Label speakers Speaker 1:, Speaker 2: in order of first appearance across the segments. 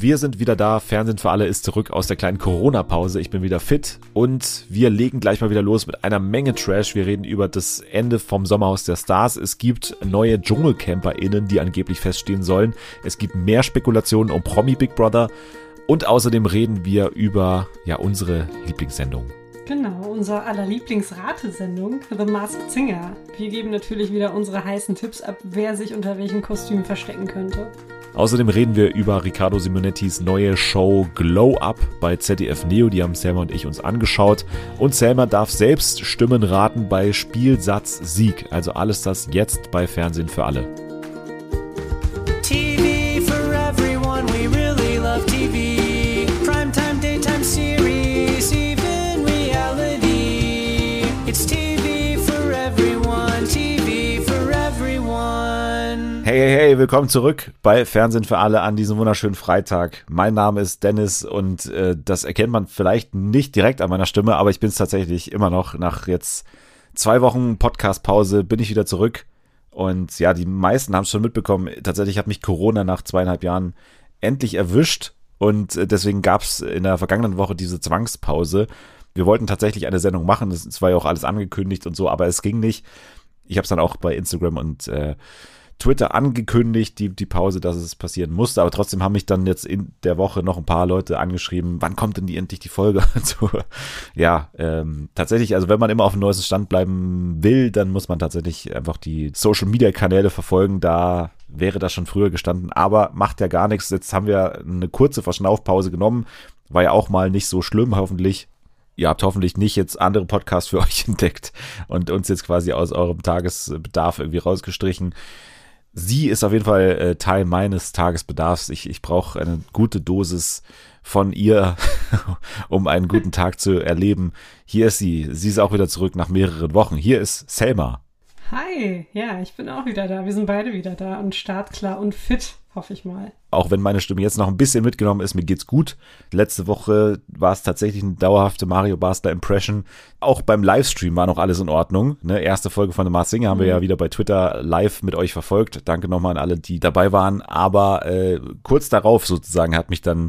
Speaker 1: Wir sind wieder da, Fernsehen für alle ist zurück aus der kleinen Corona-Pause. Ich bin wieder fit und wir legen gleich mal wieder los mit einer Menge Trash. Wir reden über das Ende vom Sommerhaus der Stars. Es gibt neue DschungelcamperInnen, die angeblich feststehen sollen. Es gibt mehr Spekulationen um Promi Big Brother und außerdem reden wir über unsere Lieblingssendung.
Speaker 2: Genau, unsere aller Lieblingsratesendung, The Masked Singer. Wir geben natürlich wieder unsere heißen Tipps ab, wer sich unter welchem Kostüm verstecken könnte.
Speaker 1: Außerdem reden wir über Riccardo Simonettis neue Show Glow Up bei ZDF Neo. Die haben Selma und ich uns angeschaut. Und Selma darf selbst Stimmen raten bei Spielsatz Sieg. Also alles das jetzt bei Fernsehen für alle.
Speaker 3: TV for everyone, we really love TV. Primetime, daytime series, even reality. It's TV for everyone, TV for everyone.
Speaker 1: Hey, willkommen zurück bei Fernsehen für alle an diesem wunderschönen Freitag. Mein Name ist Dennis und das erkennt man vielleicht nicht direkt an meiner Stimme, aber ich bin es tatsächlich immer noch. Nach jetzt 2 Wochen Podcast-Pause bin ich wieder zurück. Und ja, die meisten haben es schon mitbekommen. Tatsächlich hat mich Corona nach 2,5 Jahren endlich erwischt. Und deswegen gab es in der vergangenen Woche diese Zwangspause. Wir wollten tatsächlich eine Sendung machen. Es war ja auch alles angekündigt und so, aber es ging nicht. Ich habe es dann auch bei Instagram und Twitter angekündigt, die Pause, dass es passieren musste. Aber trotzdem haben mich dann jetzt in der Woche noch ein paar Leute angeschrieben, wann kommt denn endlich die Folge? So, ja, tatsächlich, also wenn man immer auf dem neuesten Stand bleiben will, dann muss man tatsächlich einfach die Social-Media-Kanäle verfolgen. Da wäre das schon früher gestanden, aber macht ja gar nichts. Jetzt haben wir eine kurze Verschnaufpause genommen. War ja auch mal nicht so schlimm, hoffentlich. Ihr habt hoffentlich nicht jetzt andere Podcasts für euch entdeckt und uns jetzt quasi aus eurem Tagesbedarf irgendwie rausgestrichen. Sie ist auf jeden Fall Teil meines Tagesbedarfs. Ich brauche eine gute Dosis von ihr, um einen guten Tag zu erleben. Hier ist sie. Sie ist auch wieder zurück nach mehreren Wochen. Hier ist Selma.
Speaker 2: Hi, ja, ich bin auch wieder da. Wir sind beide wieder da und startklar und fit, hoffe ich mal. Auch
Speaker 1: wenn meine Stimme jetzt noch ein bisschen mitgenommen ist, mir geht's gut. Letzte Woche war es tatsächlich eine dauerhafte Mario Basler Impression. Auch beim Livestream war noch alles in Ordnung. Ne? Erste Folge von The Masked Singer haben wir ja wieder bei Twitter live mit euch verfolgt. Danke nochmal an alle, die dabei waren. Aber kurz darauf sozusagen hat mich dann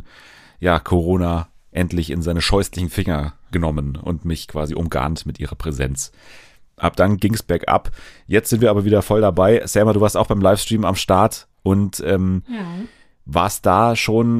Speaker 1: Corona endlich in seine scheußlichen Finger genommen und mich quasi umgarnt mit ihrer Präsenz. Ab dann ging's bergab. Jetzt sind wir aber wieder voll dabei. Selma, du warst auch beim Livestream am Start und warst da schon,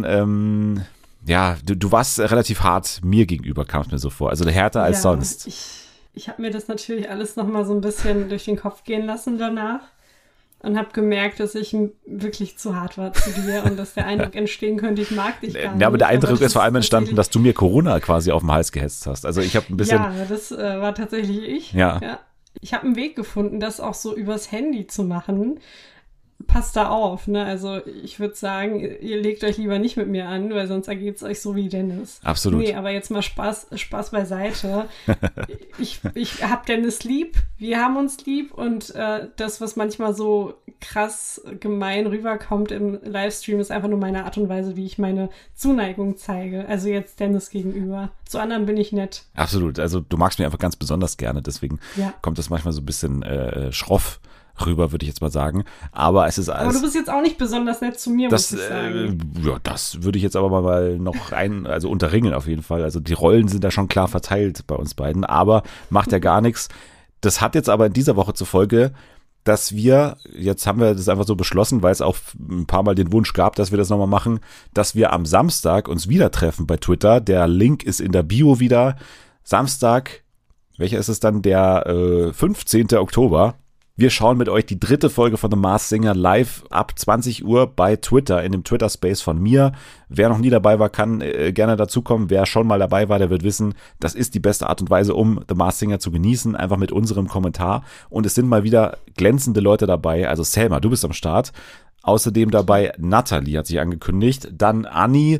Speaker 1: du warst relativ hart mir gegenüber, kam es mir so vor. Also härter als sonst.
Speaker 2: Ich habe mir das natürlich alles nochmal so ein bisschen durch den Kopf gehen lassen danach und habe gemerkt, dass ich wirklich zu hart war zu dir und dass der Eindruck entstehen könnte, ich mag dich gar nicht.
Speaker 1: Ja, aber der Eindruck ist vor allem entstanden, dass du mir Corona quasi auf den Hals gehetzt hast. Also ich habe ein bisschen...
Speaker 2: Ja, das war tatsächlich ich.
Speaker 1: Ja.
Speaker 2: Ich habe einen Weg gefunden, das auch so übers Handy zu machen. Passt da auf, ne? Also ich würde sagen, ihr legt euch lieber nicht mit mir an, weil sonst ergeht es euch so wie Dennis.
Speaker 1: Absolut.
Speaker 2: Nee, aber jetzt mal Spaß beiseite. Ich hab Dennis lieb, wir haben uns lieb und das, was manchmal so krass gemein rüberkommt im Livestream, ist einfach nur meine Art und Weise, wie ich meine Zuneigung zeige. Also jetzt Dennis gegenüber. Zu anderen bin ich nett.
Speaker 1: Absolut. Also du magst mich einfach ganz besonders gerne, deswegen kommt das manchmal so ein bisschen schroff rüber, würde ich jetzt mal sagen. Aber es ist alles.
Speaker 2: Aber du bist jetzt auch nicht besonders nett zu mir, muss ich sagen.
Speaker 1: Das würde ich jetzt aber mal noch unterringeln auf jeden Fall. Also die Rollen sind da schon klar verteilt bei uns beiden, aber macht ja gar nichts. Das hat jetzt aber in dieser Woche zur Folge, dass jetzt haben wir das einfach so beschlossen, weil es auch ein paar Mal den Wunsch gab, dass wir das nochmal machen, dass wir am Samstag uns wieder treffen bei Twitter. Der Link ist in der Bio wieder. Samstag, welcher ist es dann? Der 15. Oktober. Wir schauen mit euch die 3. Folge von The Masked Singer live ab 20 Uhr bei Twitter, in dem Twitter-Space von mir. Wer noch nie dabei war, kann gerne dazukommen. Wer schon mal dabei war, der wird wissen, das ist die beste Art und Weise, um The Masked Singer zu genießen, einfach mit unserem Kommentar. Und es sind mal wieder glänzende Leute dabei. Also Selma, du bist am Start. Außerdem dabei Natalie hat sich angekündigt. Dann Anni,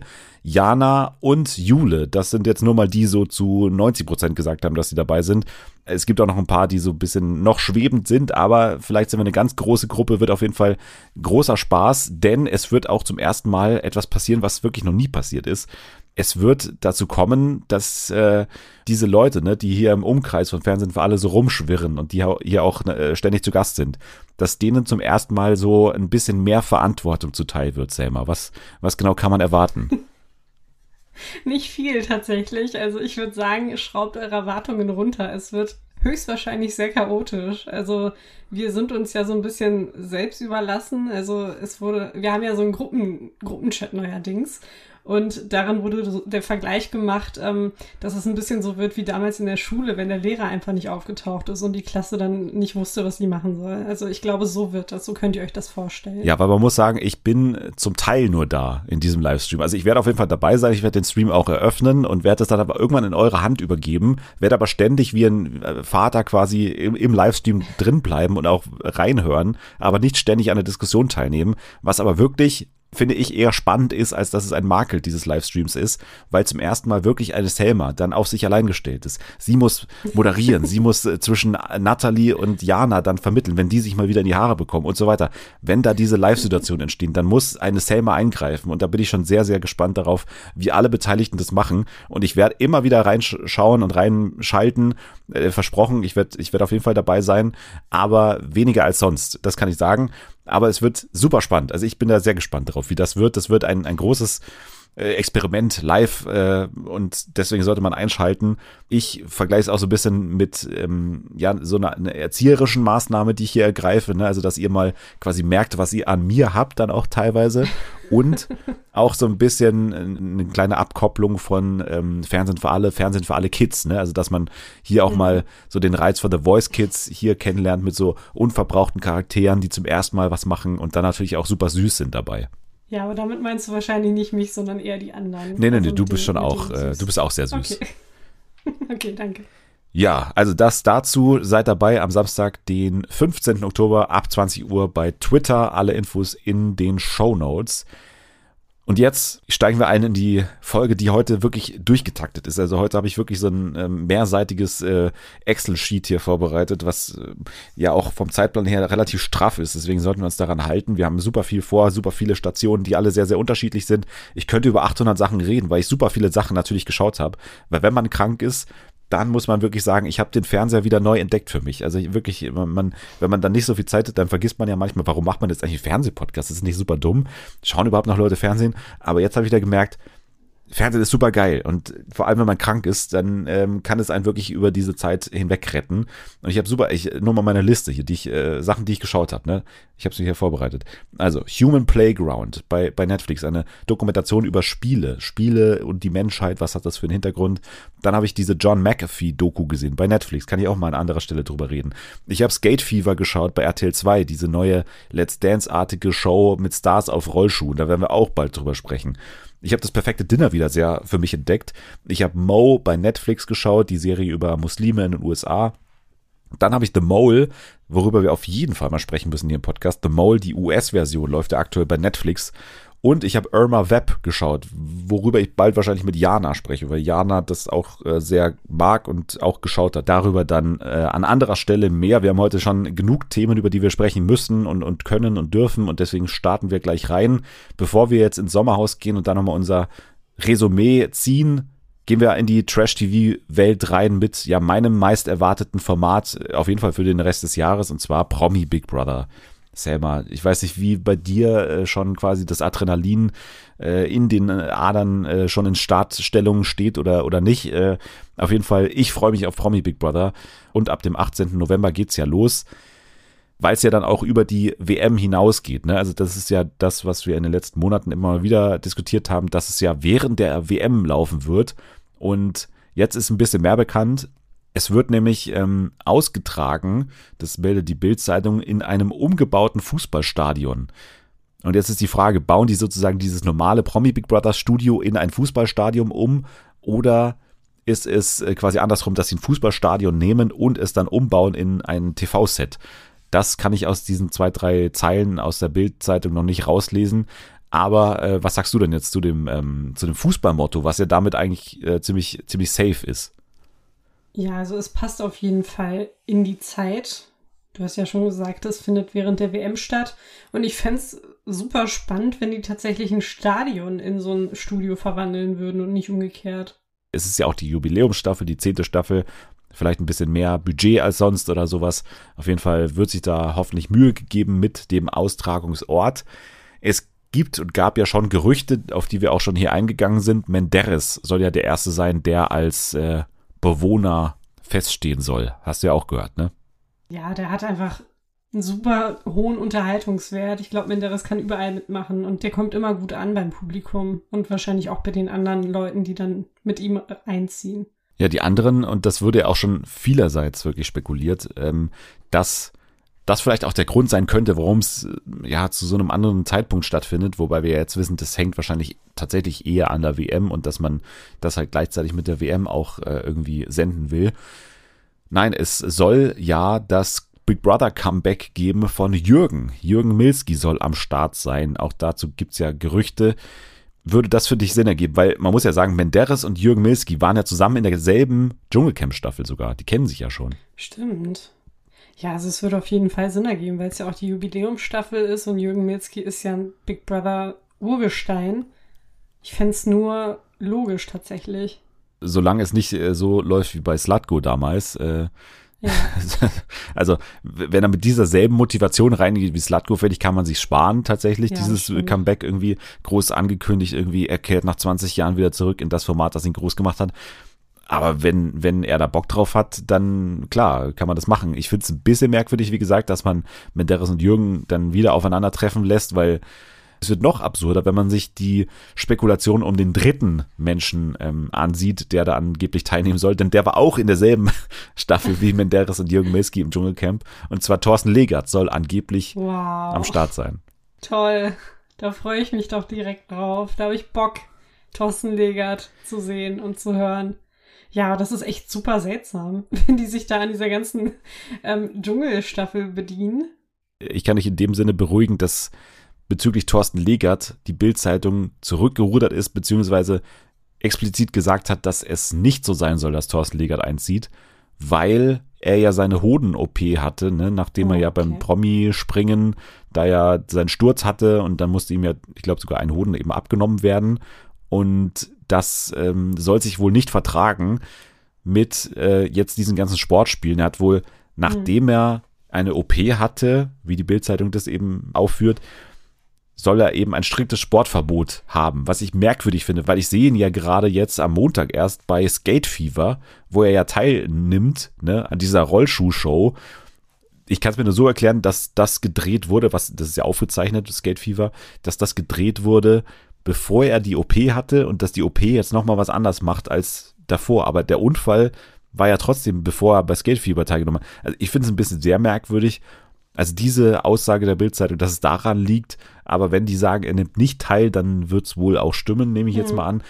Speaker 1: Jana und Jule. Das sind jetzt nur mal die so zu 90% gesagt haben, dass sie dabei sind. Es gibt auch noch ein paar, die so ein bisschen noch schwebend sind, aber vielleicht sind wir eine ganz große Gruppe, wird auf jeden Fall großer Spaß, denn es wird auch zum ersten Mal etwas passieren, was wirklich noch nie passiert ist. Es wird dazu kommen, dass diese Leute, ne, die hier im Umkreis von Fernsehen für alle so rumschwirren und die hier auch ständig zu Gast sind, dass denen zum ersten Mal so ein bisschen mehr Verantwortung zuteil wird, Selma. Was genau kann man erwarten?
Speaker 2: Nicht viel tatsächlich. Also ich würde sagen, schraubt eure Erwartungen runter. Es wird höchstwahrscheinlich sehr chaotisch. Also wir sind uns ja so ein bisschen selbst überlassen. Also wir haben ja so einen Gruppenchat neuerdings. Und darin wurde der Vergleich gemacht, dass es ein bisschen so wird wie damals in der Schule, wenn der Lehrer einfach nicht aufgetaucht ist und die Klasse dann nicht wusste, was sie machen soll. Also ich glaube, so wird das. So könnt ihr euch das vorstellen. Ja,
Speaker 1: aber man muss sagen, ich bin zum Teil nur da in diesem Livestream. Also ich werde auf jeden Fall dabei sein. Ich werde den Stream auch eröffnen und werde das dann aber irgendwann in eure Hand übergeben. Werde aber ständig wie ein Vater quasi im Livestream drin bleiben und auch reinhören, aber nicht ständig an der Diskussion teilnehmen. Was aber wirklich, finde ich, eher spannend ist, als dass es ein Makel dieses Livestreams ist, weil zum ersten Mal wirklich eine Selma dann auf sich allein gestellt ist. Sie muss moderieren, sie muss zwischen Natalie und Jana dann vermitteln, wenn die sich mal wieder in die Haare bekommen und so weiter. Wenn da diese Live-Situationen entstehen, dann muss eine Selma eingreifen und da bin ich schon sehr, sehr gespannt darauf, wie alle Beteiligten das machen und ich werde immer wieder reinschauen und reinschalten, versprochen, ich werd auf jeden Fall dabei sein, aber weniger als sonst, das kann ich sagen. Aber es wird super spannend. Also ich bin da sehr gespannt drauf, wie das wird. Das wird ein großes Experiment live und deswegen sollte man einschalten. Ich vergleiche es auch so ein bisschen mit so einer erzieherischen Maßnahme, die ich hier ergreife, ne? Also dass ihr mal quasi merkt, was ihr an mir habt, dann auch teilweise und auch so ein bisschen eine kleine Abkopplung von Fernsehen für alle Kids, ne? Also dass man hier auch mal so den Reiz von The Voice Kids hier kennenlernt mit so unverbrauchten Charakteren, die zum ersten Mal was machen und dann natürlich auch super süß sind dabei.
Speaker 2: Ja, aber damit meinst du wahrscheinlich nicht mich, sondern eher die anderen.
Speaker 1: Nee, du bist schon auch, du bist auch sehr süß.
Speaker 2: Okay. Okay, danke.
Speaker 1: Ja, also das dazu, seid dabei am Samstag, den 15. Oktober ab 20 Uhr bei Twitter, alle Infos in den Shownotes. Und jetzt steigen wir ein in die Folge, die heute wirklich durchgetaktet ist. Also heute habe ich wirklich so ein mehrseitiges Excel-Sheet hier vorbereitet, was ja auch vom Zeitplan her relativ straff ist. Deswegen sollten wir uns daran halten. Wir haben super viel vor, super viele Stationen, die alle sehr, sehr unterschiedlich sind. Ich könnte über 800 Sachen reden, weil ich super viele Sachen natürlich geschaut habe. Weil wenn man krank ist, dann muss man wirklich sagen, ich habe den Fernseher wieder neu entdeckt für mich. Also wirklich, wenn man dann nicht so viel Zeit hat, dann vergisst man ja manchmal, warum macht man jetzt eigentlich einen Fernsehpodcast? Das ist nicht super dumm. Schauen überhaupt noch Leute Fernsehen? Aber jetzt habe ich da gemerkt, Fernsehen ist super geil und vor allem, wenn man krank ist, dann kann es einen wirklich über diese Zeit hinweg retten. Und ich habe nur mal meine Liste hier, Sachen, die ich geschaut habe, ne? Ich habe es mir hier vorbereitet. Also, Human Playground bei Netflix, eine Dokumentation über Spiele und die Menschheit, was hat das für einen Hintergrund. Dann habe ich diese John McAfee-Doku gesehen bei Netflix, kann ich auch mal an anderer Stelle drüber reden. Ich habe Skate Fever geschaut bei RTL 2, diese neue Let's Dance-artige Show mit Stars auf Rollschuhen, da werden wir auch bald drüber sprechen. Ich habe das perfekte Dinner wieder sehr für mich entdeckt. Ich habe Mo bei Netflix geschaut, die Serie über Muslime in den USA. Dann habe ich The Mole, worüber wir auf jeden Fall mal sprechen müssen hier im Podcast. The Mole, die US-Version, läuft ja aktuell bei Netflix. Und ich habe Irma Webb geschaut, worüber ich bald wahrscheinlich mit Jana spreche, weil Jana das auch sehr mag und auch geschaut hat. Darüber dann an anderer Stelle mehr. Wir haben heute schon genug Themen, über die wir sprechen müssen und können und dürfen. Und deswegen starten wir gleich rein. Bevor wir jetzt ins Sommerhaus gehen und dann nochmal unser Resümee ziehen, gehen wir in die Trash-TV-Welt rein mit meinem meist erwarteten Format, auf jeden Fall für den Rest des Jahres, und zwar Promi Big Brother. Selma, ich weiß nicht, wie bei dir schon quasi das Adrenalin in den Adern schon in Startstellung steht oder nicht. Auf jeden Fall, ich freue mich auf Promi Big Brother und ab dem 18. November geht's ja los, weil es ja dann auch über die WM hinausgeht. Ne? Also das ist ja das, was wir in den letzten Monaten immer wieder diskutiert haben, dass es ja während der WM laufen wird. Und jetzt ist ein bisschen mehr bekannt. Es wird nämlich ausgetragen, das meldet die Bild-Zeitung, in einem umgebauten Fußballstadion. Und jetzt ist die Frage, bauen die sozusagen dieses normale Promi Big Brother Studio in ein Fußballstadion um oder ist es quasi andersrum, dass sie ein Fußballstadion nehmen und es dann umbauen in ein TV-Set? Das kann ich aus diesen 2, 3 Zeilen aus der Bild-Zeitung noch nicht rauslesen. Aber was sagst du denn jetzt zu dem Fußballmotto, was ja damit eigentlich ziemlich safe ist?
Speaker 2: Ja, also es passt auf jeden Fall in die Zeit. Du hast ja schon gesagt, es findet während der WM statt. Und ich fände es super spannend, wenn die tatsächlich ein Stadion in so ein Studio verwandeln würden und nicht umgekehrt.
Speaker 1: Es ist ja auch die Jubiläumsstaffel, die 10. Staffel. Vielleicht ein bisschen mehr Budget als sonst oder sowas. Auf jeden Fall wird sich da hoffentlich Mühe gegeben mit dem Austragungsort. Es gibt und gab ja schon Gerüchte, auf die wir auch schon hier eingegangen sind. Menderes soll ja der Erste sein, der als Bewohner feststehen soll. Hast du ja auch gehört, ne?
Speaker 2: Ja, der hat einfach einen super hohen Unterhaltungswert. Ich glaube, Menderes kann überall mitmachen und der kommt immer gut an beim Publikum und wahrscheinlich auch bei den anderen Leuten, die dann mit ihm einziehen.
Speaker 1: Ja, die anderen, und das wurde ja auch schon vielerseits wirklich spekuliert, dass das vielleicht auch der Grund sein könnte, warum es ja zu so einem anderen Zeitpunkt stattfindet, wobei wir ja jetzt wissen, das hängt wahrscheinlich tatsächlich eher an der WM und dass man das halt gleichzeitig mit der WM auch irgendwie senden will. Nein, es soll ja das Big Brother Comeback geben von Jürgen. Jürgen Milski soll am Start sein. Auch dazu gibt's ja Gerüchte. Würde das für dich Sinn ergeben? Weil man muss ja sagen, Menderes und Jürgen Milski waren ja zusammen in derselben Dschungelcamp-Staffel sogar. Die kennen sich ja schon.
Speaker 2: Stimmt. Ja, also es würde auf jeden Fall Sinn ergeben, weil es ja auch die Jubiläumsstaffel ist und Jürgen Milski ist ja ein Big Brother Urgestein. Ich fände es nur logisch tatsächlich.
Speaker 1: Solange es nicht so läuft wie bei Slutko damals.
Speaker 2: Ja.
Speaker 1: Also, wenn er mit dieser selben Motivation reingeht wie Slutko, finde ich, kann man sich sparen tatsächlich.
Speaker 2: Ja,
Speaker 1: dieses
Speaker 2: stimmt.
Speaker 1: Comeback irgendwie groß angekündigt, irgendwie er kehrt nach 20 Jahren wieder zurück in das Format, das ihn groß gemacht hat. Aber wenn er da Bock drauf hat, dann klar, kann man das machen. Ich finde es ein bisschen merkwürdig, wie gesagt, dass man Menderes und Jürgen dann wieder aufeinandertreffen lässt, weil es wird noch absurder, wenn man sich die Spekulation um den dritten Menschen ansieht, der da angeblich teilnehmen soll. Denn der war auch in derselben Staffel wie Menderes und Jürgen Milski im Dschungelcamp. Und zwar Thorsten Legert soll angeblich am Start sein.
Speaker 2: Toll. Da freue ich mich doch direkt drauf. Da habe ich Bock, Thorsten Legert zu sehen und zu hören. Ja, das ist echt super seltsam, wenn die sich da an dieser ganzen Dschungelstaffel bedienen.
Speaker 1: Ich kann dich in dem Sinne beruhigen, dass bezüglich Thorsten Legert die Bild-Zeitung zurückgerudert ist, beziehungsweise explizit gesagt hat, dass es nicht so sein soll, dass Thorsten Legert einzieht, weil er ja seine Hoden-OP hatte, ne, nachdem er ja beim Promi-Springen da ja seinen Sturz hatte und dann musste ihm ja, ich glaube, sogar ein Hoden eben abgenommen werden und das soll sich wohl nicht vertragen mit jetzt diesen ganzen Sportspielen. Er hat wohl, nachdem er eine OP hatte, wie die Bild-Zeitung das eben aufführt, soll er eben ein striktes Sportverbot haben, was ich merkwürdig finde, weil ich sehe ihn ja gerade jetzt am Montag erst bei Skate Fever, wo er ja teilnimmt, ne, an dieser Rollschuh-Show. Ich kann es mir nur so erklären, dass das gedreht wurde, das ist ja aufgezeichnet, Skate Fever, dass das gedreht wurde, bevor er die OP hatte und dass die OP jetzt nochmal was anders macht als davor. Aber der Unfall war ja trotzdem, bevor er bei Skate Fever teilgenommen hat. Also ich finde es ein bisschen sehr merkwürdig. Also diese Aussage der Bild-Zeitung, dass es daran liegt, aber wenn die sagen, er nimmt nicht teil, dann wird es wohl auch stimmen, nehme ich jetzt mal an.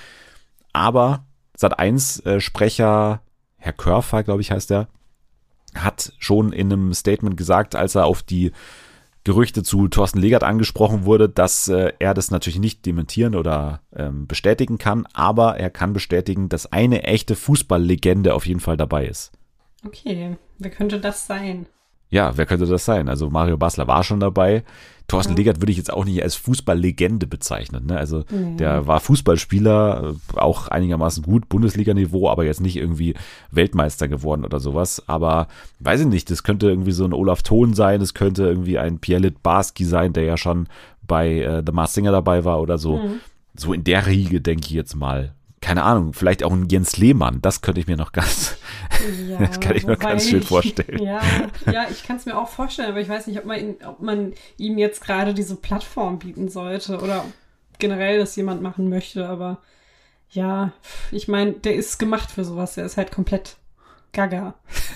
Speaker 1: Aber Sat.1-Sprecher, Herr Körfer, glaube ich, heißt er, hat schon in einem Statement gesagt, als er auf die Gerüchte zu Thorsten Legert angesprochen wurde, dass er das natürlich nicht dementieren oder bestätigen kann, aber er kann bestätigen, dass eine echte Fußballlegende auf jeden Fall dabei ist.
Speaker 2: Okay, wer könnte das sein?
Speaker 1: Ja, wer könnte das sein? Also Mario Basler war schon dabei. Thorsten Legert würde ich jetzt auch nicht als Fußballlegende bezeichnen. Ne? Also der war Fußballspieler, auch einigermaßen gut, Bundesliga-Niveau, aber jetzt nicht irgendwie Weltmeister geworden oder sowas. Aber weiß ich nicht, das könnte irgendwie so ein Olaf Thon sein, das könnte irgendwie ein Pierre Littbarski sein, der ja schon bei The Masked Singer dabei war oder so. So in der Riege denke ich jetzt mal. Keine Ahnung, vielleicht auch ein Jens Lehmann, das könnte ich mir noch ganz, das kann ich mir ganz schön vorstellen.
Speaker 2: Ja, ich kann es mir auch vorstellen, aber ich weiß nicht, ob man ihm jetzt gerade diese Plattform bieten sollte oder generell das jemand machen möchte, aber ja, ich meine, der ist gemacht für sowas, der ist halt komplett gaga.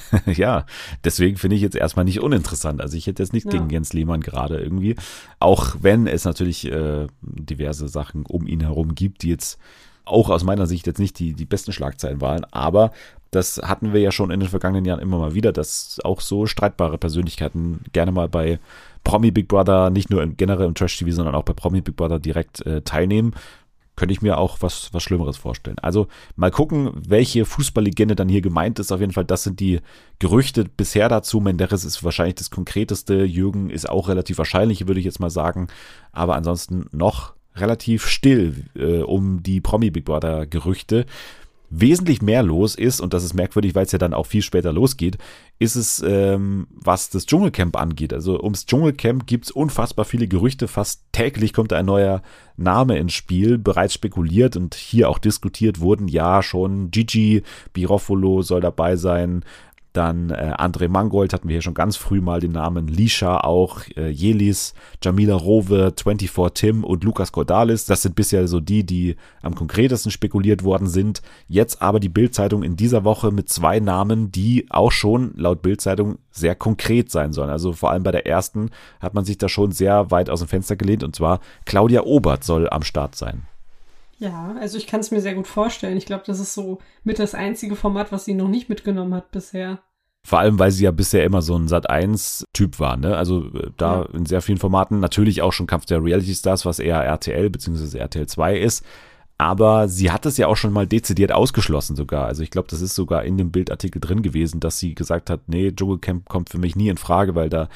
Speaker 1: Ja, deswegen finde ich jetzt erstmal nicht uninteressant. Also ich hätte jetzt nichts gegen Jens Lehmann gerade irgendwie, auch wenn es natürlich diverse Sachen um ihn herum gibt, die jetzt auch aus meiner Sicht jetzt nicht die besten Schlagzeilen waren, aber Das hatten wir ja schon in den vergangenen Jahren immer mal wieder, dass auch so streitbare Persönlichkeiten gerne mal bei Promi Big Brother, nicht nur generell im Trash-TV, sondern auch bei Promi Big Brother direkt teilnehmen. Könnte ich mir auch was Schlimmeres vorstellen. Also mal gucken, welche Fußballlegende dann hier gemeint ist. Auf jeden Fall, das sind die Gerüchte bisher dazu. Menderes ist wahrscheinlich das Konkreteste. Jürgen ist auch relativ wahrscheinlich, würde ich jetzt mal sagen. Aber ansonsten noch relativ still um die Promi Big Brother Gerüchte. Wesentlich mehr los ist, und das ist merkwürdig, weil es ja dann auch viel später losgeht, ist es, was das Dschungelcamp angeht. Also ums Dschungelcamp gibt es unfassbar viele Gerüchte. Fast täglich kommt ein neuer Name ins Spiel. Bereits spekuliert und hier auch diskutiert wurden ja schon Gigi Birofolo soll dabei sein. Dann André Mangold hatten wir hier schon ganz früh mal den Namen, Lisha auch, Jelis, Jamila Rowe, 24 Tim und Lukas Cordalis. Das sind bisher so die am konkretesten spekuliert worden sind. Jetzt aber die Bild-Zeitung in dieser Woche mit 2 Namen, die auch schon laut Bild-Zeitung sehr konkret sein sollen. Also vor allem bei der ersten hat man sich da schon sehr weit aus dem Fenster gelehnt, und zwar Claudia Obert soll am Start sein.
Speaker 2: Ja, also ich kann es mir sehr gut vorstellen. Ich glaube, das ist so mit das einzige Format, was sie noch nicht mitgenommen hat bisher.
Speaker 1: Vor allem, weil sie ja bisher immer so ein Sat.1-Typ war, ne? Also da in sehr vielen Formaten, natürlich auch schon Kampf der Reality Stars, was eher RTL bzw. RTL 2 ist. Aber sie hat es ja auch schon mal dezidiert ausgeschlossen sogar. Also ich glaube, das ist sogar in dem Bildartikel drin gewesen, dass sie gesagt hat, nee, Dschungelcamp kommt für mich nie in Frage, weil da,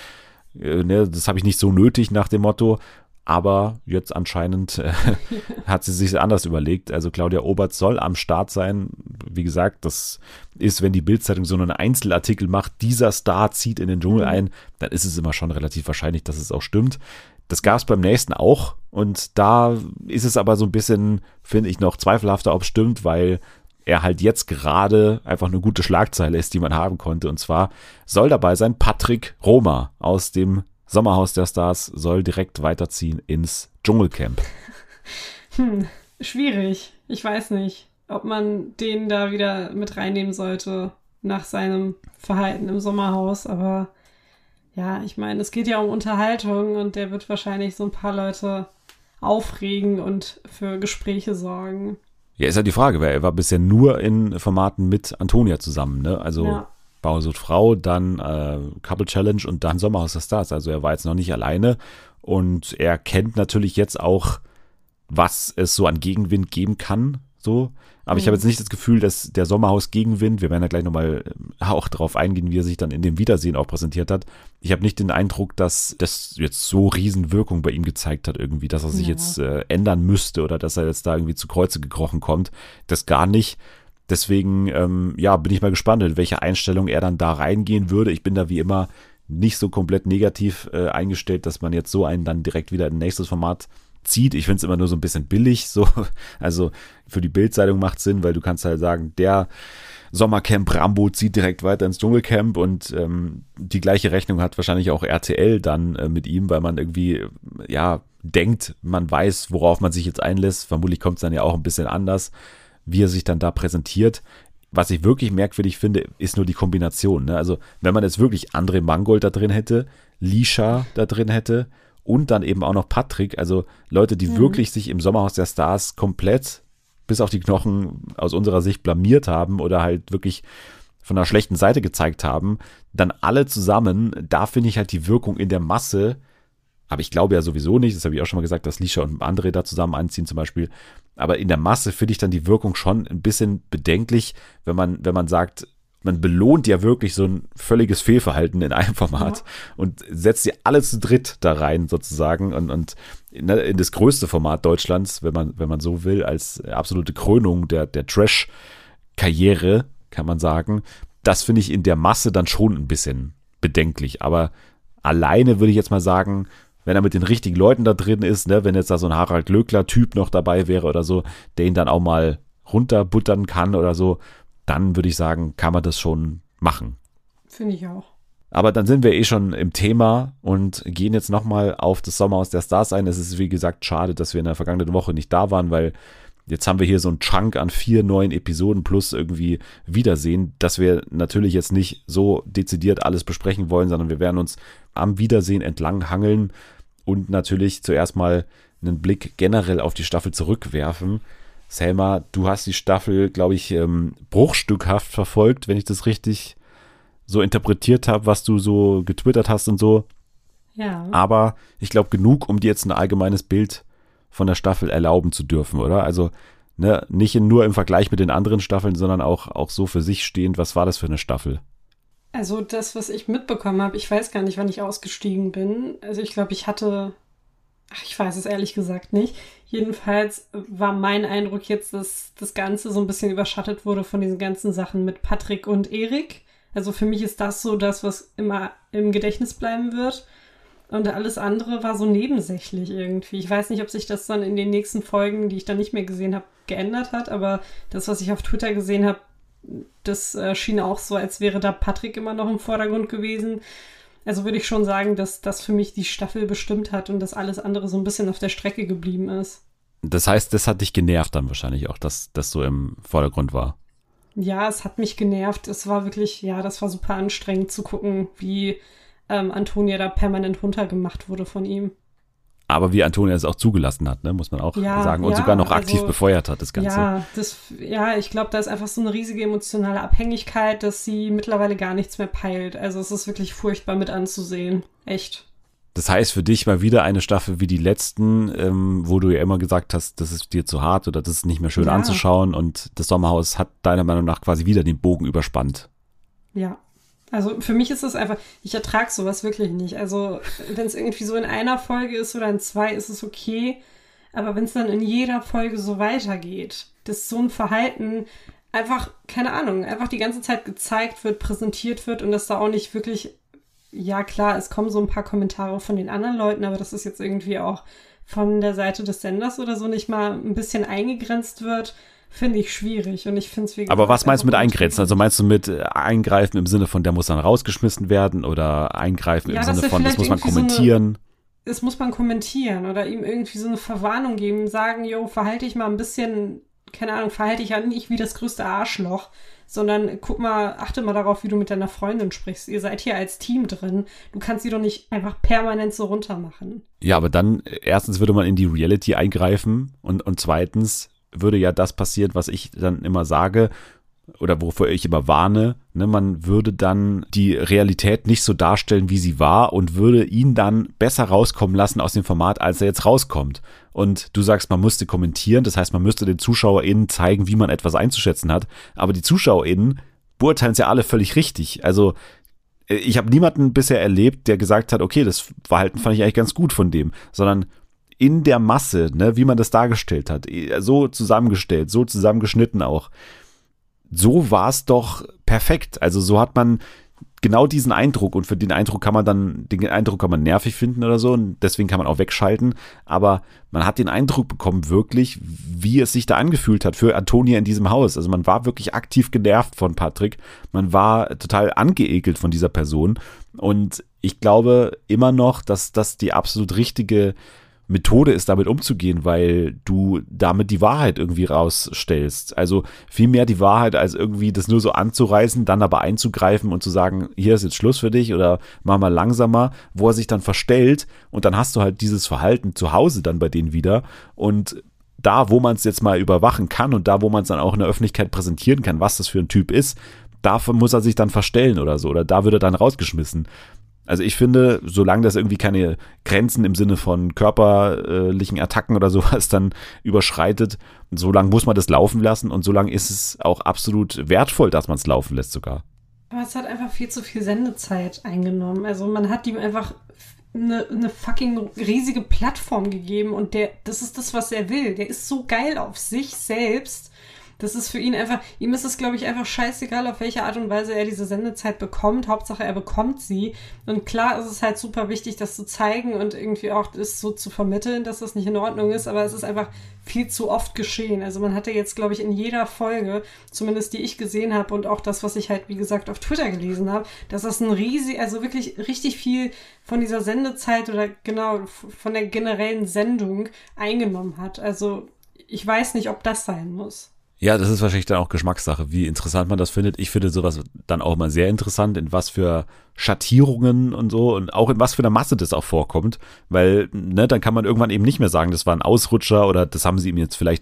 Speaker 1: das habe ich nicht so nötig nach dem Motto. Aber jetzt anscheinend hat sie sich anders überlegt. Also Claudia Obert soll am Start sein. Wie gesagt, das ist, wenn die Bild-Zeitung so einen Einzelartikel macht, dieser Star zieht in den Dschungel ein, dann ist es immer schon relativ wahrscheinlich, dass es auch stimmt. Das gab es beim nächsten auch. Und da ist es aber so ein bisschen, finde ich, noch zweifelhafter, ob es stimmt, weil er halt jetzt gerade einfach eine gute Schlagzeile ist, die man haben konnte. Und zwar soll dabei sein Patrick Roma aus dem Sommerhaus der Stars, soll direkt weiterziehen ins Dschungelcamp.
Speaker 2: Schwierig. Ich weiß nicht, ob man den da wieder mit reinnehmen sollte nach seinem Verhalten im Sommerhaus. Aber ja, ich meine, es geht ja um Unterhaltung und der wird wahrscheinlich so ein paar Leute aufregen und für Gespräche sorgen.
Speaker 1: Ja, ist halt die Frage, weil er war bisher nur in Formaten mit Antonia zusammen, ne? Also ja. Bauer sucht Frau, dann Couple Challenge und dann Sommerhaus der Stars. Also er war jetzt noch nicht alleine und er kennt natürlich jetzt auch, was es so an Gegenwind geben kann. So. Aber ich habe jetzt nicht das Gefühl, dass der Sommerhaus-Gegenwind, wir werden ja gleich nochmal auch darauf eingehen, wie er sich dann in dem Wiedersehen auch präsentiert hat. Ich habe nicht den Eindruck, dass das jetzt so Riesenwirkung bei ihm gezeigt hat irgendwie, dass er sich jetzt ändern müsste oder dass er jetzt da irgendwie zu Kreuze gekrochen kommt. Das gar nicht. Deswegen, bin ich mal gespannt, in welche Einstellung er dann da reingehen würde. Ich bin da wie immer nicht so komplett negativ eingestellt, dass man jetzt so einen dann direkt wieder in ein nächstes Format zieht. Ich finde es immer nur so ein bisschen billig. So. Also für die Bild-Zeitung macht es Sinn, weil du kannst halt sagen, der Sommercamp Rambo zieht direkt weiter ins Dschungelcamp und die gleiche Rechnung hat wahrscheinlich auch RTL dann mit ihm, weil man irgendwie, denkt, man weiß, worauf man sich jetzt einlässt. Vermutlich kommt es dann ja auch ein bisschen anders, wie er sich dann da präsentiert. Was ich wirklich merkwürdig finde, ist nur die Kombination. Ne? Also wenn man jetzt wirklich André Mangold da drin hätte, Lisha da drin hätte und dann eben auch noch Patrick, also Leute, die wirklich sich im Sommerhaus der Stars komplett bis auf die Knochen aus unserer Sicht blamiert haben oder halt wirklich von einer schlechten Seite gezeigt haben, dann alle zusammen, da finde ich halt die Wirkung in der Masse, aber ich glaube ja sowieso nicht, das habe ich auch schon mal gesagt, dass Lisha und André da zusammen anziehen zum Beispiel, aber in der Masse finde ich dann die Wirkung schon ein bisschen bedenklich, wenn man sagt, man belohnt ja wirklich so ein völliges Fehlverhalten in einem Format und setzt sie alle zu dritt da rein sozusagen und in das größte Format Deutschlands, wenn man so will, als absolute Krönung der Trash-Karriere, kann man sagen. Das finde ich in der Masse dann schon ein bisschen bedenklich, aber alleine würde ich jetzt mal sagen, wenn er mit den richtigen Leuten da drin ist, ne, wenn jetzt da so ein Harald Glöckler-Typ noch dabei wäre oder so, der ihn dann auch mal runterbuttern kann oder so, dann würde ich sagen, kann man das schon machen.
Speaker 2: Finde ich auch.
Speaker 1: Aber dann sind wir eh schon im Thema und gehen jetzt nochmal auf das Sommerhaus der Stars ein. Es ist, wie gesagt, schade, dass wir in der vergangenen Woche nicht da waren, weil jetzt haben wir hier so einen Chunk an 4 neuen Episoden plus irgendwie Wiedersehen, dass wir natürlich jetzt nicht so dezidiert alles besprechen wollen, sondern wir werden uns am Wiedersehen entlang hangeln und natürlich zuerst mal einen Blick generell auf die Staffel zurückwerfen. Selma, du hast die Staffel, glaube ich, bruchstückhaft verfolgt, wenn ich das richtig so interpretiert habe, was du so getwittert hast und so.
Speaker 2: Ja.
Speaker 1: Aber ich glaube genug, um dir jetzt ein allgemeines Bild von der Staffel erlauben zu dürfen, oder? Also ne, nicht nur im Vergleich mit den anderen Staffeln, sondern auch so für sich stehend. Was war das für eine Staffel?
Speaker 2: Also das, was ich mitbekommen habe, ich weiß gar nicht, wann ich ausgestiegen bin. Also ich glaube, ich weiß es ehrlich gesagt nicht. Jedenfalls war mein Eindruck jetzt, dass das Ganze so ein bisschen überschattet wurde von diesen ganzen Sachen mit Patrick und Erik. Also für mich ist das so das, was immer im Gedächtnis bleiben wird. Und alles andere war so nebensächlich irgendwie. Ich weiß nicht, ob sich das dann in den nächsten Folgen, die ich dann nicht mehr gesehen habe, geändert hat. Aber das, was ich auf Twitter gesehen habe, das schien auch so, als wäre da Patrick immer noch im Vordergrund gewesen. Also würde ich schon sagen, dass das für mich die Staffel bestimmt hat und dass alles andere so ein bisschen auf der Strecke geblieben ist.
Speaker 1: Das heißt, das hat dich genervt dann wahrscheinlich auch, dass das so im Vordergrund war.
Speaker 2: Ja, es hat mich genervt. Es war wirklich, ja, das war super anstrengend zu gucken, wie Antonia da permanent runtergemacht wurde von ihm.
Speaker 1: Aber wie Antonia es auch zugelassen hat, ne, muss man auch sagen. Und
Speaker 2: ja,
Speaker 1: sogar noch aktiv
Speaker 2: also,
Speaker 1: befeuert hat, das Ganze.
Speaker 2: Ja, ich glaube, da ist einfach so eine riesige emotionale Abhängigkeit, dass sie mittlerweile gar nichts mehr peilt. Also es ist wirklich furchtbar mit anzusehen. Echt.
Speaker 1: Das heißt für dich mal wieder eine Staffel wie die letzten, wo du ja immer gesagt hast, das ist dir zu hart oder das ist nicht mehr schön anzuschauen. Und das Sommerhaus hat deiner Meinung nach quasi wieder den Bogen überspannt.
Speaker 2: Ja. Also für mich ist es einfach, ich ertrage sowas wirklich nicht. Also wenn es irgendwie so in einer Folge ist oder in 2, ist es okay. Aber wenn es dann in jeder Folge so weitergeht, dass so ein Verhalten einfach, keine Ahnung, einfach die ganze Zeit gezeigt wird, präsentiert wird und dass da auch nicht wirklich, ja klar, es kommen so ein paar Kommentare von den anderen Leuten, aber das ist jetzt irgendwie auch von der Seite des Senders oder so nicht mal ein bisschen eingegrenzt wird, finde ich schwierig und ich finde es wie gesagt.
Speaker 1: Aber was meinst du mit eingrenzen? Also meinst du mit eingreifen im Sinne von, der muss dann rausgeschmissen werden oder eingreifen im Sinne von, das muss man kommentieren?
Speaker 2: Das muss man kommentieren oder ihm irgendwie so eine Verwarnung geben, sagen, jo, verhalte dich mal ein bisschen, keine Ahnung, verhalte dich ja nicht wie das größte Arschloch, sondern guck mal, achte mal darauf, wie du mit deiner Freundin sprichst. Ihr seid hier als Team drin. Du kannst sie doch nicht einfach permanent so runtermachen. Ja,
Speaker 1: aber dann, erstens würde man in die Reality eingreifen und zweitens würde ja das passieren, was ich dann immer sage oder wovor ich immer warne, ne, man würde dann die Realität nicht so darstellen, wie sie war und würde ihn dann besser rauskommen lassen aus dem Format, als er jetzt rauskommt. Und du sagst, man müsste kommentieren, das heißt, man müsste den ZuschauerInnen zeigen, wie man etwas einzuschätzen hat, aber die ZuschauerInnen beurteilen es ja alle völlig richtig. Also ich habe niemanden bisher erlebt, der gesagt hat, okay, das Verhalten fand ich eigentlich ganz gut von dem, sondern in der Masse, ne, wie man das dargestellt hat, so zusammengestellt, so zusammengeschnitten auch. So war es doch perfekt. Also so hat man genau diesen Eindruck und für den Eindruck kann man nervig finden oder so und deswegen kann man auch wegschalten, aber man hat den Eindruck bekommen wirklich, wie es sich da angefühlt hat für Antonia in diesem Haus. Also man war wirklich aktiv genervt von Patrick, man war total angeekelt von dieser Person und ich glaube immer noch, dass das die absolut richtige Methode ist, damit umzugehen, weil du damit die Wahrheit irgendwie rausstellst. Also viel mehr die Wahrheit, als irgendwie das nur so anzureißen, dann aber einzugreifen und zu sagen, hier ist jetzt Schluss für dich oder mach mal langsamer, wo er sich dann verstellt und dann hast du halt dieses Verhalten zu Hause dann bei denen wieder und da, wo man es jetzt mal überwachen kann und da, wo man es dann auch in der Öffentlichkeit präsentieren kann, was das für ein Typ ist, dafür muss er sich dann verstellen oder so oder da wird er dann rausgeschmissen. Also ich finde, solange das irgendwie keine Grenzen im Sinne von körperlichen Attacken oder sowas dann überschreitet, solange muss man das laufen lassen und solange ist es auch absolut wertvoll, dass man es laufen lässt sogar.
Speaker 2: Aber es hat einfach viel zu viel Sendezeit eingenommen. Also man hat ihm einfach eine fucking riesige Plattform gegeben und das ist das, was er will. Der ist so geil auf sich selbst. Das ist für ihn einfach, ihm ist es, glaube ich, einfach scheißegal, auf welche Art und Weise er diese Sendezeit bekommt. Hauptsache, er bekommt sie. Und klar ist es halt super wichtig, das zu zeigen und irgendwie auch das so zu vermitteln, dass das nicht in Ordnung ist. Aber es ist einfach viel zu oft geschehen. Also man hatte jetzt, glaube ich, in jeder Folge, zumindest die ich gesehen habe und auch das, was ich halt, wie gesagt, auf Twitter gelesen habe, dass das also wirklich richtig viel von dieser Sendezeit oder genau von der generellen Sendung eingenommen hat. Also ich weiß nicht, ob das sein muss.
Speaker 1: Ja, das ist wahrscheinlich dann auch Geschmackssache, wie interessant man das findet. Ich finde sowas dann auch mal sehr interessant, in was für Schattierungen und so und auch in was für einer Masse das auch vorkommt, weil ne, dann kann man irgendwann eben nicht mehr sagen, das war ein Ausrutscher oder das haben sie ihm jetzt vielleicht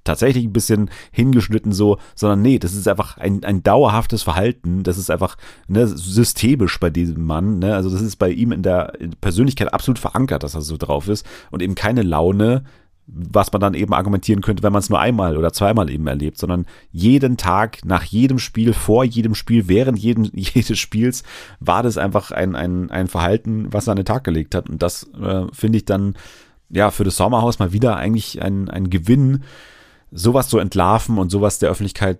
Speaker 1: tatsächlich ein bisschen hingeschnitten so, sondern nee, das ist einfach ein dauerhaftes Verhalten, das ist einfach systemisch bei diesem Mann, ne? Also das ist bei ihm in der Persönlichkeit absolut verankert, dass er so drauf ist und eben keine Laune, was man dann eben argumentieren könnte, wenn man es nur einmal oder zweimal eben erlebt, sondern jeden Tag, nach jedem Spiel, vor jedem Spiel, während jedes Spiels war das einfach ein Verhalten, was er an den Tag gelegt hat und das finde ich dann ja für das Sommerhaus mal wieder eigentlich ein Gewinn, sowas zu entlarven und sowas der Öffentlichkeit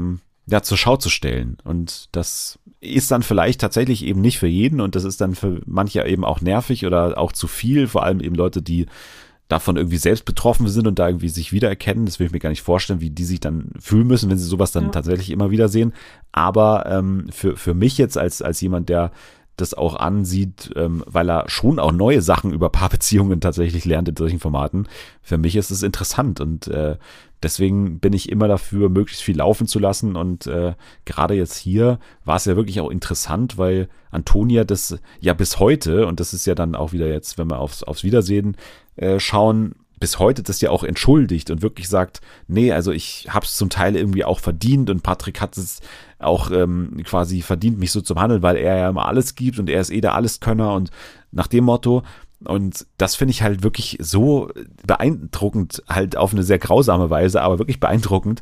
Speaker 1: zur Schau zu stellen. Und das ist dann vielleicht tatsächlich eben nicht für jeden und das ist dann für manche eben auch nervig oder auch zu viel, vor allem eben Leute, die davon irgendwie selbst betroffen sind und da irgendwie sich wiedererkennen. Das will ich mir gar nicht vorstellen, wie die sich dann fühlen müssen, wenn sie sowas dann tatsächlich immer wieder sehen. Aber für mich jetzt als jemand, der das auch ansieht, weil er schon auch neue Sachen über Paarbeziehungen tatsächlich lernt in solchen Formaten. Für mich ist es interessant und deswegen bin ich immer dafür, möglichst viel laufen zu lassen und gerade jetzt hier war es ja wirklich auch interessant, weil Antonia das ja bis heute, und das ist ja dann auch wieder jetzt, wenn wir aufs Wiedersehen schauen, bis heute das ja auch entschuldigt und wirklich sagt, nee, also ich hab's zum Teil irgendwie auch verdient und Patrick hat es auch quasi verdient, mich so zu behandeln, weil er ja immer alles gibt und er ist der Alleskönner und nach dem Motto. Und das finde ich halt wirklich so beeindruckend, halt auf eine sehr grausame Weise, aber wirklich beeindruckend,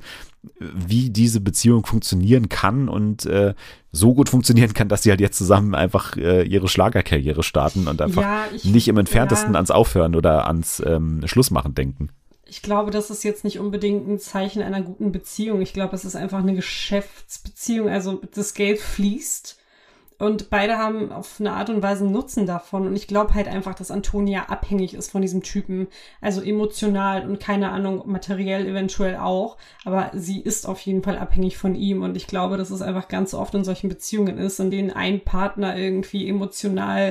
Speaker 1: wie diese Beziehung funktionieren kann und so gut funktionieren kann, dass sie halt jetzt zusammen einfach ihre Schlagerkarriere starten und einfach nicht im Entferntesten ans Aufhören oder ans Schlussmachen denken.
Speaker 2: Ich glaube, das ist jetzt nicht unbedingt ein Zeichen einer guten Beziehung. Ich glaube, es ist einfach eine Geschäftsbeziehung. Also das Geld fließt. Und beide haben auf eine Art und Weise einen Nutzen davon. Und ich glaube halt einfach, dass Antonia abhängig ist von diesem Typen. Also emotional und keine Ahnung, materiell eventuell auch. Aber sie ist auf jeden Fall abhängig von ihm. Und ich glaube, dass es einfach ganz oft in solchen Beziehungen ist, in denen ein Partner irgendwie emotional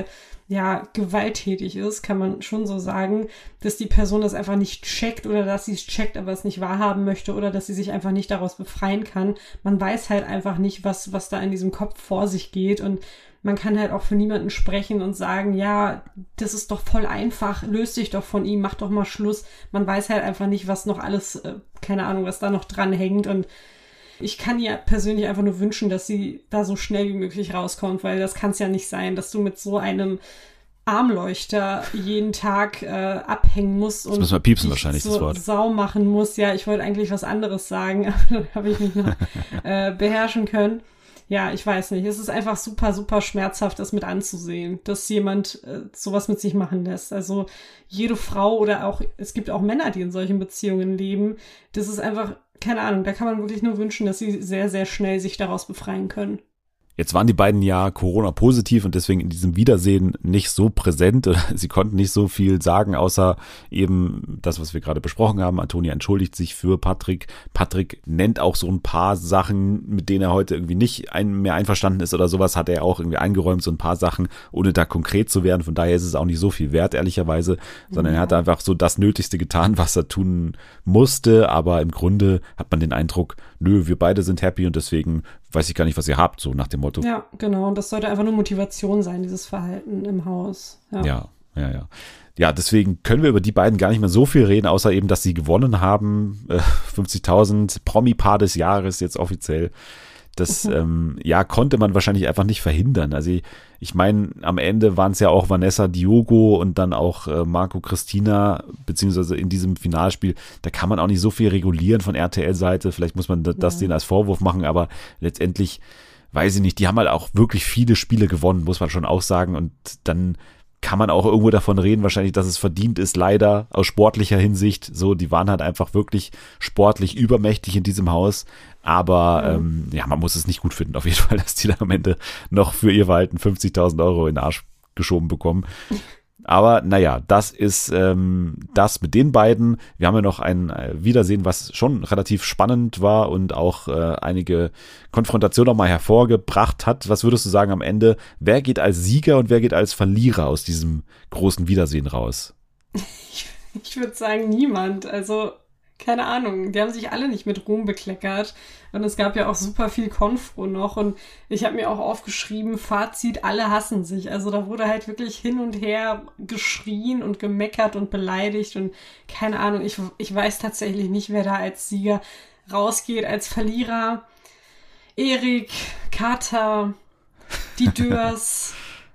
Speaker 2: gewalttätig ist, kann man schon so sagen, dass die Person das einfach nicht checkt oder dass sie es checkt, aber es nicht wahrhaben möchte oder dass sie sich einfach nicht daraus befreien kann. Man weiß halt einfach nicht, was da in diesem Kopf vor sich geht und man kann halt auch für niemanden sprechen und sagen, ja, das ist doch voll einfach, löst dich doch von ihm, mach doch mal Schluss. Man weiß halt einfach nicht, was noch alles, keine Ahnung, was da noch dran hängt und ich kann ihr persönlich einfach nur wünschen, dass sie da so schnell wie möglich rauskommt, weil das kann es ja nicht sein, dass du mit so einem Armleuchter jeden Tag abhängen musst und
Speaker 1: das müssen wir piepsen wahrscheinlich,
Speaker 2: so
Speaker 1: das Wort.
Speaker 2: Sau machen musst. Ja, ich wollte eigentlich was anderes sagen, aber dann habe ich mich noch beherrschen können. Ja, ich weiß nicht. Es ist einfach super, super schmerzhaft, das mit anzusehen, dass jemand sowas mit sich machen lässt. Also jede Frau oder auch, es gibt auch Männer, die in solchen Beziehungen leben. Das ist einfach, keine Ahnung, da kann man wirklich nur wünschen, dass sie sehr, sehr schnell sich daraus befreien können.
Speaker 1: Jetzt waren die beiden ja Corona-positiv und deswegen in diesem Wiedersehen nicht so präsent oder sie konnten nicht so viel sagen, außer eben das, was wir gerade besprochen haben. Antonia entschuldigt sich für Patrick. Patrick nennt auch so ein paar Sachen, mit denen er heute irgendwie nicht mehr einverstanden ist oder sowas, hat er auch irgendwie eingeräumt, so ein paar Sachen, ohne da konkret zu werden. Von daher ist es auch nicht so viel wert, ehrlicherweise, sondern er hat einfach so das Nötigste getan, was er tun musste, aber im Grunde hat man den Eindruck, nö, wir beide sind happy und deswegen weiß ich gar nicht, was ihr habt, so nach dem Motto.
Speaker 2: Ja, genau. Und das sollte einfach nur Motivation sein, dieses Verhalten im Haus.
Speaker 1: Ja. Ja, deswegen können wir über die beiden gar nicht mehr so viel reden, außer eben, dass sie gewonnen haben. 50.000 Promi-Paar des Jahres jetzt offiziell. Das konnte man wahrscheinlich einfach nicht verhindern. Also ich meine, am Ende waren es ja auch Vanessa Diogo und dann auch Marco Christina, beziehungsweise in diesem Finalspiel, da kann man auch nicht so viel regulieren von RTL-Seite. Vielleicht muss man das denen als Vorwurf machen, aber letztendlich, weiß ich nicht, die haben halt auch wirklich viele Spiele gewonnen, muss man schon auch sagen. Und dann kann man auch irgendwo davon reden, wahrscheinlich, dass es verdient ist, leider aus sportlicher Hinsicht. So, die waren halt einfach wirklich sportlich übermächtig in diesem Haus. Aber man muss es nicht gut finden, auf jeden Fall, dass die da am Ende noch für ihr Verhalten 50.000 Euro in den Arsch geschoben bekommen. Aber naja, das ist das mit den beiden. Wir haben ja noch ein Wiedersehen, was schon relativ spannend war und auch einige Konfrontationen nochmal hervorgebracht hat. Was würdest du sagen am Ende? Wer geht als Sieger und wer geht als Verlierer aus diesem großen Wiedersehen raus?
Speaker 2: Ich würde sagen, niemand. Also keine Ahnung, die haben sich alle nicht mit Ruhm bekleckert. Und es gab ja auch super viel Konfro noch. Und ich habe mir auch aufgeschrieben, Fazit, alle hassen sich. Also da wurde halt wirklich hin und her geschrien und gemeckert und beleidigt. Und keine Ahnung, ich weiß tatsächlich nicht, wer da als Sieger rausgeht. Als Verlierer Erik, Carter, die Dürrs.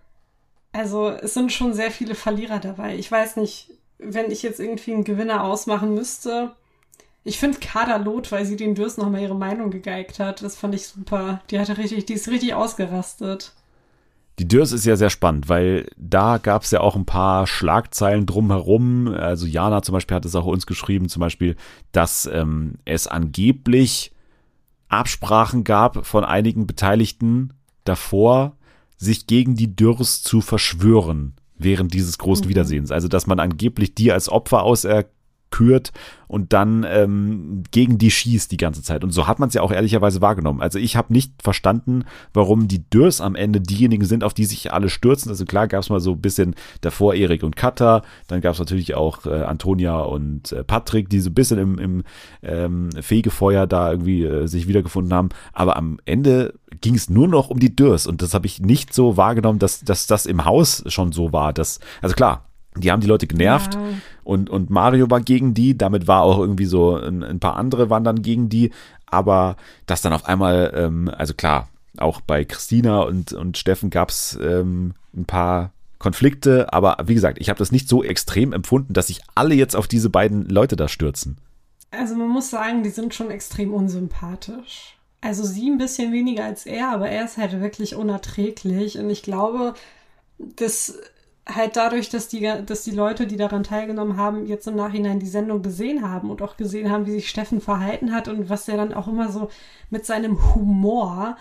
Speaker 2: Also es sind schon sehr viele Verlierer dabei. Ich weiß nicht, wenn ich jetzt irgendwie einen Gewinner ausmachen müsste. Ich finde Kader Loth, weil sie den Dürrs nochmal ihre Meinung gegeigt hat. Das fand ich super. Die ist richtig ausgerastet.
Speaker 1: Die Dürrs ist ja sehr spannend, weil da gab es ja auch ein paar Schlagzeilen drumherum. Also Jana zum Beispiel hat es auch uns geschrieben, zum Beispiel, dass es angeblich Absprachen gab von einigen Beteiligten davor, sich gegen die Dürrs zu verschwören während dieses großen Wiedersehens. Also, dass man angeblich die als Opfer auserkürt und dann gegen die schießt die ganze Zeit. Und so hat man es ja auch ehrlicherweise wahrgenommen. Also ich habe nicht verstanden, warum die Dürrs am Ende diejenigen sind, auf die sich alle stürzen. Also klar gab es mal so ein bisschen davor Erik und Katha, dann gab es natürlich auch Antonia und Patrick, die so ein bisschen im Fegefeuer da irgendwie sich wiedergefunden haben. Aber am Ende ging es nur noch um die Dürrs und das habe ich nicht so wahrgenommen, dass das im Haus schon so war. Also klar, die haben die Leute genervt und Mario war gegen die, damit war auch irgendwie so ein paar andere waren dann gegen die, aber dass dann auf einmal, also klar, auch bei Christina und Steffen gab es ein paar Konflikte, aber wie gesagt, ich habe das nicht so extrem empfunden, dass sich alle jetzt auf diese beiden Leute da stürzen.
Speaker 2: Also man muss sagen, die sind schon extrem unsympathisch. Also sie ein bisschen weniger als er, aber er ist halt wirklich unerträglich und ich glaube, dass halt dadurch, dass die Leute, die daran teilgenommen haben, jetzt im Nachhinein die Sendung gesehen haben und auch gesehen haben, wie sich Steffen verhalten hat und was er dann auch immer so mit seinem Humor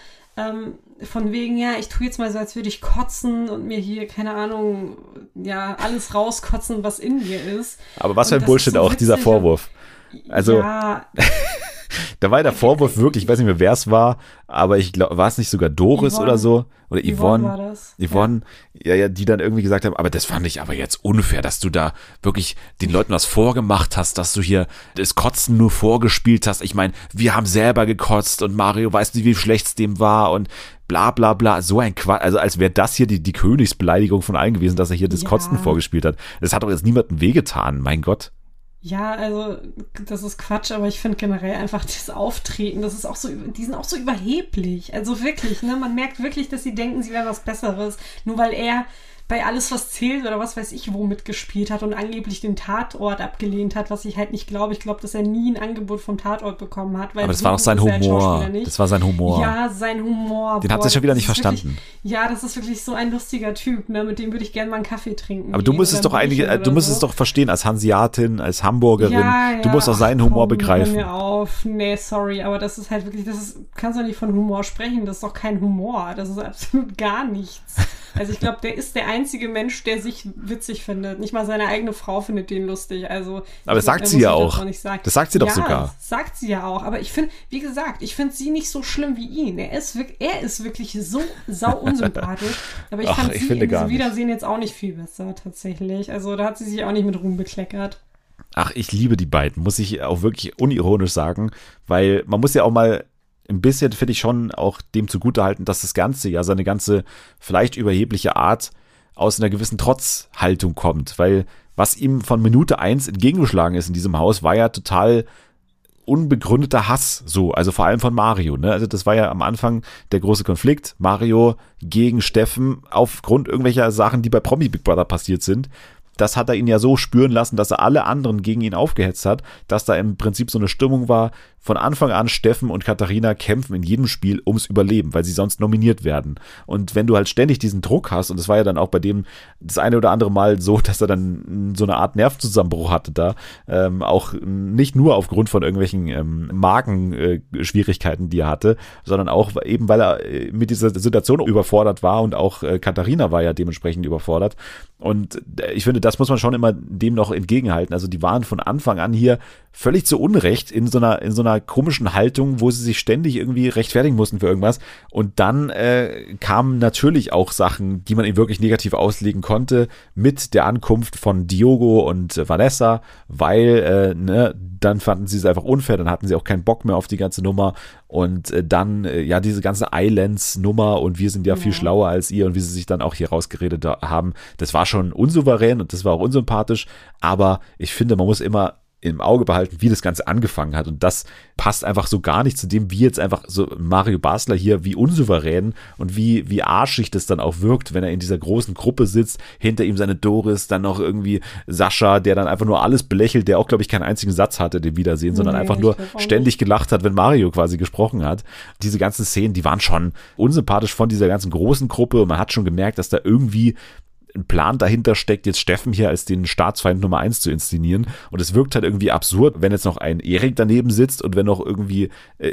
Speaker 2: von wegen, ja, ich tue jetzt mal so, als würde ich kotzen und mir hier, keine Ahnung, ja, alles rauskotzen, was in mir ist.
Speaker 1: Aber was für ein Bullshit so auch, dieser Vorwurf. Also, ja. Da war der Vorwurf wirklich, ich weiß nicht mehr, wer es war, aber ich glaube, war es nicht sogar Doris
Speaker 2: Yvonne.
Speaker 1: Oder so? Oder Yvonne?
Speaker 2: War das.
Speaker 1: Yvonne, ja, die dann irgendwie gesagt haben, aber das fand ich aber jetzt unfair, dass du da wirklich den Leuten was vorgemacht hast, dass du hier das Kotzen nur vorgespielt hast. Ich meine, wir haben selber gekotzt und Mario weiß nicht, wie schlecht es dem war und bla bla bla, so ein Quatsch, also als wäre das hier die Königsbeleidigung von allen gewesen, dass er hier das Kotzen vorgespielt hat. Das hat doch jetzt niemandem wehgetan, mein Gott.
Speaker 2: Ja, also das ist Quatsch, aber ich finde generell einfach das Auftreten, das ist auch so, die sind auch so überheblich. Also wirklich, ne, man merkt wirklich, dass sie denken, sie wären was Besseres, nur weil er bei Alles, was zählt oder was weiß ich wo mitgespielt hat und angeblich den Tatort abgelehnt hat, was ich halt nicht glaube. Ich glaube, dass er nie ein Angebot vom Tatort bekommen hat. Weil
Speaker 1: aber das war auch sein Humor. Das war sein Humor.
Speaker 2: Ja, sein Humor.
Speaker 1: Den hat er schon wieder nicht verstanden.
Speaker 2: Wirklich, ja, das ist wirklich so ein lustiger Typ, ne? Mit dem würde ich gerne mal einen Kaffee trinken.
Speaker 1: Aber du müsstest es doch verstehen, als Hanseatin, als Hamburgerin. Ja, du musst auch seinen Humor begreifen.
Speaker 2: Hör mir auf. Nee, sorry, aber das ist halt wirklich, kannst du nicht von Humor sprechen. Das ist doch kein Humor. Das ist absolut gar nichts. Also ich glaube, der ist der einzige Mensch, der sich witzig findet. Nicht mal seine eigene Frau findet den lustig. Also,
Speaker 1: aber das sagt sie ja auch. Das sagt sie doch sogar.
Speaker 2: Ja, sagt sie ja auch. Aber ich finde, wie gesagt, ich finde sie nicht so schlimm wie ihn. Er ist wirklich so sau unsympathisch. Aber ich fand sie in diesem Wiedersehen jetzt auch nicht viel besser, tatsächlich. Also da hat sie sich auch nicht mit Ruhm bekleckert.
Speaker 1: Ach, ich liebe die beiden, muss ich auch wirklich unironisch sagen. Weil man muss ja auch mal ein bisschen, finde ich, schon auch dem zugutehalten, dass das Ganze ja seine ganze vielleicht überhebliche Art aus einer gewissen Trotzhaltung kommt, weil was ihm von Minute 1 entgegengeschlagen ist in diesem Haus, war ja total unbegründeter Hass, so, also vor allem von Mario, ne? Also das war ja am Anfang der große Konflikt, Mario gegen Steffen aufgrund irgendwelcher Sachen, die bei Promi Big Brother passiert sind. Das hat er ihn ja so spüren lassen, dass er alle anderen gegen ihn aufgehetzt hat, dass da im Prinzip so eine Stimmung war, von Anfang an Steffen und Katharina kämpfen in jedem Spiel ums Überleben, weil sie sonst nominiert werden. Und wenn du halt ständig diesen Druck hast, und das war ja dann auch bei dem das eine oder andere Mal so, dass er dann so eine Art Nervenzusammenbruch hatte da, auch nicht nur aufgrund von irgendwelchen Magenschwierigkeiten, die er hatte, sondern auch eben, weil er mit dieser Situation überfordert war und auch Katharina war ja dementsprechend überfordert. Und ich finde, das muss man schon immer dem noch entgegenhalten. Also die waren von Anfang an hier völlig zu Unrecht in so einer komischen Haltung, wo sie sich ständig irgendwie rechtfertigen mussten für irgendwas. Und dann kamen natürlich auch Sachen, die man ihm wirklich negativ auslegen konnte, mit der Ankunft von Diogo und Vanessa, weil dann fanden sie es einfach unfair, dann hatten sie auch keinen Bock mehr auf die ganze Nummer und dann, diese ganze Islands-Nummer und wir sind ja viel schlauer als ihr und wie sie sich dann auch hier rausgeredet haben, das war schon unsouverän und das war auch unsympathisch, aber ich finde, man muss immer im Auge behalten, wie das Ganze angefangen hat. Und das passt einfach so gar nicht zu dem, wie jetzt einfach so Mario Basler hier, wie unsouverän und wie arschig das dann auch wirkt, wenn er in dieser großen Gruppe sitzt, hinter ihm seine Doris, dann noch irgendwie Sascha, der dann einfach nur alles belächelt, der auch, glaube ich, keinen einzigen Satz hatte, den Wiedersehen, sondern einfach nur ständig gelacht hat, wenn Mario quasi gesprochen hat. Diese ganzen Szenen, die waren schon unsympathisch von dieser ganzen großen Gruppe und man hat schon gemerkt, dass da irgendwie ein Plan dahinter steckt, jetzt Steffen hier als den Staatsfeind Nummer 1 zu inszenieren. Und es wirkt halt irgendwie absurd, wenn jetzt noch ein Erik daneben sitzt und wenn noch irgendwie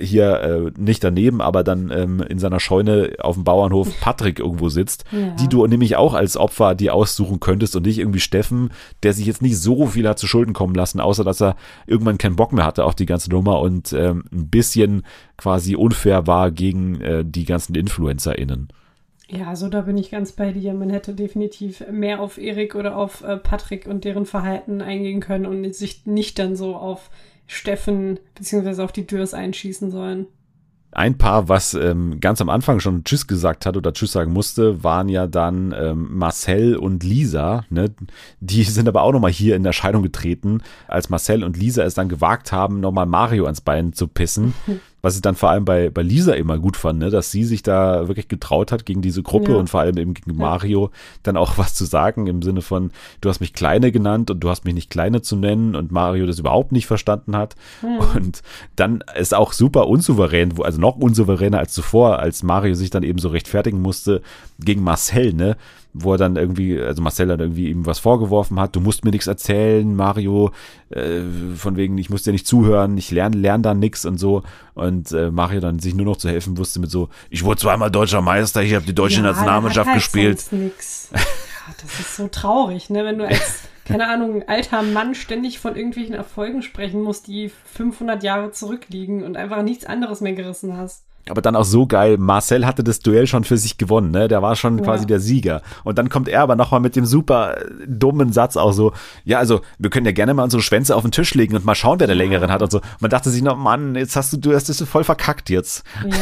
Speaker 1: nicht daneben, aber dann in seiner Scheune auf dem Bauernhof Patrick irgendwo sitzt, die du nämlich auch als Opfer dir aussuchen könntest und nicht irgendwie Steffen, der sich jetzt nicht so viel hat zu Schulden kommen lassen, außer dass er irgendwann keinen Bock mehr hatte auf die ganze Nummer und ein bisschen quasi unfair war gegen die ganzen InfluencerInnen.
Speaker 2: Ja, also da bin ich ganz bei dir. Man hätte definitiv mehr auf Erik oder auf Patrick und deren Verhalten eingehen können und sich nicht dann so auf Steffen bzw. auf die Dürrs einschießen sollen.
Speaker 1: Ein Paar, was ganz am Anfang schon Tschüss gesagt hat oder Tschüss sagen musste, waren ja dann Marcel und Lisa. Ne? Die sind aber auch nochmal hier in Erscheinung getreten, als Marcel und Lisa es dann gewagt haben, nochmal Mario ans Bein zu pissen. Was ich dann vor allem bei Lisa immer gut fand, ne? Dass sie sich da wirklich getraut hat gegen diese Gruppe und vor allem eben gegen Mario dann auch was zu sagen im Sinne von, du hast mich Kleine genannt und du hast mich nicht Kleine zu nennen und Mario das überhaupt nicht verstanden hat. Und dann ist auch super unsouverän, also noch unsouveräner als zuvor, als Mario sich dann eben so rechtfertigen musste gegen Marcel, ne? Wo er dann irgendwie, also Marcel dann irgendwie ihm was vorgeworfen hat, du musst mir nichts erzählen, Mario, von wegen, ich muss dir nicht zuhören, ich lerne da nix und so. Und Mario dann sich nur noch zu helfen wusste mit so, ich wurde zweimal deutscher Meister, ich habe die deutsche Nationalmannschaft gespielt.
Speaker 2: Nix. Ja, das ist so traurig, ne, wenn du als, keine Ahnung, alter Mann ständig von irgendwelchen Erfolgen sprechen musst, die 500 Jahre zurückliegen und einfach nichts anderes mehr gerissen hast.
Speaker 1: Aber dann auch so geil, Marcel hatte das Duell schon für sich gewonnen, ne? Der war schon quasi der Sieger. Und dann kommt er aber nochmal mit dem super dummen Satz auch so, ja, also wir können ja gerne mal unsere Schwänze auf den Tisch legen und mal schauen, wer der längeren hat und so. Man dachte sich noch, Mann, jetzt du hast das voll verkackt jetzt.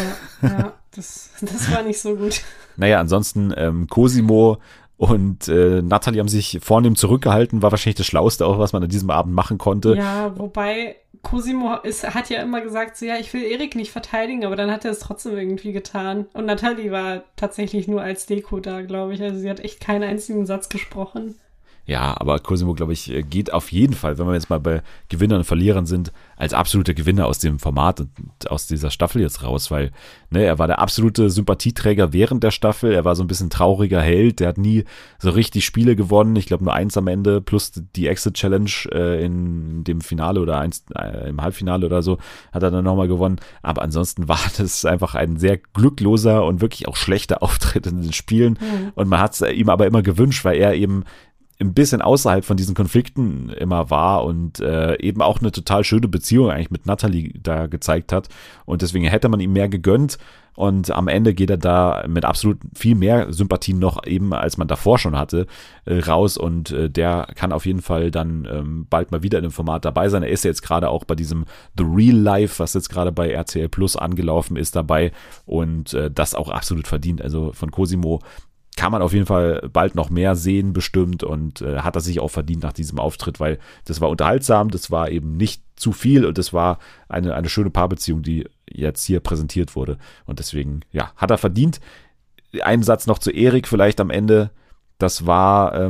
Speaker 2: Ja, das war nicht so gut.
Speaker 1: Naja, ansonsten Cosimo und Natalie haben sich vornehm zurückgehalten, war wahrscheinlich das Schlauste auch, was man an diesem Abend machen konnte.
Speaker 2: Ja, wobei Cosimo hat ja immer gesagt, so ja, ich will Erik nicht verteidigen, aber dann hat er es trotzdem irgendwie getan. Und Natalie war tatsächlich nur als Deko da, glaube ich. Also sie hat echt keinen einzigen Satz gesprochen.
Speaker 1: Ja, aber Cosimo, glaube ich, geht auf jeden Fall, wenn wir jetzt mal bei Gewinnern und Verlierern sind, als absoluter Gewinner aus dem Format und aus dieser Staffel jetzt raus, weil er war der absolute Sympathieträger während der Staffel, er war so ein bisschen trauriger Held, der hat nie so richtig Spiele gewonnen, ich glaube nur 1 am Ende plus die Exit-Challenge in dem Finale oder im Halbfinale oder so hat er dann nochmal gewonnen, aber ansonsten war das einfach ein sehr glückloser und wirklich auch schlechter Auftritt in den Spielen und man hat es ihm aber immer gewünscht, weil er eben ein bisschen außerhalb von diesen Konflikten immer war und eben auch eine total schöne Beziehung eigentlich mit Natalie da gezeigt hat und deswegen hätte man ihm mehr gegönnt und am Ende geht er da mit absolut viel mehr Sympathien noch eben, als man davor schon hatte, raus und der kann auf jeden Fall dann bald mal wieder in dem Format dabei sein. Er ist ja jetzt gerade auch bei diesem The Real Life, was jetzt gerade bei RTL Plus angelaufen ist, dabei und das auch absolut verdient. Also von Cosimo kann man auf jeden Fall bald noch mehr sehen bestimmt und hat er sich auch verdient nach diesem Auftritt, weil das war unterhaltsam, das war eben nicht zu viel und das war eine schöne Paarbeziehung, die jetzt hier präsentiert wurde und deswegen, ja, hat er verdient. Einen Satz noch zu Erik vielleicht am Ende, das war,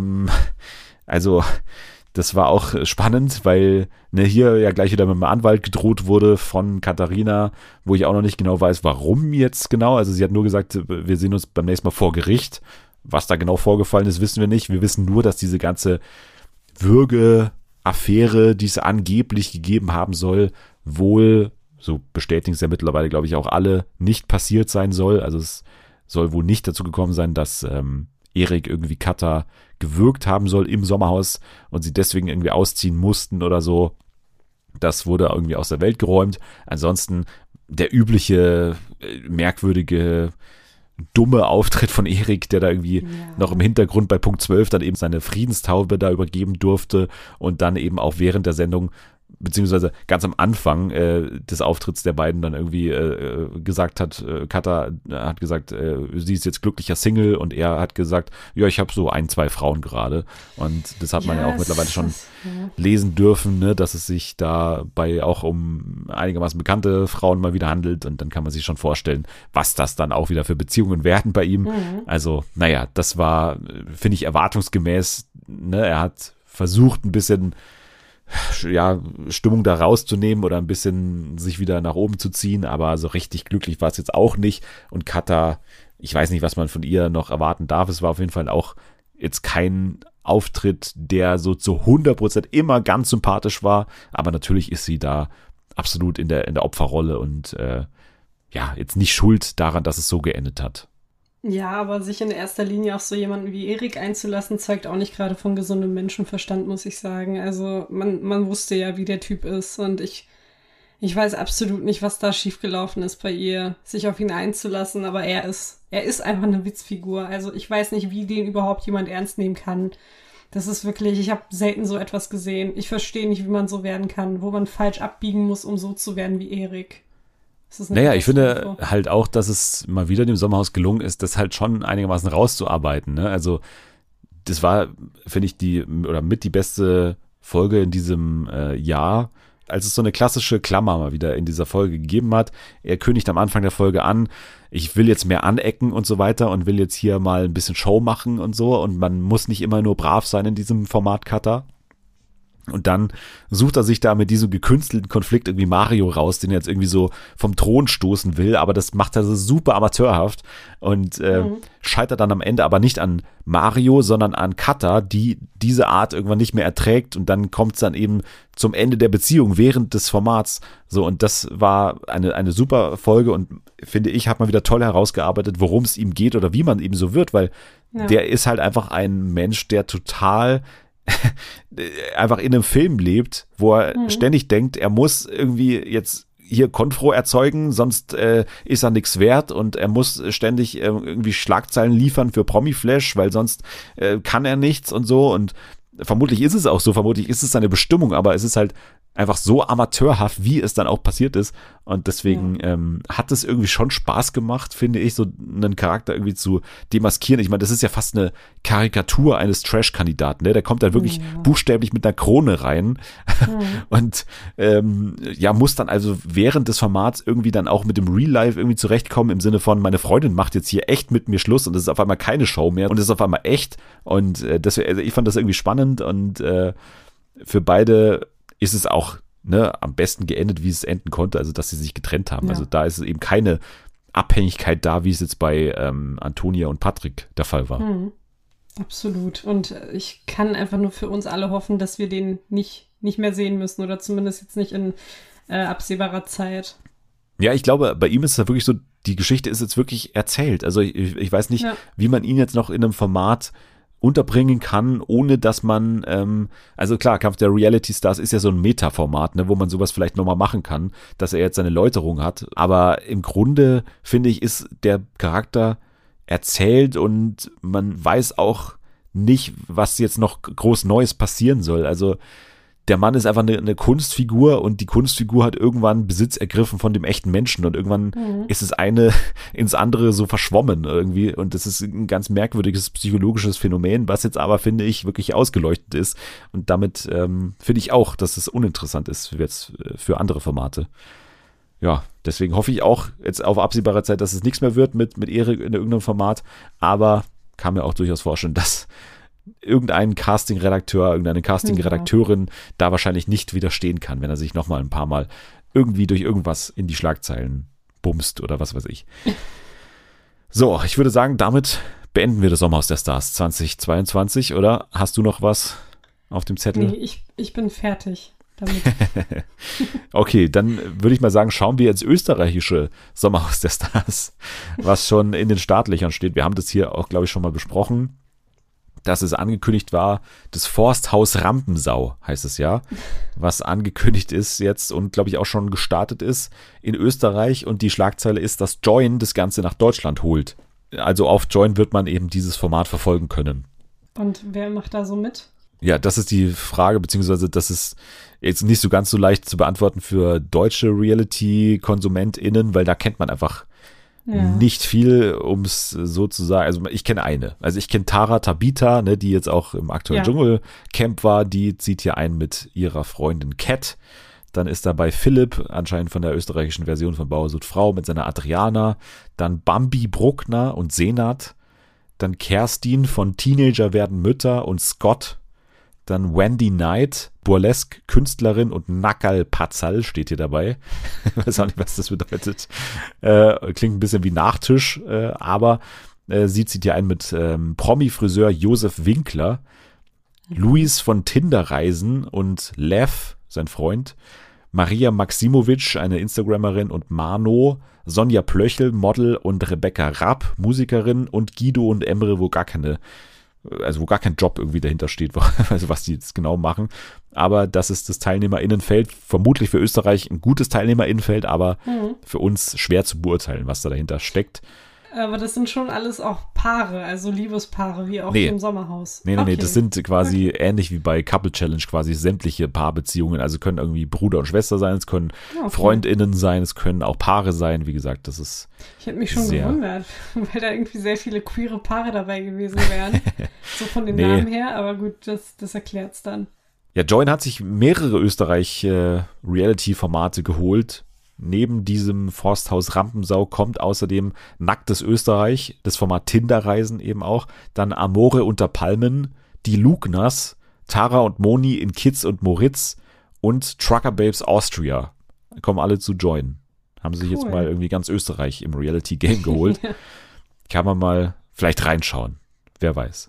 Speaker 1: das war auch spannend, weil hier ja gleich wieder mit einem Anwalt gedroht wurde von Katharina, wo ich auch noch nicht genau weiß, warum jetzt genau. Also sie hat nur gesagt, wir sehen uns beim nächsten Mal vor Gericht. Was da genau vorgefallen ist, wissen wir nicht. Wir wissen nur, dass diese ganze Würgeaffäre, die es angeblich gegeben haben soll, wohl, so bestätigen es ja mittlerweile, glaube ich, auch alle, nicht passiert sein soll. Also es soll wohl nicht dazu gekommen sein, dass Erik irgendwie Katha gewürgt haben soll im Sommerhaus und sie deswegen irgendwie ausziehen mussten oder so. Das wurde irgendwie aus der Welt geräumt. Ansonsten der übliche, merkwürdige, dumme Auftritt von Erik, der da irgendwie noch im Hintergrund bei Punkt 12 dann eben seine Friedenstaube da übergeben durfte und dann eben auch während der Sendung beziehungsweise ganz am Anfang des Auftritts der beiden dann irgendwie gesagt hat, Kata hat gesagt, sie ist jetzt glücklicher Single und er hat gesagt, ja, ich habe so 1-2 Frauen gerade und das hat man ja auch mittlerweile schon lesen dürfen, ne, dass es sich dabei auch um einigermaßen bekannte Frauen mal wieder handelt und dann kann man sich schon vorstellen, was das dann auch wieder für Beziehungen werden bei ihm. Also, naja, das war, finde ich, erwartungsgemäß, ne, er hat versucht, ein bisschen Stimmung da rauszunehmen oder ein bisschen sich wieder nach oben zu ziehen, aber so richtig glücklich war es jetzt auch nicht. Und Kata, ich weiß nicht, was man von ihr noch erwarten darf. Es war auf jeden Fall auch jetzt kein Auftritt, der so zu 100% immer ganz sympathisch war, aber natürlich ist sie da absolut in der Opferrolle und jetzt nicht schuld daran, dass es so geendet hat.
Speaker 2: Ja, aber sich in erster Linie auf so jemanden wie Erik einzulassen, zeugt auch nicht gerade von gesundem Menschenverstand, muss ich sagen. Also man wusste ja, wie der Typ ist und ich weiß absolut nicht, was da schiefgelaufen ist bei ihr, sich auf ihn einzulassen, aber er ist einfach eine Witzfigur. Also ich weiß nicht, wie den überhaupt jemand ernst nehmen kann. Das ist wirklich, ich habe selten so etwas gesehen. Ich verstehe nicht, wie man so werden kann, wo man falsch abbiegen muss, um so zu werden wie Erik.
Speaker 1: Naja, ich finde halt auch, dass es mal wieder dem Sommerhaus gelungen ist, das halt schon einigermaßen rauszuarbeiten. Ne? Also das war, finde ich, mit die beste Folge in diesem Jahr, als es so eine klassische Klammer mal wieder in dieser Folge gegeben hat. Er kündigt am Anfang der Folge an, ich will jetzt mehr anecken und so weiter und will jetzt hier mal ein bisschen Show machen und so und man muss nicht immer nur brav sein in diesem Format Cutter. Und dann sucht er sich da mit diesem gekünstelten Konflikt irgendwie Mario raus, den er jetzt irgendwie so vom Thron stoßen will, aber das macht er so super amateurhaft und scheitert dann am Ende aber nicht an Mario, sondern an Kata, die diese Art irgendwann nicht mehr erträgt und dann kommt es dann eben zum Ende der Beziehung während des Formats. So, und das war eine super Folge und finde ich, hat man wieder toll herausgearbeitet, worum es ihm geht oder wie man eben so wird, weil der ist halt einfach ein Mensch, der total einfach in einem Film lebt, wo er ständig denkt, er muss irgendwie jetzt hier Konfro erzeugen, sonst ist er nichts wert und er muss ständig irgendwie Schlagzeilen liefern für Promiflash, weil sonst kann er nichts und so und vermutlich ist es auch so, vermutlich ist es seine Bestimmung, aber es ist halt einfach so amateurhaft, wie es dann auch passiert ist und deswegen hat es irgendwie schon Spaß gemacht, finde ich, so einen Charakter irgendwie zu demaskieren. Ich meine, das ist ja fast eine Karikatur eines Trash-Kandidaten, ne? Der kommt dann wirklich buchstäblich mit einer Krone rein und muss dann also während des Formats irgendwie dann auch mit dem Real Life irgendwie zurechtkommen im Sinne von, meine Freundin macht jetzt hier echt mit mir Schluss und es ist auf einmal keine Show mehr und es ist auf einmal echt und ich fand das irgendwie spannend und für beide ist es auch am besten geendet, wie es enden konnte, also dass sie sich getrennt haben. Ja. Also da ist es eben keine Abhängigkeit da, wie es jetzt bei Antonia und Patrick der Fall war.
Speaker 2: Absolut. Und ich kann einfach nur für uns alle hoffen, dass wir den nicht mehr sehen müssen oder zumindest jetzt nicht in absehbarer Zeit.
Speaker 1: Ja, ich glaube, bei ihm ist es ja wirklich so, die Geschichte ist jetzt wirklich erzählt. Also ich weiß nicht, wie man ihn jetzt noch in einem Format unterbringen kann, ohne dass man, also klar, Kampf der Reality Stars ist ja so ein Meta-Format, ne, wo man sowas vielleicht nochmal machen kann, dass er jetzt seine Läuterung hat, aber im Grunde, finde ich, ist der Charakter erzählt und man weiß auch nicht, was jetzt noch groß Neues passieren soll, also der Mann ist einfach eine Kunstfigur und die Kunstfigur hat irgendwann Besitz ergriffen von dem echten Menschen und irgendwann ist es eine ins andere so verschwommen irgendwie und das ist ein ganz merkwürdiges psychologisches Phänomen, was jetzt aber, finde ich, wirklich ausgeleuchtet ist und damit finde ich auch, dass es uninteressant ist jetzt für andere Formate. Ja, deswegen hoffe ich auch jetzt auf absehbare Zeit, dass es nichts mehr wird mit Erik in irgendeinem Format, aber kann mir auch durchaus vorstellen, dass irgendein Casting-Redakteur, irgendeine Casting-Redakteurin da wahrscheinlich nicht widerstehen kann, wenn er sich nochmal ein paar Mal irgendwie durch irgendwas in die Schlagzeilen bumst oder was weiß ich. So, ich würde sagen, damit beenden wir das Sommerhaus der Stars 2022, oder? Hast du noch was auf dem Zettel?
Speaker 2: Nee, ich bin fertig damit.
Speaker 1: Okay, dann würde ich mal sagen, schauen wir ins österreichische Sommerhaus der Stars, was schon in den Startlöchern steht. Wir haben das hier auch, glaube ich, schon mal besprochen, dass es angekündigt war, das Forsthaus Rampensau heißt es ja, was angekündigt ist jetzt und glaube ich auch schon gestartet ist in Österreich und die Schlagzeile ist, dass Joyn das Ganze nach Deutschland holt. Also auf Joyn wird man eben dieses Format verfolgen können.
Speaker 2: Und wer macht da so mit?
Speaker 1: Ja, das ist die Frage, beziehungsweise das ist jetzt nicht so ganz so leicht zu beantworten für deutsche Reality-KonsumentInnen, weil da kennt man einfach nicht viel, um es so zu sagen. Also ich kenne eine. Also ich kenne Tara Tabita, ne, die jetzt auch im aktuellen Dschungelcamp war. Die zieht hier ein mit ihrer Freundin Cat. Dann ist dabei Philipp, anscheinend von der österreichischen Version von Bauer sucht Frau, mit seiner Adriana. Dann Bambi Bruckner und Senat. Dann Kerstin von Teenager werden Mütter und Scott. Dann Wendy Knight, Burlesque-Künstlerin und Nakal Patzal steht hier dabei. Ich weiß auch nicht, was das bedeutet. Klingt ein bisschen wie Nachtisch, aber sie zieht hier ein mit Promi-Friseur Josef Winkler, Luis von Tinderreisen und Lev, sein Freund, Maria Maximovic, eine Instagrammerin und Mano, Sonja Plöchel, Model und Rebecca Rapp, Musikerin und Guido und Emre, wo gar kein Job irgendwie dahinter steht, also was die jetzt genau machen. Aber das ist das TeilnehmerInnenfeld, vermutlich für Österreich ein gutes TeilnehmerInnenfeld, aber für uns schwer zu beurteilen, was da dahinter steckt.
Speaker 2: Aber das sind schon alles auch Paare, also Liebespaare, wie auch im Sommerhaus.
Speaker 1: Nee, das sind quasi ähnlich wie bei Couple Challenge quasi sämtliche Paarbeziehungen, also können irgendwie Bruder und Schwester sein, es können FreundInnen sein, es können auch Paare sein, wie gesagt, das ist
Speaker 2: Ich hätte mich schon gewundert, weil da irgendwie sehr viele queere Paare dabei gewesen wären, so von den Namen her, aber gut, das erklärt's dann.
Speaker 1: Ja, Join hat sich mehrere Österreich-Reality-Formate geholt. Neben diesem Forsthaus Rampensau kommt außerdem Nacktes Österreich, das Format Tinderreisen eben auch, dann Amore unter Palmen, die Lugners, Tara und Moni in Kitz und Moritz und Trucker Babes Austria. Kommen alle zu Join. Haben sich jetzt mal irgendwie ganz Österreich im Reality-Game geholt. Kann man mal vielleicht reinschauen. Wer weiß.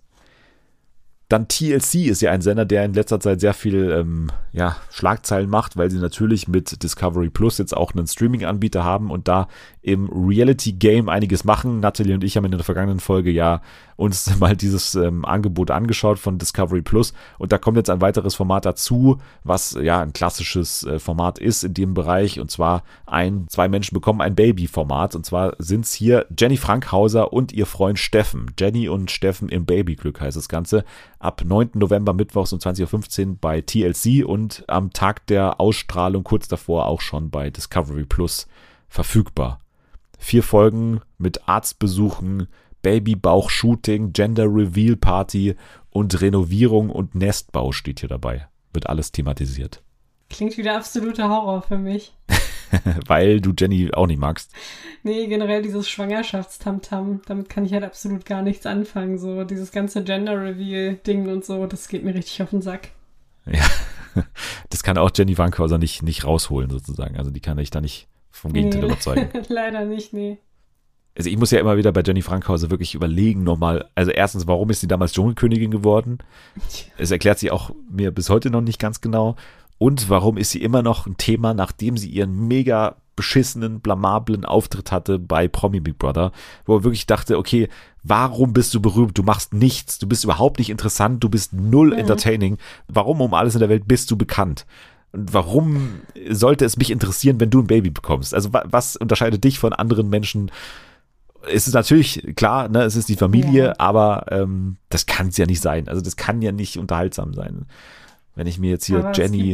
Speaker 1: Dann TLC ist ja ein Sender, der in letzter Zeit sehr viel Schlagzeilen macht, weil sie natürlich mit Discovery Plus jetzt auch einen Streaming-Anbieter haben und da im Reality-Game einiges machen. Natalie und ich haben in der vergangenen Folge uns mal dieses Angebot angeschaut von Discovery Plus und da kommt jetzt ein weiteres Format dazu, was ein klassisches Format ist in dem Bereich und zwar zwei Menschen bekommen ein Baby-Format und zwar sind es hier Jenny Frankhauser und ihr Freund Steffen. Jenny und Steffen im Babyglück heißt das Ganze. Ab 9. November mittwochs um 20.15 Uhr bei TLC und am Tag der Ausstrahlung kurz davor auch schon bei Discovery Plus verfügbar. 4 Folgen mit Arztbesuchen, Babybauch-Shooting, Gender-Reveal-Party und Renovierung und Nestbau steht hier dabei. Wird alles thematisiert.
Speaker 2: Klingt wieder absoluter Horror für mich.
Speaker 1: Weil du Jenny auch nicht magst.
Speaker 2: Nee, generell dieses Schwangerschaftstamtam, damit kann ich halt absolut gar nichts anfangen. So dieses ganze Gender-Reveal-Ding und so, das geht mir richtig auf den Sack.
Speaker 1: Ja, das kann auch Jenny Frankhauser nicht rausholen sozusagen. Also die kann ich da nicht vom Gegenteil überzeugen.
Speaker 2: Leider nicht, nee.
Speaker 1: Also ich muss ja immer wieder bei Jenny Frankhauser wirklich überlegen nochmal, also erstens, warum ist sie damals Dschungelkönigin geworden? Es erklärt sie auch mir bis heute noch nicht ganz genau. Und warum ist sie immer noch ein Thema, nachdem sie ihren mega beschissenen, blamablen Auftritt hatte bei Promi Big Brother, wo er wirklich dachte, okay, warum bist du berühmt? Du machst nichts, du bist überhaupt nicht interessant, du bist null entertaining. Warum um alles in der Welt bist du bekannt? Und warum sollte es mich interessieren, wenn du ein Baby bekommst? Also was unterscheidet dich von anderen Menschen? Es ist natürlich klar, ne, es ist die Familie, aber das kann es ja nicht sein. Also das kann ja nicht unterhaltsam sein. Wenn ich mir jetzt hier
Speaker 2: aber
Speaker 1: Jenny...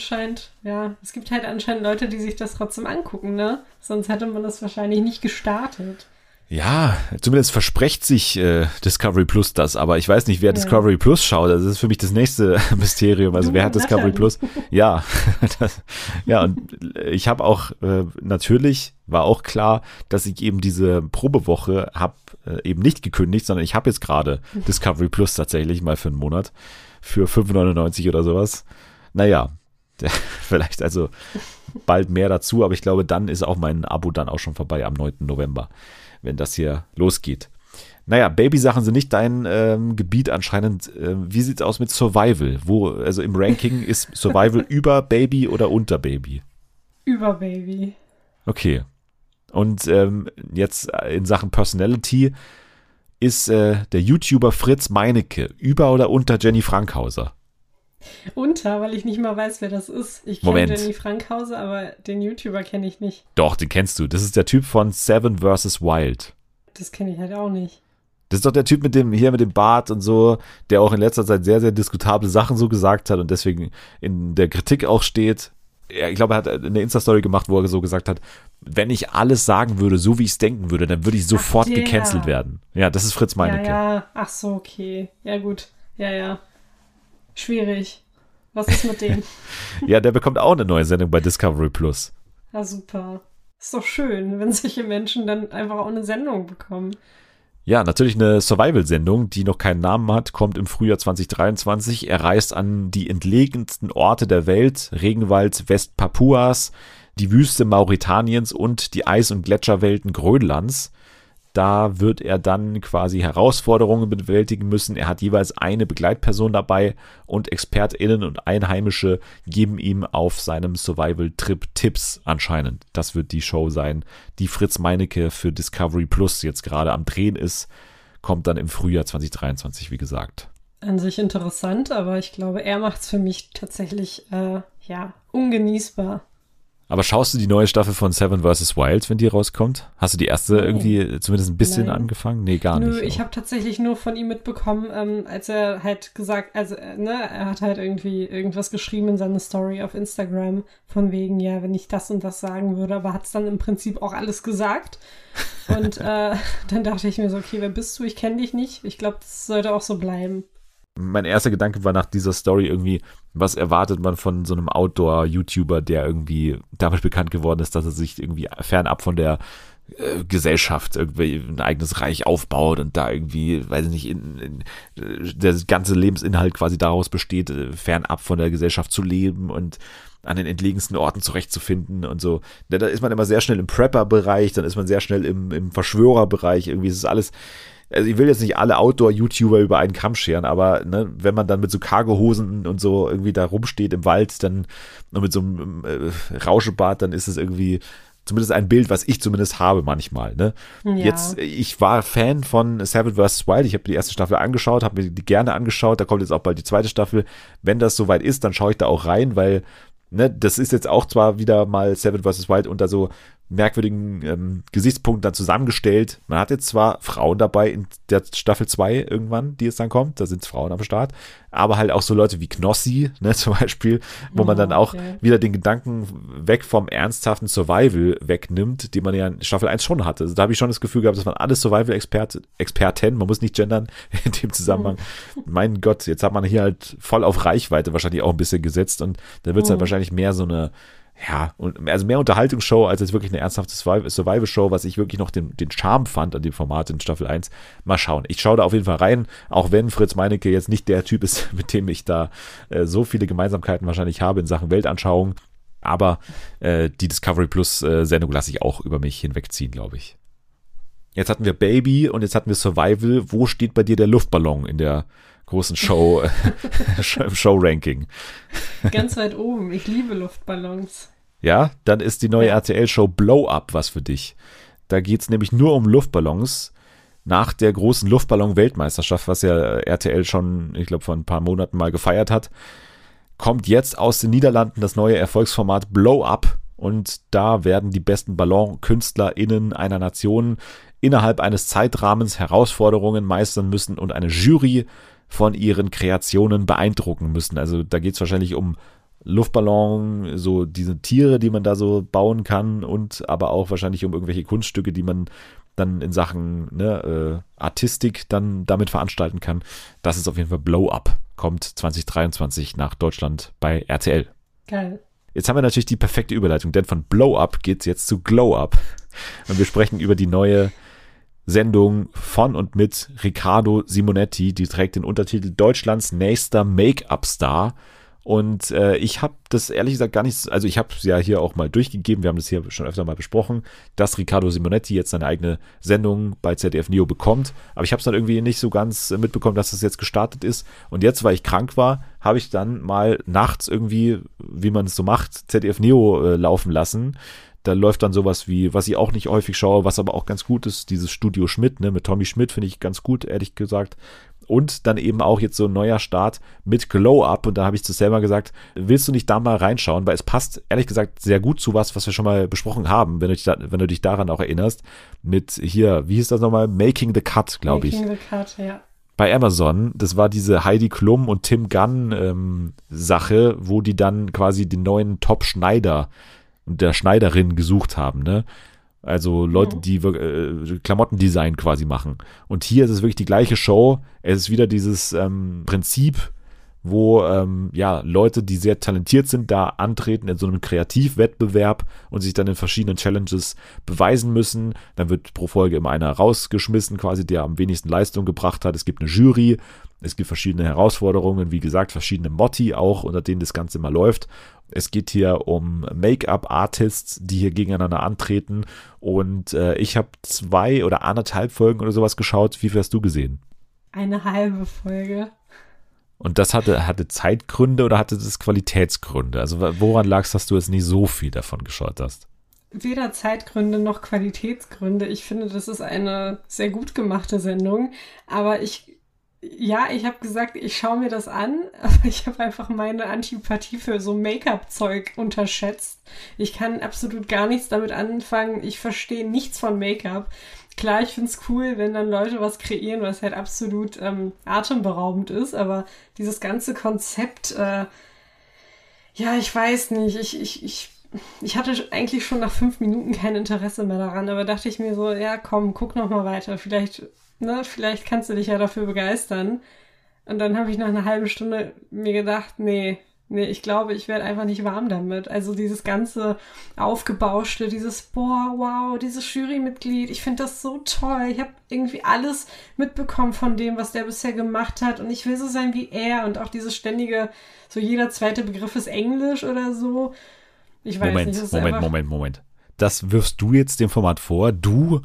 Speaker 2: Es gibt halt anscheinend Leute, die sich das trotzdem angucken, ne? Sonst hätte man das wahrscheinlich nicht gestartet.
Speaker 1: Ja, zumindest verspricht sich Discovery Plus das, aber ich weiß nicht, wer Discovery Plus schaut. Das ist für mich das nächste Mysterium. Also wer hat Discovery Plus? Ja, und ich habe auch, natürlich war auch klar, dass ich eben diese Probewoche habe eben nicht gekündigt, sondern ich habe jetzt gerade Discovery Plus tatsächlich mal für einen Monat. Für 5,99 oder sowas. Naja, vielleicht also bald mehr dazu, aber ich glaube, dann ist auch mein Abo dann auch schon vorbei am 9. November, wenn das hier losgeht. Naja, Babysachen sind nicht dein Gebiet anscheinend. Wie sieht's aus mit Survival? Also im Ranking ist Survival über Baby oder unter Baby?
Speaker 2: Über Baby.
Speaker 1: Okay. Und jetzt in Sachen Personality ist der YouTuber Fritz Meinecke über oder unter Jenny Frankhauser?
Speaker 2: Unter, weil ich nicht mal weiß, wer das ist. Ich kenne Jenny Frankhauser, aber den YouTuber kenne ich nicht.
Speaker 1: Doch, den kennst du. Das ist der Typ von Seven vs. Wild.
Speaker 2: Das kenne ich halt auch nicht.
Speaker 1: Das ist doch der Typ mit dem Bart und so, der auch in letzter Zeit sehr, sehr diskutable Sachen so gesagt hat und deswegen in der Kritik auch steht. Ich glaube, er hat eine Insta-Story gemacht, wo er so gesagt hat, wenn ich alles sagen würde, so wie ich es denken würde, dann würde ich sofort gecancelt werden. Ja, das ist Fritz Meinecke.
Speaker 2: Ja, ach so, okay. Ja, gut. Ja. Schwierig. Was ist mit dem?
Speaker 1: Ja, der bekommt auch eine neue Sendung bei Discovery Plus.
Speaker 2: Ja, super. Ist doch schön, wenn solche Menschen dann einfach auch eine Sendung bekommen.
Speaker 1: Ja, natürlich eine Survival-Sendung, die noch keinen Namen hat, kommt im Frühjahr 2023. Er reist an die entlegensten Orte der Welt, Regenwald Westpapuas, die Wüste Mauretaniens und die Eis- und Gletscherwelten Grönlands. Da wird er dann quasi Herausforderungen bewältigen müssen. Er hat jeweils eine Begleitperson dabei und ExpertInnen und Einheimische geben ihm auf seinem Survival-Trip Tipps anscheinend. Das wird die Show sein, die Fritz Meinecke für Discovery Plus jetzt gerade am Drehen ist. Kommt dann im Frühjahr 2023, wie gesagt.
Speaker 2: An sich interessant, aber ich glaube, er macht es für mich tatsächlich, ungenießbar.
Speaker 1: Aber schaust du die neue Staffel von Seven vs. Wild, wenn die rauskommt? Hast du die erste irgendwie zumindest ein bisschen angefangen? Nee, gar nicht.
Speaker 2: Nö, ich habe tatsächlich nur von ihm mitbekommen, als er halt gesagt, er hat halt irgendwie irgendwas geschrieben in seine Story auf Instagram, von wegen, ja, wenn ich das und das sagen würde, aber hat es dann im Prinzip auch alles gesagt. Und dann dachte ich mir so, okay, wer bist du? Ich kenne dich nicht. Ich glaube, das sollte auch so bleiben.
Speaker 1: Mein erster Gedanke war nach dieser Story irgendwie, was erwartet man von so einem Outdoor-YouTuber, der irgendwie damit bekannt geworden ist, dass er sich irgendwie fernab von der Gesellschaft irgendwie ein eigenes Reich aufbaut und da irgendwie, weiß ich nicht, der ganze Lebensinhalt quasi daraus besteht, fernab von der Gesellschaft zu leben und an den entlegensten Orten zurechtzufinden und so. Da ist man immer sehr schnell im Prepper-Bereich, dann ist man sehr schnell im Verschwörer-Bereich, irgendwie ist es alles. Also ich will jetzt nicht alle Outdoor-YouTuber über einen Kamm scheren, aber ne, wenn man dann mit so Cargohosen und so irgendwie da rumsteht im Wald, dann und mit so einem Rauschebart, dann ist es irgendwie zumindest ein Bild, was ich zumindest habe manchmal. Ne? Ja. Jetzt, ich war Fan von Seven vs. Wild, ich habe die erste Staffel angeschaut, habe mir die gerne angeschaut, da kommt jetzt auch bald die zweite Staffel. Wenn das soweit ist, dann schaue ich da auch rein, weil ne, das ist jetzt auch zwar wieder mal Seven vs. Wild unter so merkwürdigen Gesichtspunkten dann zusammengestellt. Man hat jetzt zwar Frauen dabei in der Staffel 2 irgendwann, die es dann kommt, da sind Frauen am Start, aber halt auch so Leute wie Knossi, ne, zum Beispiel, wo man dann auch wieder den Gedanken weg vom ernsthaften Survival wegnimmt, den man ja in Staffel 1 schon hatte. Also da habe ich schon das Gefühl gehabt, das waren alles Survival-Experten, man muss nicht gendern in dem Zusammenhang. Mein Gott, jetzt hat man hier halt voll auf Reichweite wahrscheinlich auch ein bisschen gesetzt und da wird es halt wahrscheinlich mehr so eine also mehr Unterhaltungsshow als jetzt wirklich eine ernsthafte Survival-Show, was ich wirklich noch den Charme fand an dem Format in Staffel 1. Mal schauen. Ich schaue da auf jeden Fall rein, auch wenn Fritz Meinecke jetzt nicht der Typ ist, mit dem ich da so viele Gemeinsamkeiten wahrscheinlich habe in Sachen Weltanschauung. Aber die Discovery Plus Sendung lasse ich auch über mich hinwegziehen, glaube ich. Jetzt hatten wir Baby und jetzt hatten wir Survival. Wo steht bei dir der Luftballon in der großen Show, im Show-Ranking?
Speaker 2: Ganz weit oben. Ich liebe Luftballons. Ja,
Speaker 1: dann ist die neue RTL-Show Blow Up was für dich. Da geht es nämlich nur um Luftballons. Nach der großen Luftballon-Weltmeisterschaft, was ja RTL schon, ich glaube, vor ein paar Monaten mal gefeiert hat, kommt jetzt aus den Niederlanden das neue Erfolgsformat Blow Up. Und da werden die besten BallonkünstlerInnen einer Nation innerhalb eines Zeitrahmens Herausforderungen meistern müssen und eine Jury von ihren Kreationen beeindrucken müssen. Also da geht es wahrscheinlich um Luftballon, so diese Tiere, die man da so bauen kann und aber auch wahrscheinlich um irgendwelche Kunststücke, die man dann in Sachen Artistik dann damit veranstalten kann. Das ist auf jeden Fall Blow Up. Kommt 2023 nach Deutschland bei RTL.
Speaker 2: Geil.
Speaker 1: Jetzt haben wir natürlich die perfekte Überleitung, denn von Blow Up geht es jetzt zu Glow Up. Und wir sprechen über die neue Sendung von und mit Riccardo Simonetti, die trägt den Untertitel Deutschlands nächster Make-up-Star. Und ich habe das ehrlich gesagt gar nicht, also ich habe es ja hier auch mal durchgegeben, wir haben das hier schon öfter mal besprochen, dass Riccardo Simonetti jetzt seine eigene Sendung bei ZDF Neo bekommt. Aber ich habe es dann irgendwie nicht so ganz mitbekommen, dass das jetzt gestartet ist. Und jetzt, weil ich krank war, habe ich dann mal nachts irgendwie, wie man es so macht, ZDF Neo laufen lassen. Da läuft dann sowas wie, was ich auch nicht häufig schaue, was aber auch ganz gut ist, dieses Studio Schmidt, ne, mit Tommy Schmidt finde ich ganz gut, ehrlich gesagt. Und dann eben auch jetzt so ein neuer Start mit Glow Up. Und da habe ich zu Selma gesagt, willst du nicht da mal reinschauen? Weil es passt, ehrlich gesagt, sehr gut zu was wir schon mal besprochen haben, wenn du dich daran auch erinnerst. Mit hier, wie hieß das nochmal? Making the Cut, glaube ich.
Speaker 2: Making the Cut, ja.
Speaker 1: Bei Amazon, das war diese Heidi Klum und Tim Gunn Sache, wo die dann quasi den neuen Top-Schneider und der Schneiderin gesucht haben, ne? Also Leute, die Klamottendesign quasi machen. Und hier ist es wirklich die gleiche Show. Es ist wieder dieses Prinzip, wo Leute, die sehr talentiert sind, da antreten in so einem Kreativwettbewerb und sich dann in verschiedenen Challenges beweisen müssen. Dann wird pro Folge immer einer rausgeschmissen, quasi, der am wenigsten Leistung gebracht hat. Es gibt eine Jury, es gibt verschiedene Herausforderungen, wie gesagt, verschiedene Motti auch, unter denen das Ganze immer läuft. Es geht hier um Make-up-Artists, die hier gegeneinander antreten. Und ich habe 2 oder 1,5 Folgen oder sowas geschaut. Wie viel hast du gesehen?
Speaker 2: Eine halbe Folge.
Speaker 1: Und das hatte Zeitgründe oder hatte das Qualitätsgründe? Also woran lag es, dass du jetzt nicht so viel davon geschaut hast?
Speaker 2: Weder Zeitgründe noch Qualitätsgründe. Ich finde, das ist eine sehr gut gemachte Sendung. Aber ich habe gesagt, ich schaue mir das an, aber ich habe einfach meine Antipathie für so Make-up-Zeug unterschätzt. Ich kann absolut gar nichts damit anfangen. Ich verstehe nichts von Make-up. Klar, ich finde es cool, wenn dann Leute was kreieren, was halt absolut atemberaubend ist, aber dieses ganze Konzept, ich weiß nicht, ich hatte eigentlich schon nach 5 Minuten kein Interesse mehr daran, aber dachte ich mir so, ja komm, guck noch mal weiter, vielleicht kannst du dich ja dafür begeistern. Und dann habe ich nach einer halben Stunde mir gedacht, nee, ich glaube, ich werde einfach nicht warm damit. Also dieses ganze Aufgebauschte, dieses, wow, dieses Jurymitglied, ich finde das so toll. Ich habe irgendwie alles mitbekommen von dem, was der bisher gemacht hat und ich will so sein wie er und auch dieses ständige, so jeder zweite Begriff ist Englisch oder so. Ich weiß nicht. Das ist
Speaker 1: Moment. Das wirfst du jetzt dem Format vor? Du?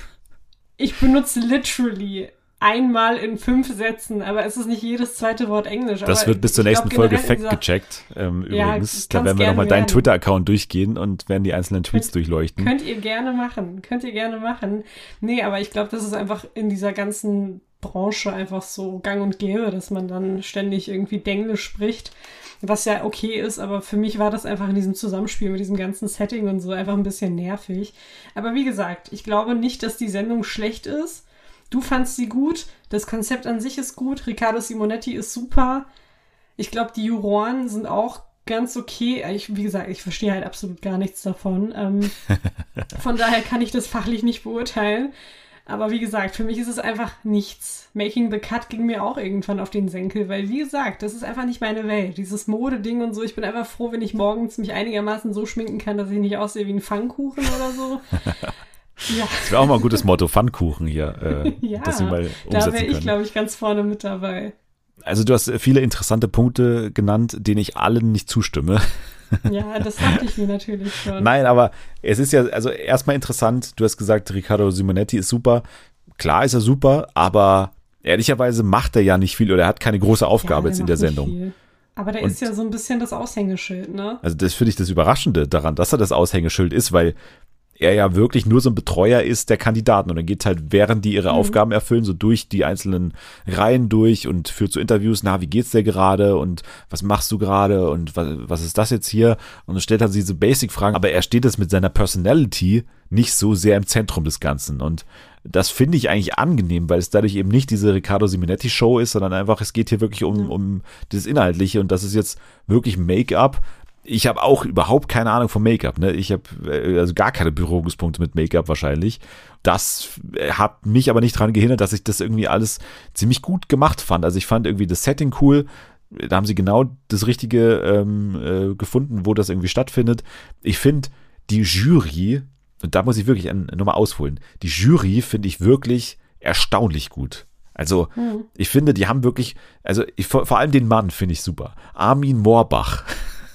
Speaker 2: Ich benutze literally einmal in 5 Sätzen, aber es ist nicht jedes zweite Wort Englisch.
Speaker 1: Das
Speaker 2: aber
Speaker 1: wird bis zur nächsten Folge fact-gecheckt, übrigens. Da werden wir nochmal deinen Twitter-Account durchgehen und werden die einzelnen Tweets durchleuchten.
Speaker 2: Könnt ihr gerne machen. Nee, aber ich glaube, das ist einfach in dieser ganzen Branche einfach so gang und gäbe, dass man dann ständig irgendwie Denglisch spricht, was ja okay ist, aber für mich war das einfach in diesem Zusammenspiel mit diesem ganzen Setting und so einfach ein bisschen nervig. Aber wie gesagt, ich glaube nicht, dass die Sendung schlecht ist. Du fandst sie gut, das Konzept an sich ist gut, Riccardo Simonetti ist super. Ich glaube, die Juroren sind auch ganz okay. Wie gesagt, ich verstehe halt absolut gar nichts davon. Von daher kann ich das fachlich nicht beurteilen. Aber wie gesagt, für mich ist es einfach nichts. Making the Cut ging mir auch irgendwann auf den Senkel, weil wie gesagt, das ist einfach nicht meine Welt. Dieses Modeding und so, ich bin einfach froh, wenn ich morgens mich einigermaßen so schminken kann, dass ich nicht aussehe wie ein Pfannkuchen oder so. Ja.
Speaker 1: Das wäre auch mal ein gutes Motto, Pfannkuchen hier,
Speaker 2: ja,
Speaker 1: dass wir mal umsetzen
Speaker 2: da wäre ich,
Speaker 1: können.
Speaker 2: glaube ich, ganz vorne mit dabei.
Speaker 1: Also du hast viele interessante Punkte genannt, denen ich allen nicht zustimme.
Speaker 2: Ja, das dachte ich mir natürlich schon.
Speaker 1: Nein, aber es ist ja, also erstmal interessant, du hast gesagt, Riccardo Simonetti ist super. Klar ist er super, aber ehrlicherweise macht er ja nicht viel oder er hat keine große Aufgabe jetzt in der Sendung.
Speaker 2: Viel. Aber der ist ja so ein bisschen das Aushängeschild, ne?
Speaker 1: Also das finde ich das Überraschende daran, dass er das Aushängeschild ist, weil er ja wirklich nur so ein Betreuer ist der Kandidaten und dann geht halt, während die ihre Aufgaben erfüllen, so durch die einzelnen Reihen durch und führt so Interviews, wie geht's dir gerade und was machst du gerade und was ist das jetzt hier und dann stellt er diese Basic-Fragen, aber er steht jetzt mit seiner Personality nicht so sehr im Zentrum des Ganzen und das finde ich eigentlich angenehm, weil es dadurch eben nicht diese Riccardo Simonetti-Show ist, sondern einfach, es geht hier wirklich um das Inhaltliche und das ist jetzt wirklich Make-up. Ich habe auch überhaupt keine Ahnung von Make-up, ne? Ich habe also gar keine Berührungspunkte mit Make-up wahrscheinlich. Das hat mich aber nicht daran gehindert, dass ich das irgendwie alles ziemlich gut gemacht fand. Also ich fand irgendwie das Setting cool. Da haben sie genau das Richtige gefunden, wo das irgendwie stattfindet. Ich finde die Jury, und da muss ich wirklich nochmal ausholen, die Jury finde ich wirklich erstaunlich gut. Also ich finde, die haben wirklich, vor allem den Mann finde ich super. Armin Moorbach.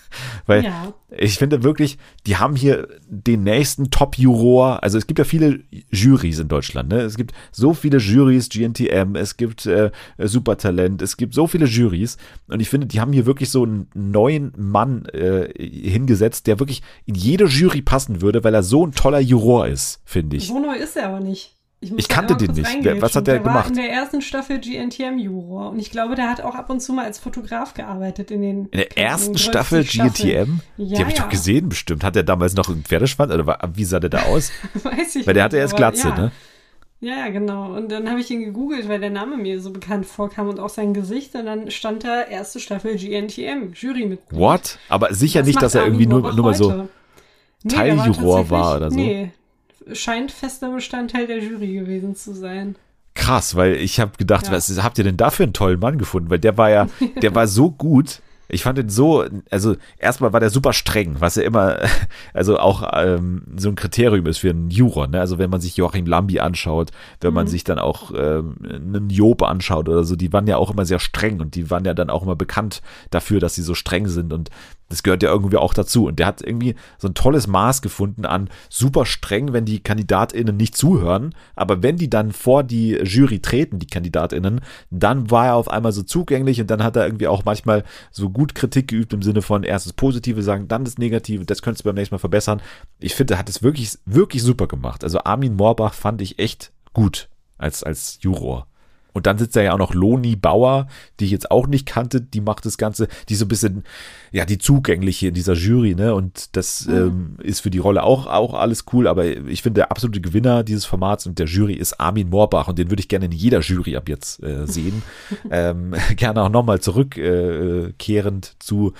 Speaker 1: Weil
Speaker 2: Ja.
Speaker 1: ich finde wirklich, die haben hier den nächsten Top-Juror. Also es gibt ja viele Jurys in Deutschland. Ne? Es gibt so viele Jurys, GNTM, es gibt Supertalent, es gibt so viele Jurys. Und ich finde, die haben hier wirklich so einen neuen Mann hingesetzt, der wirklich in jede Jury passen würde, weil er so ein toller Juror ist, finde ich.
Speaker 2: So neu ist er aber nicht. muss
Speaker 1: Ich
Speaker 2: da
Speaker 1: kannte
Speaker 2: einmal
Speaker 1: den
Speaker 2: kurz
Speaker 1: nicht. Was hat
Speaker 2: reingrätschen.
Speaker 1: der
Speaker 2: war
Speaker 1: gemacht?
Speaker 2: in der ersten Staffel GNTM-Juror. Und ich glaube, der hat auch ab und zu mal als Fotograf gearbeitet in
Speaker 1: der ersten
Speaker 2: den
Speaker 1: Staffel
Speaker 2: 30 Staffeln.
Speaker 1: GNTM? Die
Speaker 2: Ja,
Speaker 1: habe ich
Speaker 2: ja.
Speaker 1: doch gesehen bestimmt. Hat der damals noch einen Pferdeschwanz? Oder wie sah der da aus?
Speaker 2: Weiß ich
Speaker 1: Weil der
Speaker 2: nicht,
Speaker 1: hatte erst
Speaker 2: aber
Speaker 1: Glatze,
Speaker 2: ja.
Speaker 1: ne?
Speaker 2: Ja, genau. Und dann habe ich ihn gegoogelt, weil der Name mir so bekannt vorkam und auch sein Gesicht. Und dann stand da erste Staffel GNTM, Jurymitglied.
Speaker 1: What? Aber sicher
Speaker 2: Was
Speaker 1: nicht,
Speaker 2: macht
Speaker 1: dass er
Speaker 2: Armin
Speaker 1: irgendwie nur
Speaker 2: Morbach
Speaker 1: mal so
Speaker 2: heute? Nee,
Speaker 1: Teiljuror
Speaker 2: der
Speaker 1: war oder so.
Speaker 2: Nee, scheint fester Bestandteil der Jury gewesen zu sein.
Speaker 1: Krass, weil ich habe gedacht,
Speaker 2: Ja.
Speaker 1: was habt ihr denn da für einen tollen Mann gefunden? Weil der war ja, der war so gut. Ich fand ihn so, also erstmal war der super streng, was ja immer, also auch so ein Kriterium ist für einen Juror, ne? Also wenn man sich Joachim Lambi anschaut, wenn man sich dann auch einen Job anschaut oder so, die waren ja auch immer sehr streng und die waren ja dann auch immer bekannt dafür, dass sie so streng sind und das gehört ja irgendwie auch dazu. Und der hat irgendwie so ein tolles Maß gefunden an super streng, wenn die KandidatInnen nicht zuhören, aber wenn die dann vor die Jury treten, die KandidatInnen, dann war er auf einmal so zugänglich und dann hat er irgendwie auch manchmal so gut Kritik geübt im Sinne von erst das Positive sagen, dann das Negative, das könntest du beim nächsten Mal verbessern. Ich finde, er hat es wirklich, wirklich super gemacht. Also Armin Morbach fand ich echt gut als Juror. Und dann sitzt da ja auch noch Loni Bauer, die ich jetzt auch nicht kannte, die macht das Ganze, die so ein bisschen, ja, die zugängliche in dieser Jury, ne, und das ist für die Rolle auch alles cool, aber ich finde, der absolute Gewinner dieses Formats und der Jury ist Armin Morbach und den würde ich gerne in jeder Jury ab jetzt sehen. Gerne auch nochmal zurückkehrend zu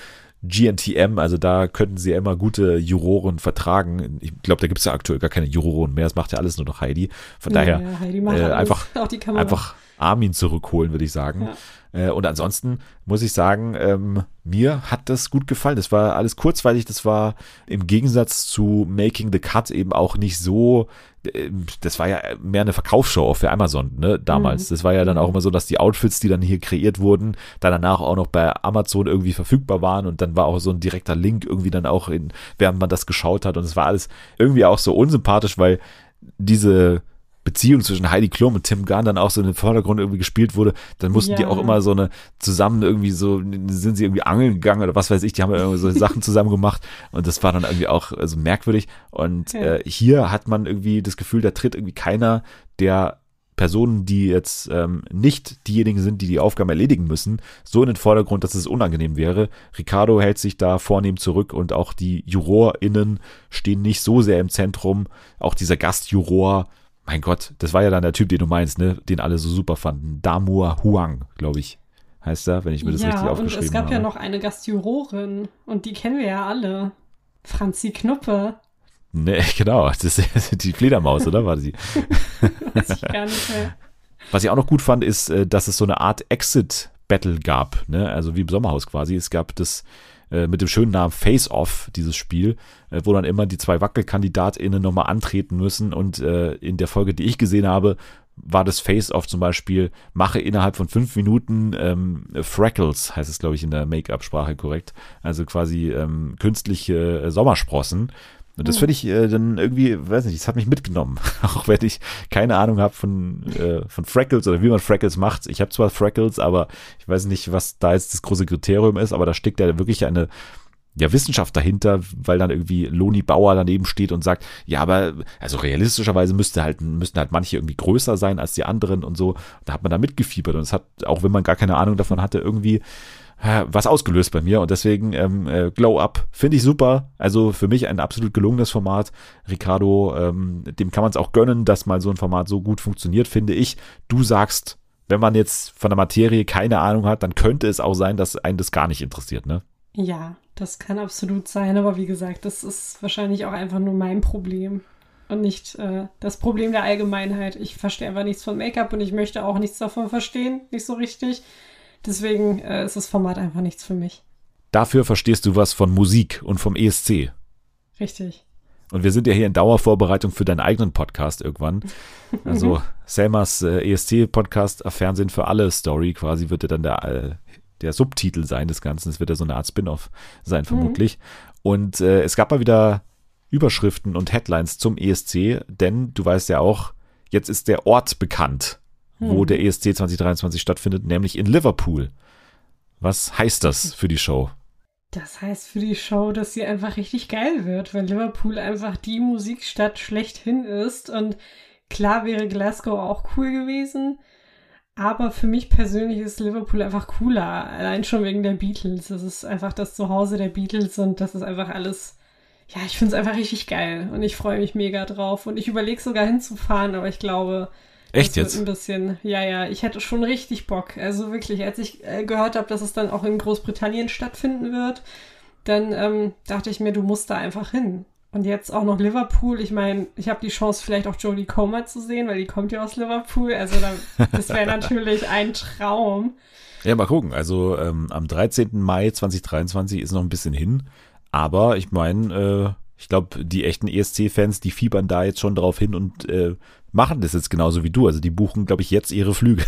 Speaker 1: GNTM, also da könnten sie ja immer gute Juroren vertragen. Ich glaube, da gibt es ja aktuell gar keine Juroren mehr, es macht ja alles nur noch Heidi. Von daher
Speaker 2: Ja, Heidi macht alles, auch die Kamera.
Speaker 1: einfach Armin zurückholen, würde ich sagen. Ja. Und ansonsten muss ich sagen, mir hat das gut gefallen. Das war alles kurzweilig, das war im Gegensatz zu Making the Cut eben auch nicht so, das war ja mehr eine Verkaufsshow auch für Amazon, ne, damals. Das war ja dann auch immer so, dass die Outfits, die dann hier kreiert wurden, dann danach auch noch bei Amazon irgendwie verfügbar waren und dann war auch so ein direkter Link irgendwie dann auch während man das geschaut hat und es war alles irgendwie auch so unsympathisch, weil diese Beziehung zwischen Heidi Klum und Tim Gunn dann auch so in den Vordergrund irgendwie gespielt wurde, dann mussten die auch immer so eine zusammen irgendwie so, sind sie irgendwie angeln gegangen oder was weiß ich, die haben irgendwie so Sachen zusammen gemacht und das war dann irgendwie auch so merkwürdig und hier hat man irgendwie das Gefühl, da tritt irgendwie keiner der Personen, die jetzt nicht diejenigen sind, die die Aufgaben erledigen müssen, so in den Vordergrund, dass es unangenehm wäre. Ricardo hält sich da vornehm zurück und auch die JurorInnen stehen nicht so sehr im Zentrum, auch dieser Gastjuror. Mein Gott, das war ja dann der Typ, den du meinst, ne? Den alle so super fanden. Damur Huang, glaube ich, heißt er, wenn ich mir das richtig aufgeschrieben habe.
Speaker 2: Und es gab ja noch eine Gastjurorin und die kennen wir ja alle. Franzi Knuppe.
Speaker 1: Ne, genau, das ist die Fledermaus, oder war sie?
Speaker 2: Weiß ich gar nicht mehr.
Speaker 1: Was ich auch noch gut fand, ist, dass es so eine Art Exit-Battle gab, ne? Also wie im Sommerhaus quasi. Es gab das mit dem schönen Namen Face-Off, dieses Spiel, wo dann immer die zwei WackelkandidatInnen nochmal antreten müssen und in der Folge, die ich gesehen habe, war das Face-Off zum Beispiel, mache innerhalb von 5 Minuten Freckles, heißt es glaube ich in der Make-up-Sprache korrekt, also quasi künstliche Sommersprossen. Und das finde ich dann irgendwie, weiß nicht, das hat mich mitgenommen. Auch wenn ich keine Ahnung habe von Freckles oder wie man Freckles macht. Ich habe zwar Freckles, aber ich weiß nicht, was da jetzt das große Kriterium ist, aber da steckt ja wirklich eine Wissenschaft dahinter, weil dann irgendwie Loni Bauer daneben steht und sagt, ja, aber also realistischerweise müssten halt manche irgendwie größer sein als die anderen und so. Da hat man da mitgefiebert und es hat, auch wenn man gar keine Ahnung davon hatte, irgendwie was ausgelöst bei mir und deswegen Glow Up finde ich super, also für mich ein absolut gelungenes Format. Ricardo, dem kann man es auch gönnen, dass mal so ein Format so gut funktioniert, finde ich. Du sagst, wenn man jetzt von der Materie keine Ahnung hat, dann könnte es auch sein, dass einen das gar nicht interessiert, ne?
Speaker 2: Ja, das kann absolut sein, aber wie gesagt, das ist wahrscheinlich auch einfach nur mein Problem und nicht das Problem der Allgemeinheit. Ich verstehe einfach nichts von Make-up und ich möchte auch nichts davon verstehen, nicht so richtig. Deswegen ist das Format einfach nichts für mich.
Speaker 1: Dafür verstehst du was von Musik und vom ESC.
Speaker 2: Richtig.
Speaker 1: Und wir sind ja hier in Dauervorbereitung für deinen eigenen Podcast irgendwann. Also Selmas ESC-Podcast, Fernsehen für alle Story quasi wird ja dann der Subtitel sein des Ganzen. Es wird ja so eine Art Spin-off sein, vermutlich. Und es gab mal wieder Überschriften und Headlines zum ESC, denn du weißt ja auch, jetzt ist der Ort bekannt, wo der ESC 2023 stattfindet, nämlich in Liverpool. Was heißt das für die Show?
Speaker 2: Das heißt für die Show, dass sie einfach richtig geil wird, weil Liverpool einfach die Musikstadt schlechthin ist. Und klar wäre Glasgow auch cool gewesen, aber für mich persönlich ist Liverpool einfach cooler, allein schon wegen der Beatles. Das ist einfach das Zuhause der Beatles und das ist einfach alles, ja, ich finde es einfach richtig geil und ich freue mich mega drauf. Und ich überlege sogar hinzufahren, aber ich glaube,
Speaker 1: Echt
Speaker 2: das wird
Speaker 1: jetzt?
Speaker 2: ein bisschen, ja, ich hätte schon richtig Bock. Also wirklich, als ich gehört habe, dass es dann auch in Großbritannien stattfinden wird, dann dachte ich mir, du musst da einfach hin. Und jetzt auch noch Liverpool. Ich meine, ich habe die Chance, vielleicht auch Jodie Comer zu sehen, weil die kommt ja aus Liverpool. Also das wäre natürlich ein Traum.
Speaker 1: Ja, mal gucken. Also am 13. Mai 2023 ist noch ein bisschen hin. Aber ich meine, ich glaube, die echten ESC-Fans, die fiebern da jetzt schon drauf hin und machen das jetzt genauso wie du. Also die buchen, glaube ich, jetzt ihre Flüge.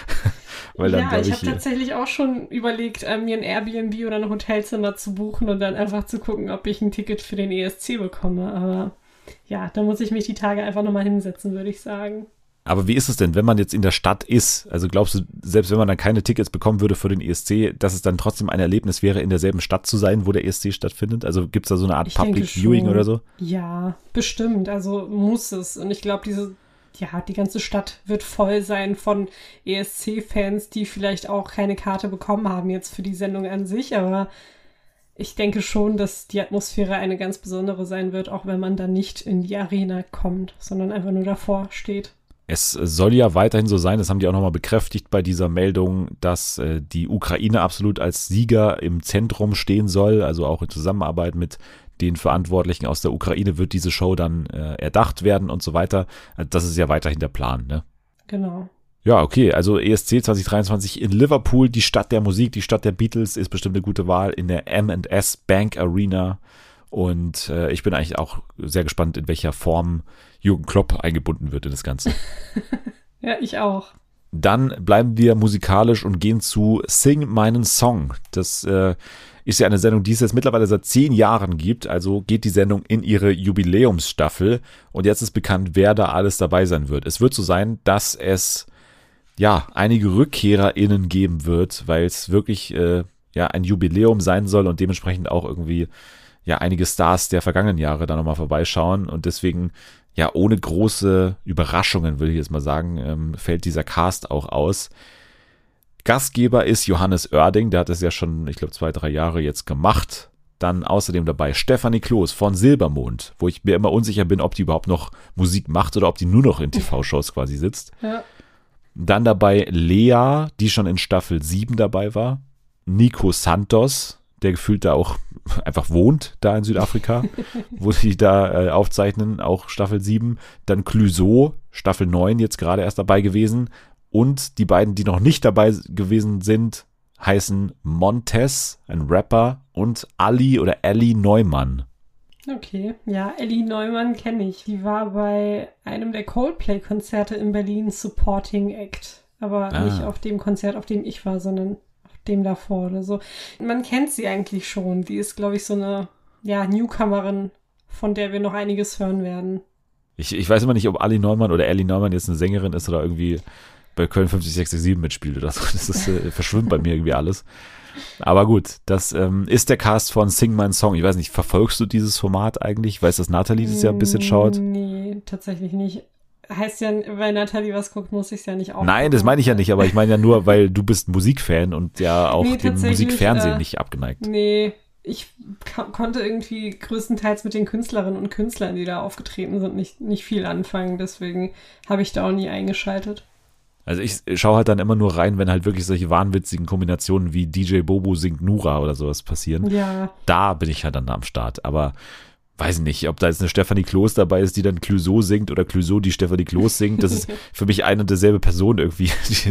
Speaker 1: Weil dann,
Speaker 2: ja, ich habe tatsächlich auch schon überlegt, mir ein Airbnb oder ein Hotelzimmer zu buchen und dann einfach zu gucken, ob ich ein Ticket für den ESC bekomme. Aber ja, da muss ich mich die Tage einfach nochmal hinsetzen, würde ich sagen.
Speaker 1: Aber wie ist es denn, wenn man jetzt in der Stadt ist? Also glaubst du, selbst wenn man dann keine Tickets bekommen würde für den ESC, dass es dann trotzdem ein Erlebnis wäre, in derselben Stadt zu sein, wo der ESC stattfindet? Also gibt es da so eine Art
Speaker 2: Ich
Speaker 1: Public
Speaker 2: denke
Speaker 1: Viewing
Speaker 2: schon.
Speaker 1: oder so?
Speaker 2: Ja, bestimmt. Also muss es. Und ich glaube, die ganze Stadt wird voll sein von ESC-Fans, die vielleicht auch keine Karte bekommen haben jetzt für die Sendung an sich. Aber ich denke schon, dass die Atmosphäre eine ganz besondere sein wird, auch wenn man dann nicht in die Arena kommt, sondern einfach nur davor steht.
Speaker 1: Es soll ja weiterhin so sein, das haben die auch nochmal bekräftigt bei dieser Meldung, dass die Ukraine absolut als Sieger im Zentrum stehen soll, also auch in Zusammenarbeit mit den Verantwortlichen aus der Ukraine wird diese Show dann erdacht werden und so weiter. Das ist ja weiterhin der Plan, ne?
Speaker 2: Genau.
Speaker 1: Ja, okay, also ESC 2023 in Liverpool, die Stadt der Musik, die Stadt der Beatles ist bestimmt eine gute Wahl in der M&S Bank Arena. Und ich bin eigentlich auch sehr gespannt, in welcher Form Jürgen Klopp eingebunden wird in das Ganze.
Speaker 2: Ja, ich auch.
Speaker 1: Dann bleiben wir musikalisch und gehen zu Sing meinen Song. Das ist ja eine Sendung, die es jetzt mittlerweile seit 10 Jahren gibt. Also geht die Sendung in ihre Jubiläumsstaffel. Und jetzt ist bekannt, wer da alles dabei sein wird. Es wird so sein, dass es ja einige RückkehrerInnen geben wird, weil es wirklich ein Jubiläum sein soll und dementsprechend auch irgendwie ja einige Stars der vergangenen Jahre da nochmal vorbeischauen und deswegen ja ohne große Überraschungen, würde ich jetzt mal sagen, fällt dieser Cast auch aus. Gastgeber ist Johannes Oerding, der hat es ja schon, ich glaube 2-3 Jahre jetzt gemacht. Dann außerdem dabei Stefanie Kloß von Silbermond, wo ich mir immer unsicher bin, ob die überhaupt noch Musik macht oder ob die nur noch in TV-Shows quasi sitzt.
Speaker 2: Ja.
Speaker 1: Dann dabei Lea, die schon in Staffel 7 dabei war. Nico Santos, der gefühlt da auch einfach wohnt, da in Südafrika, wo sie da aufzeichnen, auch Staffel 7. Dann Clouseau, Staffel 9, jetzt gerade erst dabei gewesen. Und die beiden, die noch nicht dabei gewesen sind, heißen Montez, ein Rapper, und Ali oder Ellie Neumann.
Speaker 2: Okay, ja, Ellie Neumann kenne ich. Die war bei einem der Coldplay-Konzerte in Berlin Supporting Act. Aber nicht auf dem Konzert, auf dem ich war, sondern dem davor oder so. Man kennt sie eigentlich schon. Die ist, glaube ich, so eine Newcomerin, von der wir noch einiges hören werden.
Speaker 1: Ich weiß immer nicht, ob Ali Neumann oder Ellie Neumann jetzt eine Sängerin ist oder irgendwie bei Köln 50667 mitspielt oder so. Das ist, verschwimmt bei mir irgendwie alles. Aber gut, das ist der Cast von Sing My Song. Ich weiß nicht, verfolgst du dieses Format eigentlich? Ich weiß, dass Nathalie das ja ein bisschen schaut.
Speaker 2: Nee, tatsächlich nicht. Heißt ja, weil Nathalie was guckt, muss ich es ja nicht auch.
Speaker 1: Nein, das meine ich ja nicht, aber ich meine ja nur, weil du bist Musikfan und ja auch dem Musikfernsehen nicht abgeneigt.
Speaker 2: Nee, ich konnte irgendwie größtenteils mit den Künstlerinnen und Künstlern, die da aufgetreten sind, nicht viel anfangen. Deswegen habe ich da auch nie eingeschaltet.
Speaker 1: Also ich schaue halt dann immer nur rein, wenn halt wirklich solche wahnwitzigen Kombinationen wie DJ Bobo singt Nura oder sowas passieren.
Speaker 2: Ja.
Speaker 1: Da bin ich halt dann am Start, aber weiß nicht, ob da jetzt eine Stefanie Kloß dabei ist, die dann Clouseau singt oder Clouseau, die Stefanie Kloß singt. Das ist für mich eine und derselbe Person irgendwie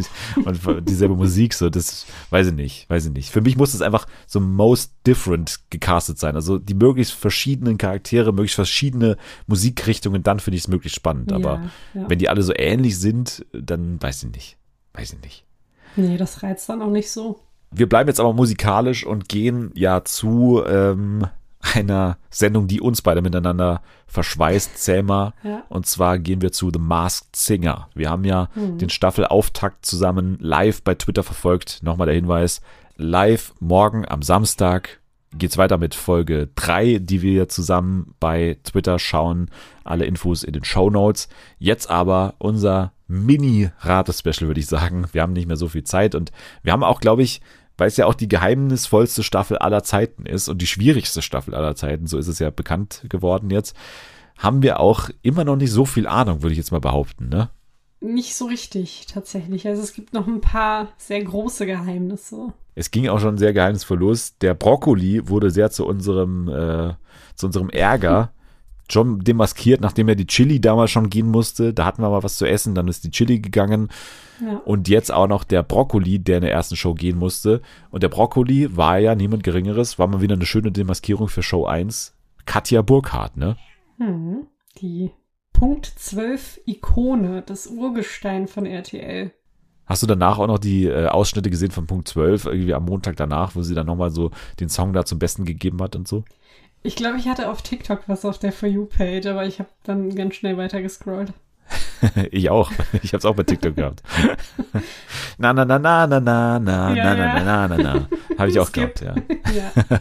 Speaker 1: und dieselbe Musik, so, das weiß ich nicht. Für mich muss es einfach so most different gecastet sein, also die möglichst verschiedenen Charaktere, möglichst verschiedene Musikrichtungen, dann finde ich es möglichst spannend, aber wenn die alle so ähnlich sind, dann weiß ich nicht.
Speaker 2: Nee, das reizt dann auch nicht so.
Speaker 1: Wir bleiben jetzt aber musikalisch und gehen ja zu einer Sendung, die uns beide miteinander verschweißt, Selma.
Speaker 2: Ja.
Speaker 1: Und zwar gehen wir zu The Masked Singer. Wir haben ja den Staffelauftakt zusammen live bei Twitter verfolgt. Nochmal der Hinweis, live morgen am Samstag geht's weiter mit Folge 3, die wir zusammen bei Twitter schauen. Alle Infos in den Shownotes. Jetzt aber unser Mini-Rate-Special, würde ich sagen. Wir haben nicht mehr so viel Zeit und wir haben auch, glaube ich, weil es ja auch die geheimnisvollste Staffel aller Zeiten ist und die schwierigste Staffel aller Zeiten, so ist es ja bekannt geworden jetzt, haben wir auch immer noch nicht so viel Ahnung, würde ich jetzt mal behaupten, ne?
Speaker 2: Nicht so richtig, tatsächlich. Also es gibt noch ein paar sehr große Geheimnisse.
Speaker 1: Es ging auch schon sehr geheimnisvoll los. Der Brokkoli wurde sehr zu unserem Ärger schon demaskiert, nachdem er die Chili damals schon gehen musste. Da hatten wir mal was zu essen, dann ist die Chili gegangen.
Speaker 2: Ja.
Speaker 1: Und jetzt auch noch der Brokkoli, der in der ersten Show gehen musste. Und der Brokkoli war ja niemand Geringeres, war mal wieder eine schöne Demaskierung für Show 1. Katja Burkhardt, ne?
Speaker 2: Die Punkt 12 Ikone, das Urgestein von RTL.
Speaker 1: Hast du danach auch noch die Ausschnitte gesehen von Punkt 12, irgendwie am Montag danach, wo sie dann nochmal so den Song da zum Besten gegeben hat und so?
Speaker 2: Ich glaube, ich hatte auf TikTok was auf der For You-Page, aber ich habe dann ganz schnell weiter gescrollt.
Speaker 1: Ich auch. Ich habe es auch bei TikTok gehabt. Na, na, na, na, na, na, na,
Speaker 2: Ja,
Speaker 1: na, na, na, na, na. Habe ich auch
Speaker 2: Skip.
Speaker 1: gehabt, ja.
Speaker 2: Ja,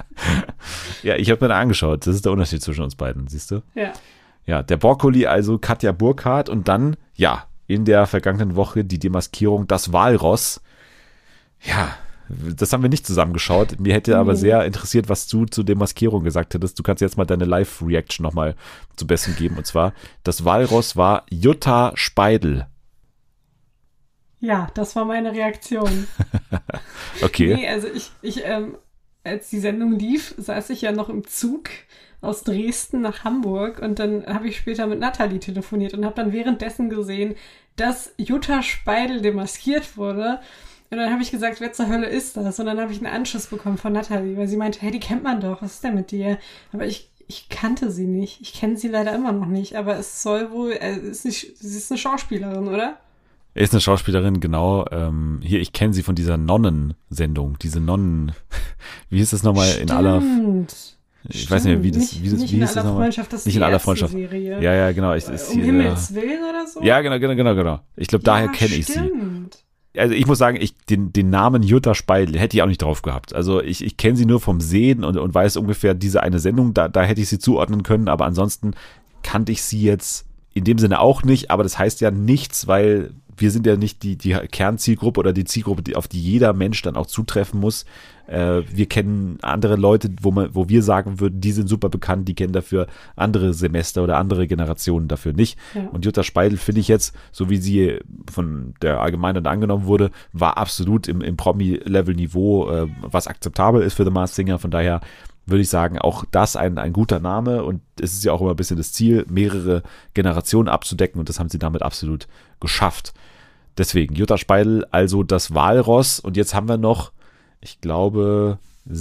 Speaker 1: Ja, ich habe mir da angeschaut. Das ist der Unterschied zwischen uns beiden, siehst du?
Speaker 2: ja.
Speaker 1: Ja, der Brokkoli, also Katja Burkhardt und dann, ja, in der vergangenen Woche die Demaskierung, das Walross. Ja, das haben wir nicht zusammengeschaut. Mir hätte aber sehr interessiert, was du zu Demaskierung gesagt hättest. Du kannst jetzt mal deine Live-Reaction nochmal zu Besten geben. Und zwar, das Walross war Jutta Speidel.
Speaker 2: Ja, das war meine Reaktion.
Speaker 1: Okay.
Speaker 2: Nee, also ich als die Sendung lief, saß ich ja noch im Zug aus Dresden nach Hamburg und dann habe ich später mit Nathalie telefoniert und habe dann währenddessen gesehen, dass Jutta Speidel demaskiert wurde. Und dann habe ich gesagt, wer zur Hölle ist das? Und dann habe ich einen Anschluss bekommen von Nathalie, weil sie meinte, hey, die kennt man doch, was ist denn mit dir? Aber ich kannte sie nicht. Ich kenne sie leider immer noch nicht, aber es soll wohl, sie ist eine Schauspielerin, oder?
Speaker 1: Er ist eine Schauspielerin, genau. Hier, ich kenne sie von dieser Nonnensendung. Diese Nonnen, wie hieß das nochmal in aller... Ich weiß nicht mehr, wie das hieß das nochmal?
Speaker 2: Nicht in aller Freundschaft. Serie.
Speaker 1: Ja, genau.
Speaker 2: Um Himmels Willen oder so?
Speaker 1: Ja, genau. Ich glaube, daher kenne ich sie. Also ich muss sagen, den Namen Jutta Speidel hätte ich auch nicht drauf gehabt. Also ich kenne sie nur vom Sehen und weiß ungefähr diese eine Sendung, da hätte ich sie zuordnen können, aber ansonsten kannte ich sie jetzt in dem Sinne auch nicht, aber das heißt ja nichts, weil wir sind ja nicht die Kernzielgruppe oder die Zielgruppe, auf die jeder Mensch dann auch zutreffen muss. Wir kennen andere Leute, wo wir sagen würden, die sind super bekannt, die kennen dafür andere Semester oder andere Generationen dafür nicht. Ja. Und Jutta Speidel finde ich jetzt, so wie sie von der Allgemeinheit angenommen wurde, war absolut im Promi-Level-Niveau, was akzeptabel ist für The Masked Singer. Von daher würde ich sagen, auch das ein guter Name und es ist ja auch immer ein bisschen das Ziel, mehrere Generationen abzudecken und das haben sie damit absolut geschafft. Deswegen, Jutta Speidel, also das Walross und jetzt haben wir noch, ich glaube,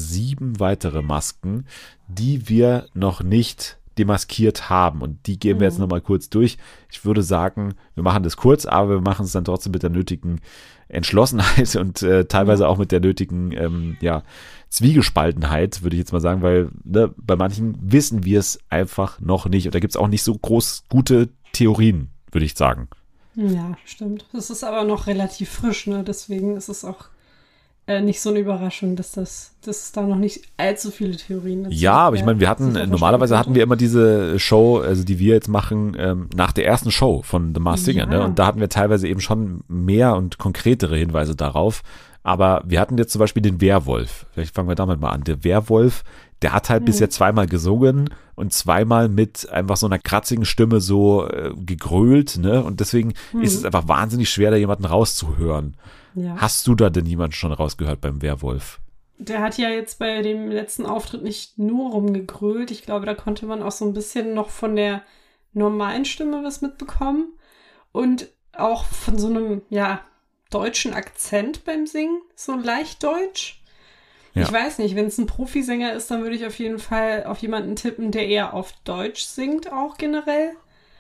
Speaker 1: 7 weitere Masken, die wir noch nicht demaskiert haben und die gehen wir jetzt nochmal kurz durch. Ich würde sagen, wir machen das kurz, aber wir machen es dann trotzdem mit der nötigen Entschlossenheit und teilweise auch mit der nötigen, Zwiegespaltenheit, würde ich jetzt mal sagen, weil bei manchen wissen wir es einfach noch nicht und da gibt es auch nicht so groß gute Theorien, würde ich sagen.
Speaker 2: Ja, stimmt. Das ist aber noch relativ frisch, ne? Deswegen ist es auch nicht so eine Überraschung, dass es da noch nicht allzu viele Theorien dazu.
Speaker 1: Ja, aber ich meine, normalerweise hatten wir immer diese Show, also die wir jetzt machen, nach der ersten Show von The Masked Singer, ne? Und da hatten wir teilweise eben schon mehr und konkretere Hinweise darauf. Aber wir hatten jetzt zum Beispiel den Werwolf. Vielleicht fangen wir damit mal an. Der Werwolf, der hat halt bisher zweimal gesungen und zweimal mit einfach so einer kratzigen Stimme so gegrölt, ne? Und deswegen ist es einfach wahnsinnig schwer, da jemanden rauszuhören. Ja. Hast du da denn jemanden schon rausgehört beim Werwolf?
Speaker 2: Der hat ja jetzt bei dem letzten Auftritt nicht nur rumgegrölt. Ich glaube, da konnte man auch so ein bisschen noch von der normalen Stimme was mitbekommen. Und auch von so einem, deutschen Akzent beim Singen, so leicht deutsch. Ja. Ich weiß nicht, wenn es ein Profisänger ist, dann würde ich auf jeden Fall auf jemanden tippen, der eher auf Deutsch singt, auch generell.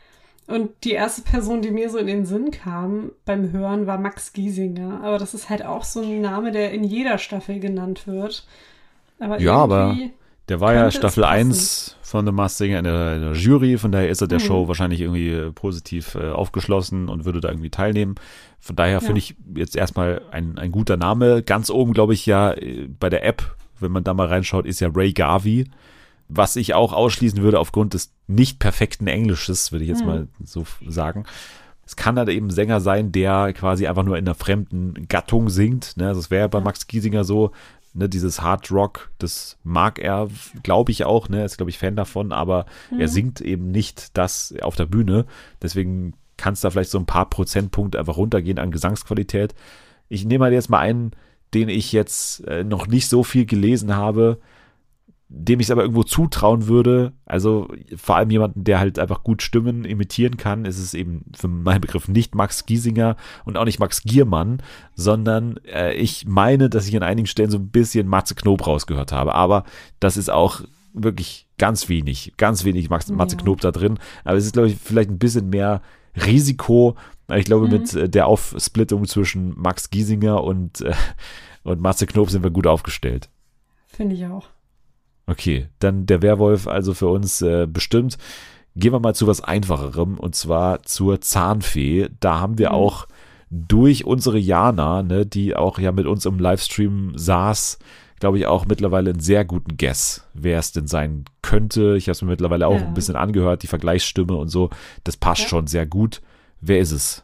Speaker 2: Und die erste Person, die mir so in den Sinn kam beim Hören, war Max Giesinger. Aber das ist halt auch so ein Name, der in jeder Staffel genannt wird. Aber
Speaker 1: Ja, aber
Speaker 2: irgendwie
Speaker 1: der war ja
Speaker 2: könnte es
Speaker 1: Staffel
Speaker 2: passen.
Speaker 1: 1 von The Masked Singer in der Jury, von daher ist er der Show wahrscheinlich irgendwie positiv aufgeschlossen und würde da irgendwie teilnehmen. Von daher finde ich jetzt erstmal ein guter Name. Ganz oben, glaube ich, ja, bei der App, wenn man da mal reinschaut, ist ja Ray Garvey. Was ich auch ausschließen würde aufgrund des nicht perfekten Englisches, würde ich jetzt mal so sagen. Es kann halt eben ein Sänger sein, der quasi einfach nur in einer fremden Gattung singt. Ne? Das wäre ja bei Max Giesinger so, ne, dieses Hard Rock, das mag er, glaube ich auch, ne, ist, glaube ich, Fan davon, aber er singt eben nicht das auf der Bühne. Deswegen kann es da vielleicht so ein paar Prozentpunkte einfach runtergehen an Gesangsqualität. Ich nehme halt jetzt mal einen, den ich jetzt noch nicht so viel gelesen habe, dem ich es aber irgendwo zutrauen würde, also vor allem jemanden, der halt einfach gut Stimmen imitieren kann, ist es eben für meinen Begriff nicht Max Giesinger und auch nicht Max Giermann, sondern ich meine, dass ich an einigen Stellen so ein bisschen Matze Knob rausgehört habe, aber das ist auch wirklich ganz wenig Matze Knob da drin, aber es ist, glaube ich, vielleicht ein bisschen mehr Risiko, ich glaube, mit der Aufsplittung zwischen Max Giesinger und Matze Knob sind wir gut aufgestellt.
Speaker 2: Finde ich auch.
Speaker 1: Okay, dann der Werwolf also für uns bestimmt. Gehen wir mal zu was Einfacherem und zwar zur Zahnfee. Da haben wir auch durch unsere Jana, ne, die auch ja mit uns im Livestream saß, glaube ich auch mittlerweile einen sehr guten Guess, wer es denn sein könnte. Ich habe es mir mittlerweile auch ein bisschen angehört, die Vergleichsstimme und so. Das passt schon sehr gut. Wer ist es?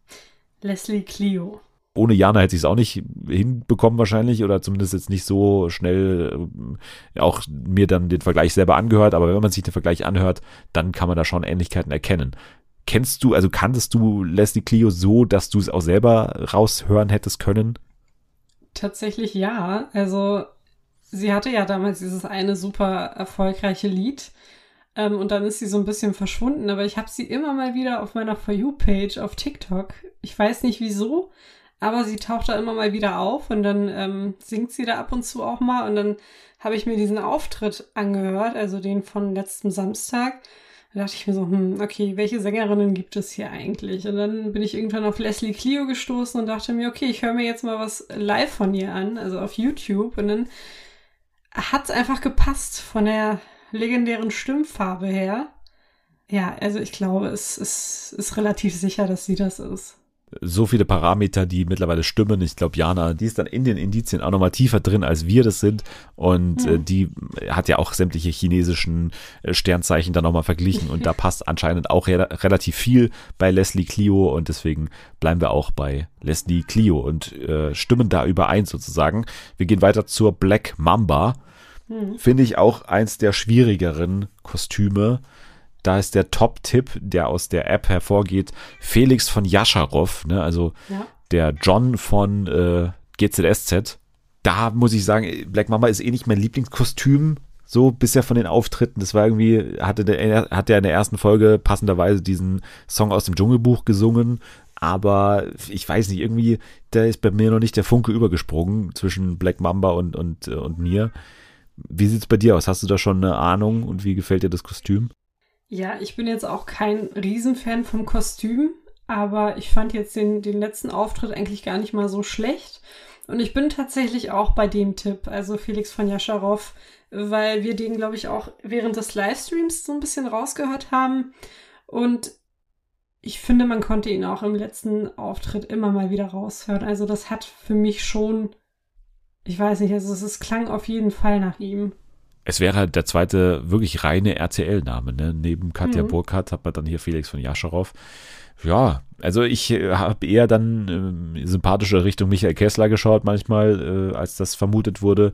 Speaker 2: Leslie Clio.
Speaker 1: Ohne Jana hätte ich es auch nicht hinbekommen wahrscheinlich oder zumindest jetzt nicht so schnell auch mir dann den Vergleich selber angehört, aber wenn man sich den Vergleich anhört, dann kann man da schon Ähnlichkeiten erkennen. Kanntest du Leslie Clio so, dass du es auch selber raushören hättest können?
Speaker 2: Tatsächlich ja. Also sie hatte ja damals dieses eine super erfolgreiche Lied und dann ist sie so ein bisschen verschwunden, aber ich habe sie immer mal wieder auf meiner For You-Page auf TikTok. Ich weiß nicht wieso, aber sie taucht da immer mal wieder auf und dann singt sie da ab und zu auch mal und dann habe ich mir diesen Auftritt angehört, also den von letztem Samstag. Da dachte ich mir so, okay, welche Sängerinnen gibt es hier eigentlich? Und dann bin ich irgendwann auf Leslie Clio gestoßen und dachte mir, okay, ich höre mir jetzt mal was live von ihr an, also auf YouTube. Und dann hat es einfach gepasst von der legendären Stimmfarbe her. Ja, also ich glaube, es ist relativ sicher, dass sie das ist.
Speaker 1: So viele Parameter, die mittlerweile stimmen. Ich glaube, Jana, die ist dann in den Indizien auch nochmal tiefer drin, als wir das sind. Und die hat ja auch sämtliche chinesischen Sternzeichen dann nochmal verglichen. Und da passt anscheinend auch relativ viel bei Leslie Clio. Und deswegen bleiben wir auch bei Leslie Clio und stimmen da überein sozusagen. Wir gehen weiter zur Black Mamba. Finde ich auch eins der schwierigeren Kostüme. Da ist der Top-Tipp, der aus der App hervorgeht, Felix von Jascharow, ne, also der John von GZSZ. Da muss ich sagen, Black Mamba ist eh nicht mein Lieblingskostüm, so bisher von den Auftritten. Das war irgendwie, hat er in der ersten Folge passenderweise diesen Song aus dem Dschungelbuch gesungen, aber ich weiß nicht, irgendwie, da ist bei mir noch nicht der Funke übergesprungen zwischen Black Mamba und mir. Wie sieht's bei dir aus? Hast du da schon eine Ahnung und wie gefällt dir das Kostüm?
Speaker 2: Ja, ich bin jetzt auch kein Riesenfan vom Kostüm, aber ich fand jetzt den letzten Auftritt eigentlich gar nicht mal so schlecht. Und ich bin tatsächlich auch bei dem Tipp, also Felix von Jascharow, weil wir den, glaube ich, auch während des Livestreams so ein bisschen rausgehört haben. Und ich finde, man konnte ihn auch im letzten Auftritt immer mal wieder raushören. Also das hat für mich schon, ich weiß nicht, also es klang auf jeden Fall nach ihm.
Speaker 1: Es wäre halt der zweite wirklich reine RTL-Name, ne? Neben Katja Burkhardt hat man dann hier Felix von Jascharow. Ja, also ich habe eher dann sympathische Richtung Michael Kessler geschaut manchmal, als das vermutet wurde.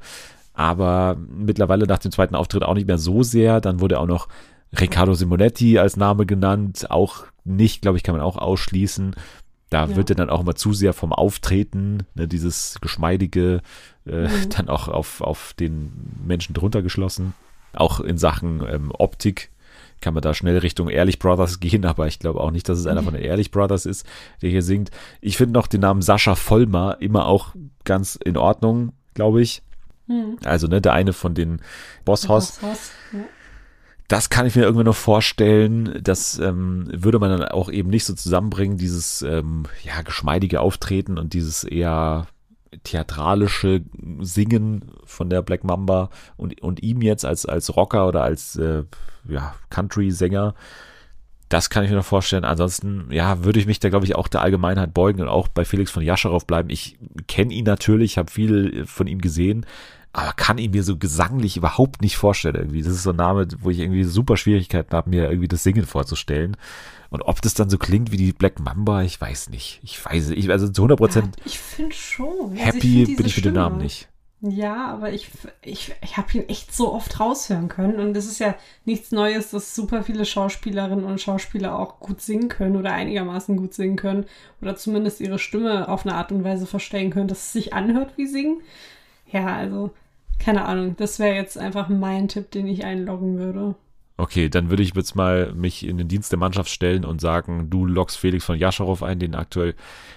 Speaker 1: Aber mittlerweile nach dem zweiten Auftritt auch nicht mehr so sehr. Dann wurde auch noch Riccardo Simonetti als Name genannt. Auch nicht, glaube ich, kann man auch ausschließen. Da wird er dann auch immer zu sehr vom Auftreten, ne, dieses Geschmeidige, dann auch auf den Menschen drunter geschlossen. Auch in Sachen Optik kann man da schnell Richtung Ehrlich Brothers gehen, aber ich glaube auch nicht, dass es einer von den Ehrlich Brothers ist, der hier singt. Ich finde noch den Namen Sascha Vollmer immer auch ganz in Ordnung, glaube ich. Also, ne, der eine von den Boss Hoss. Das kann ich mir irgendwie noch vorstellen. Das würde man dann auch eben nicht so zusammenbringen, dieses geschmeidige Auftreten und dieses eher theatralische Singen von der Black Mamba und ihm jetzt als Rocker oder als Country-Sänger. Das kann ich mir noch vorstellen. Ansonsten, würde ich mich da, glaube ich, auch der Allgemeinheit beugen und auch bei Felix von Jascharow bleiben. Ich kenne ihn natürlich, habe viel von ihm gesehen, aber kann ihn mir so gesanglich überhaupt nicht vorstellen irgendwie. Das ist so ein Name, wo ich irgendwie super Schwierigkeiten habe, mir irgendwie das Singen vorzustellen. Und ob das dann so klingt wie die Black Mamba, ich weiß nicht. Also zu 100%
Speaker 2: ich finde schon.
Speaker 1: happy bin ich mit dem Namen nicht.
Speaker 2: Ja, aber ich habe ihn echt so oft raushören können. Und es ist ja nichts Neues, dass super viele Schauspielerinnen und Schauspieler auch gut singen können oder einigermaßen gut singen können. Oder zumindest ihre Stimme auf eine Art und Weise verstellen können, dass es sich anhört wie Singen. Ja, also, keine Ahnung. Das wäre jetzt einfach mein Tipp, den ich einloggen würde.
Speaker 1: Okay, dann würde ich jetzt mal mich in den Dienst der Mannschaft stellen und sagen, du loggst Felix von Jascharow ein, den aktuell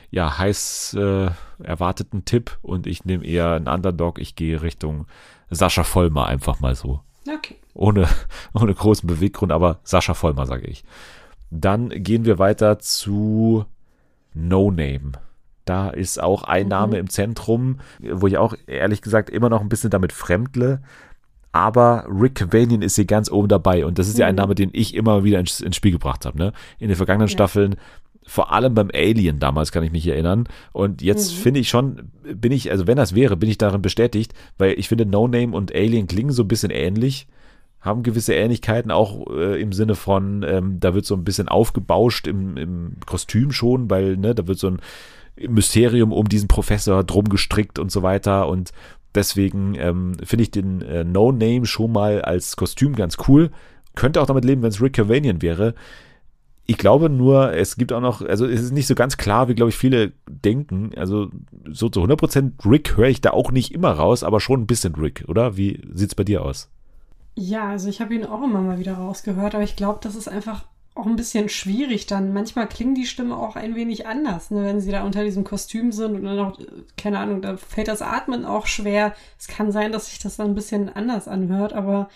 Speaker 1: heiß erwarteten Tipp, und ich nehme eher einen Underdog. Ich gehe Richtung Sascha Vollmer, einfach mal so.
Speaker 2: Okay.
Speaker 1: Ohne großen Beweggrund, aber Sascha Vollmer, sage ich. Dann gehen wir weiter zu No Name. Da ist auch ein Name im Zentrum, wo ich auch ehrlich gesagt immer noch ein bisschen damit fremdle. Aber Rick Cavanian ist hier ganz oben dabei, und das ist ja ein Name, den ich immer wieder ins Spiel gebracht habe, ne? In den vergangenen Staffeln, vor allem beim Alien damals, kann ich mich erinnern. Und jetzt finde ich schon, bin ich darin bestätigt, weil ich finde, No Name und Alien klingen so ein bisschen ähnlich, haben gewisse Ähnlichkeiten, auch im Sinne von, da wird so ein bisschen aufgebauscht im Kostüm schon, weil, ne, da wird so ein Mysterium um diesen Professor drum gestrickt und so weiter, und deswegen finde ich den No Name schon mal als Kostüm ganz cool. Könnte auch damit leben, wenn es Rick Cavanian wäre. Ich glaube nur, es gibt auch noch, also es ist nicht so ganz klar, wie, glaube ich, viele denken. Also so zu 100% Rick höre ich da auch nicht immer raus, aber schon ein bisschen Rick, oder? Wie sieht es bei dir aus?
Speaker 2: Ja, also ich habe ihn auch immer mal wieder rausgehört, aber ich glaube, das ist einfach auch ein bisschen schwierig dann. Manchmal klingen die Stimmen auch ein wenig anders, ne, wenn sie da unter diesem Kostüm sind und dann auch, keine Ahnung, da fällt das Atmen auch schwer. Es kann sein, dass sich das dann ein bisschen anders anhört, aber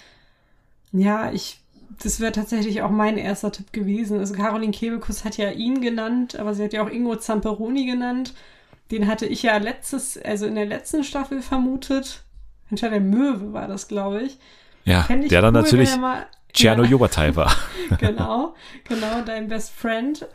Speaker 2: ja, das wäre tatsächlich auch mein erster Tipp gewesen. Also Caroline Kebekus hat ja ihn genannt, aber sie hat ja auch Ingo Zamperoni genannt. Den hatte ich ja in der letzten Staffel vermutet. Hinter der Möwe war das, glaube ich.
Speaker 1: Ja, der dann natürlich Tscherno Jobatai war.
Speaker 2: Genau, dein Best Friend.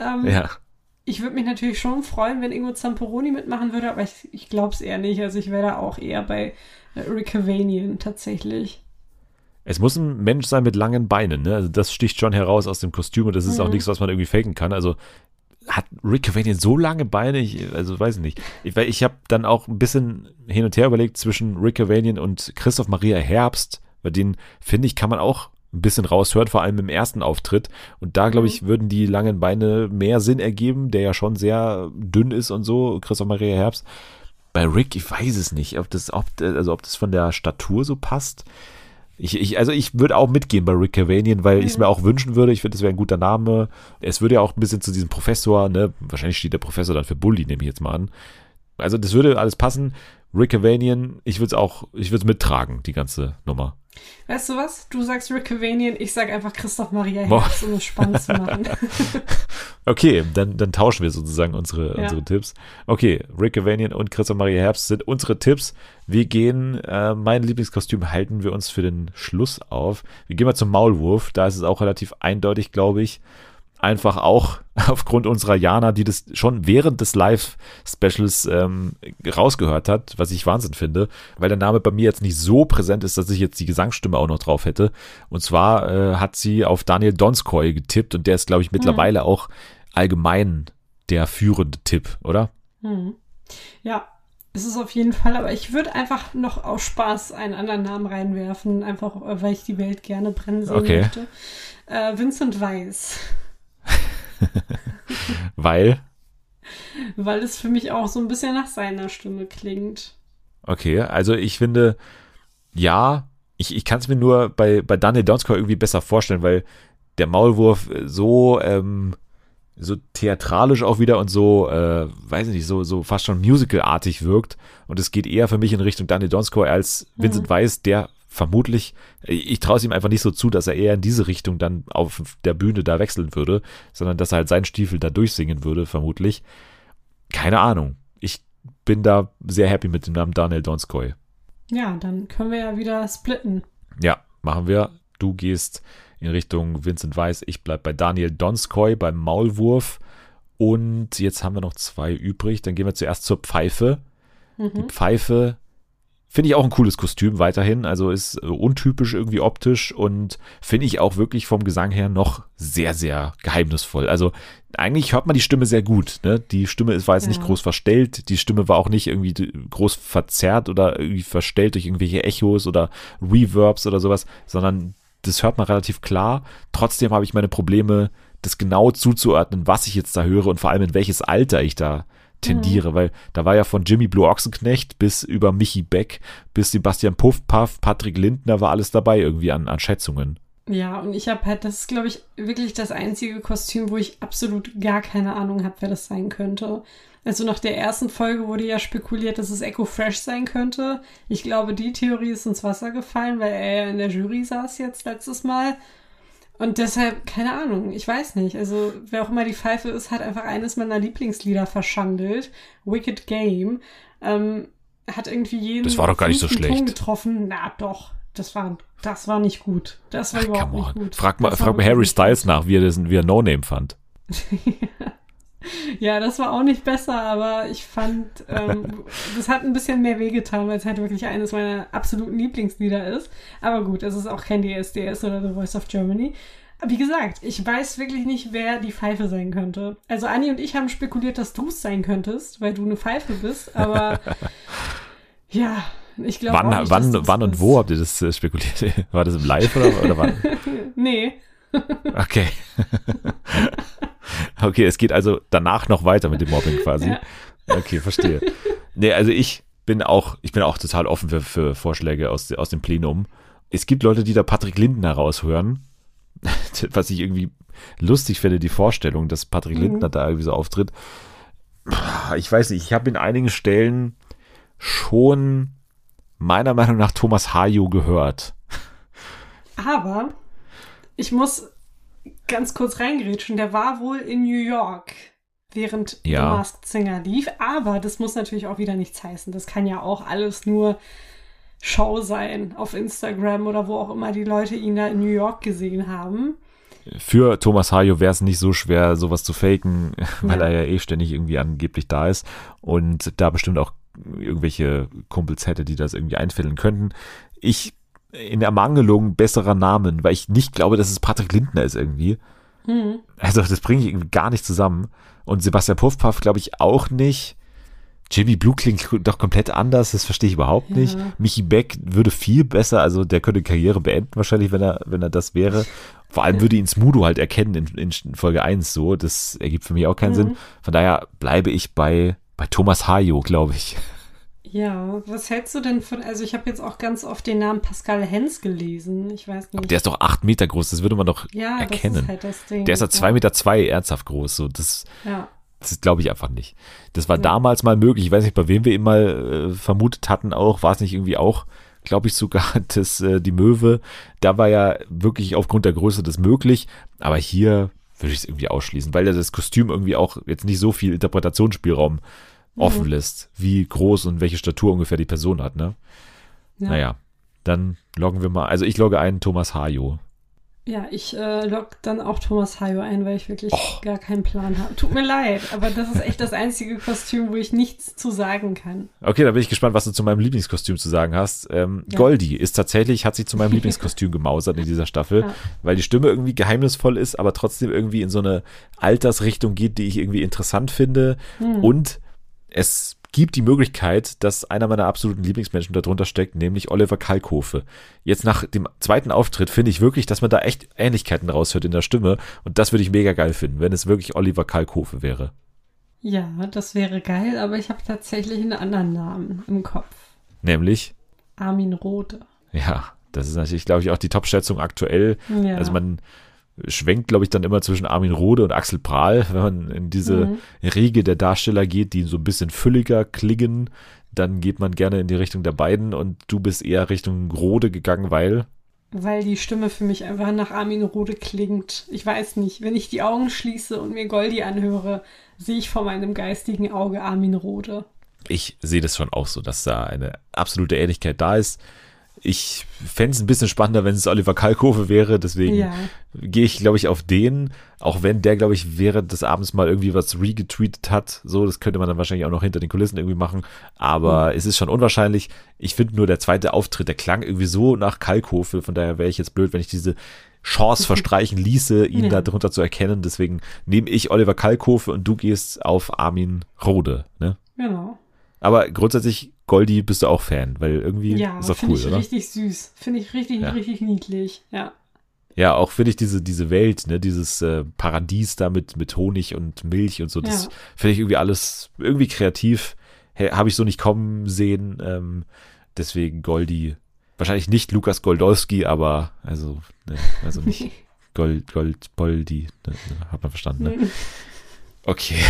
Speaker 2: Ich würde mich natürlich schon freuen, wenn Ingo Zamperoni mitmachen würde, aber ich glaube es eher nicht. Also ich wäre da auch eher bei Rick Cavanian tatsächlich.
Speaker 1: Es muss ein Mensch sein mit langen Beinen, ne? Also das sticht schon heraus aus dem Kostüm, und das ist auch nichts, was man irgendwie faken kann. Also hat Rick Cavanian so lange Beine? Weiß ich nicht. Ich habe dann auch ein bisschen hin und her überlegt zwischen Rick Cavanian und Christoph Maria Herbst, bei denen, finde ich, kann man auch ein bisschen raushören, vor allem im ersten Auftritt. Und da, glaube ich, würden die langen Beine mehr Sinn ergeben, der ja schon sehr dünn ist und so, Christoph Maria Herbst. Bei Rick, ich weiß es nicht, ob das von der Statur so passt. Ich würde auch mitgehen bei Rick Cavanian, weil ich es mir auch wünschen würde. Ich finde, das wäre ein guter Name. Es würde ja auch ein bisschen zu diesem Professor, ne? Wahrscheinlich steht der Professor dann für Bully, nehme ich jetzt mal an. Also das würde alles passen. Rick Cavanian, ich würde es mittragen, die ganze Nummer.
Speaker 2: Weißt du was? Du sagst Rick Cavanian, ich sag einfach Christoph Maria Herbst, um es spannend zu machen.
Speaker 1: Okay, dann tauschen wir sozusagen unsere Tipps. Okay, Rick Cavanian und Christoph Maria Herbst sind unsere Tipps. Wir gehen, mein Lieblingskostüm halten wir uns für den Schluss auf. Wir gehen mal zum Maulwurf, da ist es auch relativ eindeutig, glaube ich. Einfach auch aufgrund unserer Jana, die das schon während des Live-Specials rausgehört hat, was ich Wahnsinn finde, weil der Name bei mir jetzt nicht so präsent ist, dass ich jetzt die Gesangsstimme auch noch drauf hätte. Und zwar hat sie auf Daniel Donskoy getippt, und der ist, glaube ich, mittlerweile auch allgemein der führende Tipp, oder?
Speaker 2: Ja, ist es auf jeden Fall, aber ich würde einfach noch aus Spaß einen anderen Namen reinwerfen, einfach weil ich die Welt gerne brennen sehen möchte. Vincent Weiss.
Speaker 1: Weil?
Speaker 2: Weil es für mich auch so ein bisschen nach seiner Stimme klingt.
Speaker 1: Okay, also ich finde, ja, ich kann es mir nur bei Daniel Donskoy irgendwie besser vorstellen, weil der Maulwurf so theatralisch auch wieder und so, weiß ich nicht, so fast schon musicalartig wirkt, und es geht eher für mich in Richtung Daniel Donskoy als Vincent Weiss, der vermutlich, ich traue es ihm einfach nicht so zu, dass er eher in diese Richtung dann auf der Bühne da wechseln würde, sondern dass er halt seinen Stiefel da durchsingen würde, vermutlich. Keine Ahnung. Ich bin da sehr happy mit dem Namen Daniel Donskoy.
Speaker 2: Ja, dann können wir ja wieder splitten.
Speaker 1: Ja, machen wir. Du gehst in Richtung Vincent Weiss, ich bleib bei Daniel Donskoy beim Maulwurf. Und jetzt haben wir noch 2 übrig. Dann gehen wir zuerst zur Pfeife. Die Pfeife finde ich auch ein cooles Kostüm weiterhin. Also ist untypisch irgendwie optisch und finde ich auch wirklich vom Gesang her noch sehr, sehr geheimnisvoll. Also eigentlich hört man die Stimme sehr gut. Ne? Die Stimme war jetzt nicht groß verstellt. Die Stimme war auch nicht irgendwie groß verzerrt oder irgendwie verstellt durch irgendwelche Echos oder Reverbs oder sowas, sondern das hört man relativ klar. Trotzdem habe ich meine Probleme, das genau zuzuordnen, was ich jetzt da höre und vor allem in welches Alter ich da tendiere, weil da war ja von Jimmy Blue Ochsenknecht bis über Michi Beck bis Sebastian Puffpaff, Patrick Lindner war alles dabei irgendwie an Schätzungen.
Speaker 2: Ja, und ich habe halt, das ist glaube ich wirklich das einzige Kostüm, wo ich absolut gar keine Ahnung habe, wer das sein könnte. Also nach der ersten Folge wurde ja spekuliert, dass es Echo Fresh sein könnte. Ich glaube, die Theorie ist ins Wasser gefallen, weil er ja in der Jury saß jetzt letztes Mal. Und deshalb, keine Ahnung, ich weiß nicht. Also, wer auch immer die Pfeife ist, hat einfach eines meiner Lieblingslieder verschandelt. Wicked Game. Hat irgendwie jeden
Speaker 1: Das war doch gar nicht so schlecht.
Speaker 2: Ton getroffen. Na doch, das war nicht gut. Das war überhaupt nicht gut.
Speaker 1: Frag mal Harry Styles nach, wie er No Name fand.
Speaker 2: Ja, das war auch nicht besser, aber ich fand, das hat ein bisschen mehr wehgetan, weil es halt wirklich eines meiner absoluten Lieblingslieder ist. Aber gut, es ist auch kein DSDS oder The Voice of Germany. Wie gesagt, ich weiß wirklich nicht, wer die Pfeife sein könnte. Also Anni und ich haben spekuliert, dass du es sein könntest, weil du eine Pfeife bist, aber ja, ich glaube auch nicht,
Speaker 1: wann und wo habt ihr das spekuliert? War das im Live oder wann?
Speaker 2: Nee.
Speaker 1: Okay. Okay, es geht also danach noch weiter mit dem Mobbing quasi. Ja. Okay, verstehe. Nee, also ich bin auch total offen für Vorschläge aus dem Plenum. Es gibt Leute, die da Patrick Lindner raushören, was ich irgendwie lustig finde, die Vorstellung, dass Patrick Lindner da irgendwie so auftritt. Ich weiß nicht, ich habe in einigen Stellen schon meiner Meinung nach Thomas Hayo gehört.
Speaker 2: Aber ich muss ganz kurz reingrätschen, der war wohl in New York, während The Masked Singer lief, aber das muss natürlich auch wieder nichts heißen. Das kann ja auch alles nur Show sein auf Instagram oder wo auch immer die Leute ihn da in New York gesehen haben.
Speaker 1: Für Thomas Hayo wäre es nicht so schwer, sowas zu faken, weil er ja ständig irgendwie angeblich da ist und da bestimmt auch irgendwelche Kumpels hätte, die das irgendwie einfällen könnten. Ich in Ermangelung besserer Namen, weil ich nicht glaube, dass es Patrick Lindner ist irgendwie. Also das bringe ich irgendwie gar nicht zusammen. Und Sebastian Puffpaff glaube ich auch nicht. Jimmy Blue klingt doch komplett anders, das verstehe ich überhaupt nicht. Michi Beck würde viel besser, also der könnte Karriere beenden wahrscheinlich, wenn er das wäre. Vor allem würde ihn Smudo halt erkennen in Folge 1 so, das ergibt für mich auch keinen Sinn. Von daher bleibe ich bei Thomas Hayo, glaube ich.
Speaker 2: Ja, was hältst du denn von, also ich habe jetzt auch ganz oft den Namen Pascal Hens gelesen, ich weiß nicht.
Speaker 1: Aber der ist doch 8 Meter groß, das würde man doch erkennen. Das ist halt das Ding. Der ist ja 2,2 Meter ernsthaft groß, so das glaube ich einfach nicht. Das war damals mal möglich, ich weiß nicht, bei wem wir ihn mal vermutet hatten auch, war es nicht irgendwie auch, glaube ich sogar, die Möwe, da war ja wirklich aufgrund der Größe das möglich, aber hier würde ich es irgendwie ausschließen, weil ja das Kostüm irgendwie auch jetzt nicht so viel Interpretationsspielraum offen lässt, wie groß und welche Statur ungefähr die Person hat, ne? Ja. Naja, dann loggen wir mal, also ich logge ein Thomas Hayo.
Speaker 2: Ja, ich logge dann auch Thomas Hayo ein, weil ich wirklich gar keinen Plan habe. Tut mir leid, aber das ist echt das einzige Kostüm, wo ich nichts zu sagen kann.
Speaker 1: Okay, dann bin ich gespannt, was du zu meinem Lieblingskostüm zu sagen hast. Goldie hat sich zu meinem Lieblingskostüm gemausert in dieser Staffel, weil die Stimme irgendwie geheimnisvoll ist, aber trotzdem irgendwie in so eine Altersrichtung geht, die ich irgendwie interessant finde. Und es gibt die Möglichkeit, dass einer meiner absoluten Lieblingsmenschen darunter steckt, nämlich Oliver Kalkofe. Jetzt nach dem zweiten Auftritt finde ich wirklich, dass man da echt Ähnlichkeiten raushört in der Stimme und das würde ich mega geil finden, wenn es wirklich Oliver Kalkofe wäre.
Speaker 2: Ja, das wäre geil, aber ich habe tatsächlich einen anderen Namen im Kopf.
Speaker 1: Nämlich?
Speaker 2: Armin Rohde.
Speaker 1: Ja, das ist natürlich, glaube ich, auch die Top-Schätzung aktuell. Ja. Also schwenkt, glaube ich, dann immer zwischen Armin Rohde und Axel Prahl, wenn man in diese Riege der Darsteller geht, die so ein bisschen fülliger klingen, dann geht man gerne in die Richtung der beiden und du bist eher Richtung Rohde gegangen, weil
Speaker 2: die Stimme für mich einfach nach Armin Rohde klingt. Ich weiß nicht, wenn ich die Augen schließe und mir Goldi anhöre, sehe ich vor meinem geistigen Auge Armin Rohde.
Speaker 1: Ich sehe das schon auch so, dass da eine absolute Ähnlichkeit da ist. Ich fände es ein bisschen spannender, wenn es Oliver Kalkofe wäre, deswegen gehe ich, glaube ich, auf den, auch wenn der, glaube ich, während des Abends mal irgendwie was regetweetet hat, so, das könnte man dann wahrscheinlich auch noch hinter den Kulissen irgendwie machen, aber es ist schon unwahrscheinlich. Ich finde nur der zweite Auftritt, der klang irgendwie so nach Kalkofe, von daher wäre ich jetzt blöd, wenn ich diese Chance verstreichen ließe, ihn da drunter zu erkennen, deswegen nehme ich Oliver Kalkofe und du gehst auf Armin Rohde, ne?
Speaker 2: Genau.
Speaker 1: Aber grundsätzlich, Goldi, bist du auch Fan, weil irgendwie ist doch cool, oder?
Speaker 2: Ja, finde ich richtig süß. Finde ich richtig niedlich, ja.
Speaker 1: Ja, auch finde ich diese Welt, ne, dieses Paradies da mit Honig und Milch und so, das finde ich irgendwie alles irgendwie kreativ. Habe ich so nicht kommen sehen, deswegen Goldi. Wahrscheinlich nicht Lukas Goldowski, aber also nicht Goldi, hat man verstanden, ne? Okay.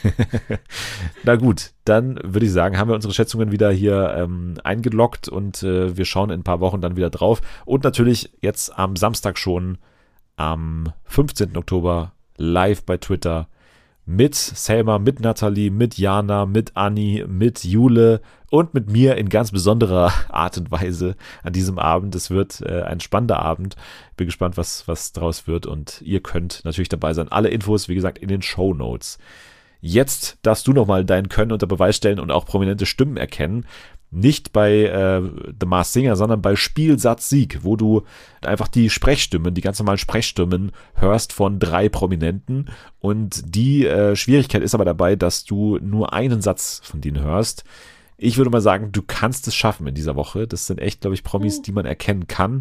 Speaker 1: Na gut, dann würde ich sagen, haben wir unsere Schätzungen wieder hier eingeloggt und wir schauen in ein paar Wochen dann wieder drauf. Und natürlich jetzt am Samstag schon, am 15. Oktober, live bei Twitter mit Selma, mit Nathalie, mit Jana, mit Anni, mit Jule und mit mir in ganz besonderer Art und Weise an diesem Abend. Es wird ein spannender Abend. Bin gespannt, was draus wird und ihr könnt natürlich dabei sein. Alle Infos, wie gesagt, in den Shownotes. Jetzt darfst du nochmal dein Können unter Beweis stellen und auch prominente Stimmen erkennen. Nicht bei The Masked Singer, sondern bei Spielsatz Sieg, wo du einfach die Sprechstimmen, die ganz normalen Sprechstimmen hörst von 3 Prominenten. Und die Schwierigkeit ist aber dabei, dass du nur einen Satz von denen hörst. Ich würde mal sagen, du kannst es schaffen in dieser Woche. Das sind echt, glaube ich, Promis, die man erkennen kann.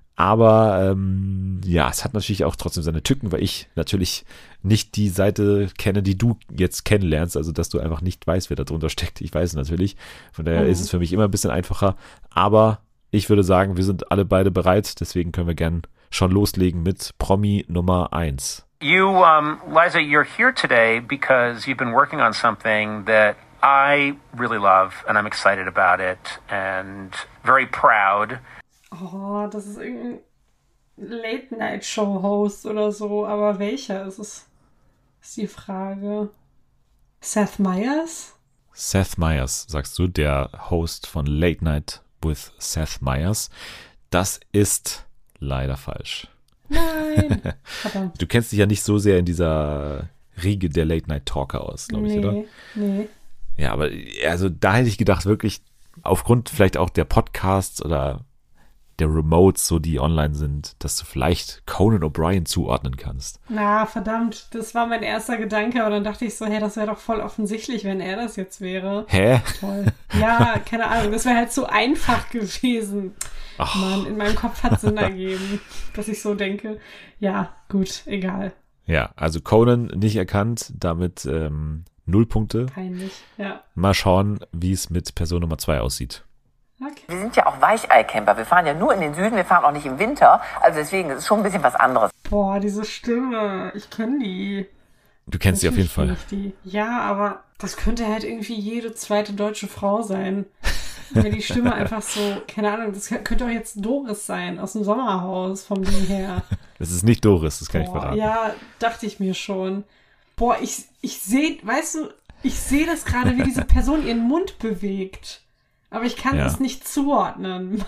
Speaker 1: Aber es hat natürlich auch trotzdem seine Tücken, weil ich natürlich nicht die Seite kenne, die du jetzt kennenlernst, also dass du einfach nicht weißt, wer da drunter steckt. Ich weiß es natürlich. Von daher ist es für mich immer ein bisschen einfacher. Aber ich würde sagen, wir sind alle beide bereit. Deswegen können wir gern schon loslegen mit Promi Nummer 1.
Speaker 4: You, Liza, you're here today because you've been working on something that I really love and I'm excited about it and very proud.
Speaker 2: Oh, das ist irgendein Late-Night-Show-Host oder so, aber welcher ist es? Ist die Frage. Seth Meyers?
Speaker 1: Seth Meyers, sagst du, der Host von Late Night with Seth Meyers. Das ist leider falsch.
Speaker 2: Nein. Verdammt.
Speaker 1: Du kennst dich ja nicht so sehr in dieser Riege der Late-Night-Talker aus, glaube ich, oder?
Speaker 2: Nee.
Speaker 1: Ja, aber also da hätte ich gedacht, wirklich aufgrund vielleicht auch der Podcasts oder der Remotes, so die online sind, dass du vielleicht Conan O'Brien zuordnen kannst.
Speaker 2: Na, verdammt, das war mein erster Gedanke, aber dann dachte ich so, das wäre doch voll offensichtlich, wenn er das jetzt wäre.
Speaker 1: Hä?
Speaker 2: Toll. Ja, keine Ahnung, das wäre halt so einfach gewesen.
Speaker 1: Ach.
Speaker 2: Mann, in meinem Kopf hat Sinn ergeben, dass ich so denke. Ja, gut, egal.
Speaker 1: Ja, also Conan nicht erkannt, damit 0 Punkte.
Speaker 2: Peinlich, ja.
Speaker 1: Mal schauen, wie es mit Person Nummer 2 aussieht.
Speaker 2: Okay.
Speaker 5: Wir sind ja auch Weicheicamper. Wir fahren ja nur in den Süden, wir fahren auch nicht im Winter. Also deswegen ist es schon ein bisschen was anderes.
Speaker 2: Boah, diese Stimme, ich kenne die.
Speaker 1: Du kennst sie auf jeden Fall.
Speaker 2: Kenn ich die. Ja, aber das könnte halt irgendwie jede zweite deutsche Frau sein. Wenn die Stimme einfach so, keine Ahnung, das könnte auch jetzt Doris sein, aus dem Sommerhaus, vom Ding her.
Speaker 1: Das ist nicht Doris, das kann ich verraten.
Speaker 2: Ja, dachte ich mir schon. Boah, ich sehe, weißt du, ich sehe das gerade, wie diese Person ihren Mund bewegt. Aber ich kann es nicht zuordnen.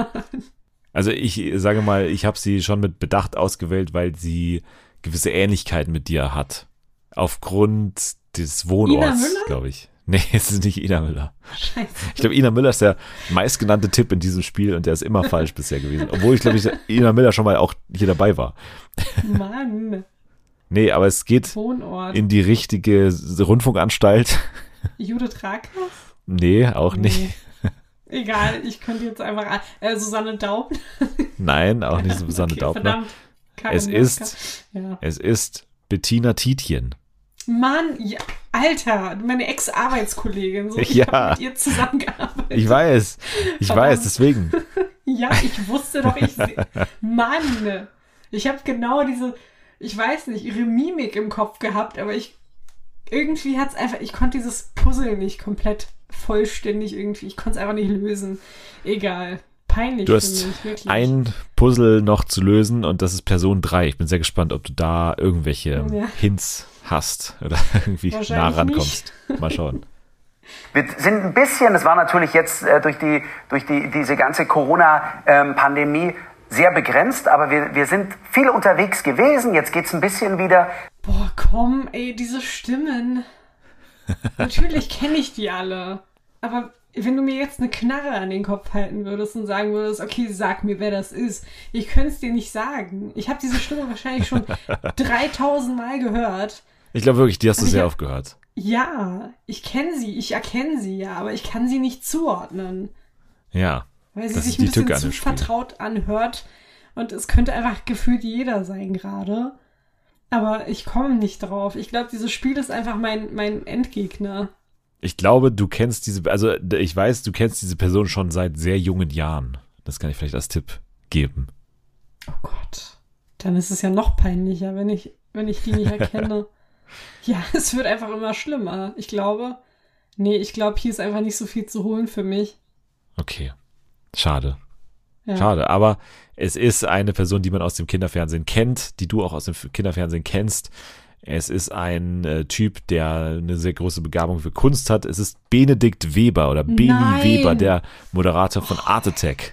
Speaker 1: Also ich sage mal, ich habe sie schon mit Bedacht ausgewählt, weil sie gewisse Ähnlichkeiten mit dir hat. Aufgrund des Wohnorts, glaube ich. Nee, es ist nicht Ina Müller.
Speaker 2: Scheiße.
Speaker 1: Ich glaube, Ina Müller ist der meistgenannte Tipp in diesem Spiel und der ist immer falsch bisher gewesen. Obwohl ich glaube, Ina Müller schon mal auch hier dabei war.
Speaker 2: Mann.
Speaker 1: Nee, aber es geht
Speaker 2: Wohnort.
Speaker 1: in die richtige Rundfunkanstalt.
Speaker 2: Judith Rakers?
Speaker 1: Nee, auch nicht.
Speaker 2: Egal, ich könnte jetzt einfach Susanne Daub.
Speaker 1: Nein, auch nicht Susanne Daubner.
Speaker 2: Verdammt.
Speaker 1: Es ist Bettina Tietjen.
Speaker 2: Mann, ja, Alter, meine Ex-Arbeitskollegin. So, ich habe mit ihr zusammengearbeitet.
Speaker 1: Ich weiß, deswegen.
Speaker 2: Ja, ich wusste doch, Mann. Ich habe genau ich weiß nicht, ihre Mimik im Kopf gehabt, aber irgendwie hat's einfach, ich konnte dieses Puzzle nicht komplett vollständig irgendwie, ich konnte es einfach nicht lösen. Egal. Peinlich
Speaker 1: Du hast
Speaker 2: für mich, wirklich.
Speaker 1: ein Puzzle noch zu lösen und das ist Person 3. Ich bin sehr gespannt, ob du da irgendwelche Hints hast oder irgendwie nah
Speaker 2: Wahrscheinlich
Speaker 1: rankommst. Mal schauen.
Speaker 6: Wir sind ein bisschen, es war natürlich jetzt durch diese ganze Corona-Pandemie sehr begrenzt, aber wir sind viel unterwegs gewesen. Jetzt geht's ein bisschen wieder.
Speaker 2: Boah, komm, ey, diese Stimmen. Natürlich kenne ich die alle. Aber wenn du mir jetzt eine Knarre an den Kopf halten würdest und sagen würdest, okay, sag mir, wer das ist. Ich könnte es dir nicht sagen. Ich habe diese Stimme wahrscheinlich schon 3000 Mal gehört.
Speaker 1: Ich glaube wirklich, die hast du sehr oft gehört.
Speaker 2: Ja, ich kenne sie, ich erkenne sie ja, aber ich kann sie nicht zuordnen.
Speaker 1: Ja.
Speaker 2: Weil sie
Speaker 1: das
Speaker 2: sich
Speaker 1: ist
Speaker 2: ein
Speaker 1: die Tücke
Speaker 2: bisschen
Speaker 1: an
Speaker 2: zu
Speaker 1: dem Spiel.
Speaker 2: vertraut anhört. Und es könnte einfach gefühlt jeder sein gerade. Aber ich komme nicht drauf. Ich glaube, dieses Spiel ist einfach mein Endgegner.
Speaker 1: Ich glaube, du kennst ich weiß, du kennst diese Person schon seit sehr jungen Jahren. Das kann ich vielleicht als Tipp geben.
Speaker 2: Oh Gott. Dann ist es ja noch peinlicher, wenn ich die nicht erkenne. Ja, es wird einfach immer schlimmer. Ich glaube, hier ist einfach nicht so viel zu holen für mich.
Speaker 1: Okay. Schade.
Speaker 2: Ja.
Speaker 1: Schade, aber es ist eine Person, die man aus dem Kinderfernsehen kennt, die du auch aus dem Kinderfernsehen kennst. Es ist ein Typ, der eine sehr große Begabung für Kunst hat. Es ist Benedikt Weber oder Beni
Speaker 2: Nein.
Speaker 1: Weber, der Moderator von Art Attack.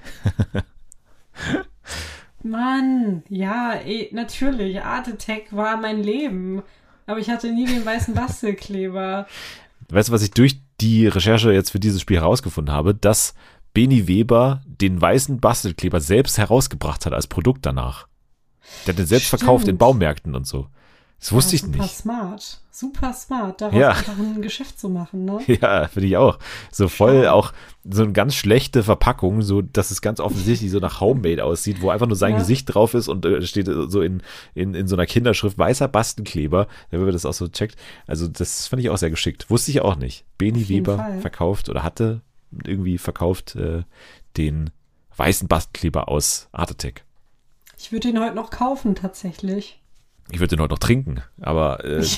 Speaker 2: Mann, ja, natürlich. Art Attack war mein Leben. Aber ich hatte nie den weißen Bastelkleber.
Speaker 1: Weißt du, was ich durch die Recherche jetzt für dieses Spiel herausgefunden habe? Dass Beni Weber den weißen Bastelkleber selbst herausgebracht hat als Produkt danach. Der hat den selbst verkauft in Baumärkten und so. Das wusste ich nicht.
Speaker 2: Super smart, daraus einfach ein Geschäft zu machen, ne?
Speaker 1: Ja, finde ich auch. So voll auch so eine ganz schlechte Verpackung, so dass es ganz offensichtlich so nach Homemade aussieht, wo einfach nur sein Gesicht drauf ist und steht so in so einer Kinderschrift weißer Bastelkleber, wenn man das auch so checkt. Also das fand ich auch sehr geschickt. Wusste ich auch nicht. Beni Weber verkauft oder hatte irgendwie verkauft den weißen Bastelkleber aus Art Attack.
Speaker 2: Ich würde ihn heute noch kaufen, tatsächlich.
Speaker 1: Ich würde den heute noch trinken, aber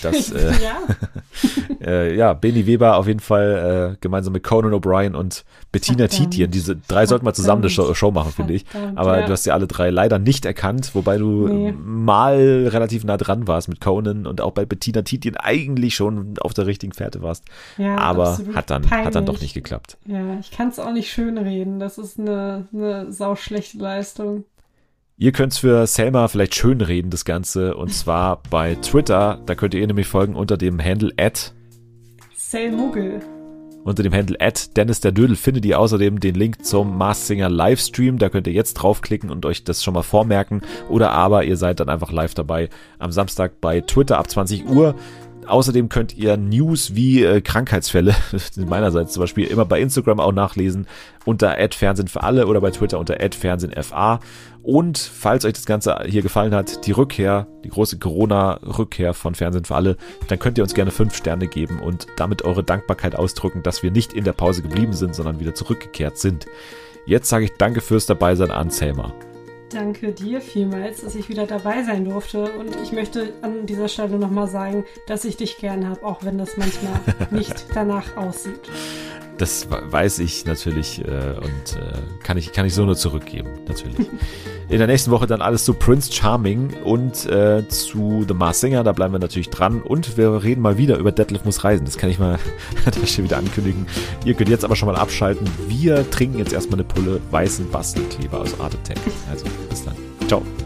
Speaker 1: Beni Weber auf jeden Fall gemeinsam mit Conan O'Brien und Bettina Titien. Diese drei sollten mal zusammen eine Show machen, finde ich. Aber du hast sie alle drei leider nicht erkannt, wobei du mal relativ nah dran warst mit Conan und auch bei Bettina Titien eigentlich schon auf der richtigen Fährte warst.
Speaker 2: Ja,
Speaker 1: aber hat dann doch nicht geklappt.
Speaker 2: Ja, ich kann es auch nicht schönreden. Das ist eine sauschlechte Leistung.
Speaker 1: Ihr könnt es für Selma vielleicht schönreden, das Ganze, und zwar bei Twitter. Da könnt ihr nämlich folgen unter dem Handle
Speaker 2: @Selmuggel.
Speaker 1: Unter dem Handle @DennisDerDödel findet ihr außerdem den Link zum Masked Singer Livestream. Da könnt ihr jetzt draufklicken und euch das schon mal vormerken. Oder aber ihr seid dann einfach live dabei am Samstag bei Twitter ab 20 Uhr. Außerdem könnt ihr News wie Krankheitsfälle, meinerseits zum Beispiel, immer bei Instagram auch nachlesen, unter @Fernsehen für alle oder bei Twitter unter @FernsehenFA. Und falls euch das Ganze hier gefallen hat, die große Corona-Rückkehr von Fernsehen für alle, dann könnt ihr uns gerne 5 Sterne geben und damit eure Dankbarkeit ausdrücken, dass wir nicht in der Pause geblieben sind, sondern wieder zurückgekehrt sind. Jetzt sage ich danke fürs Dabeisein an Selma.
Speaker 2: Danke dir vielmals, dass ich wieder dabei sein durfte. Und ich möchte an dieser Stelle nochmal sagen, dass ich dich gern habe, auch wenn das manchmal nicht danach aussieht.
Speaker 1: Das weiß ich natürlich und kann ich so nur zurückgeben, natürlich. In der nächsten Woche dann alles zu Prince Charming und zu The Masked Singer, da bleiben wir natürlich dran. Und wir reden mal wieder über Detlef muss reisen, das kann ich mal an der Stelle wieder ankündigen. Ihr könnt jetzt aber schon mal abschalten. Wir trinken jetzt erstmal eine Pulle weißen Bastelkleber aus Art Attack. Also bis dann. Ciao.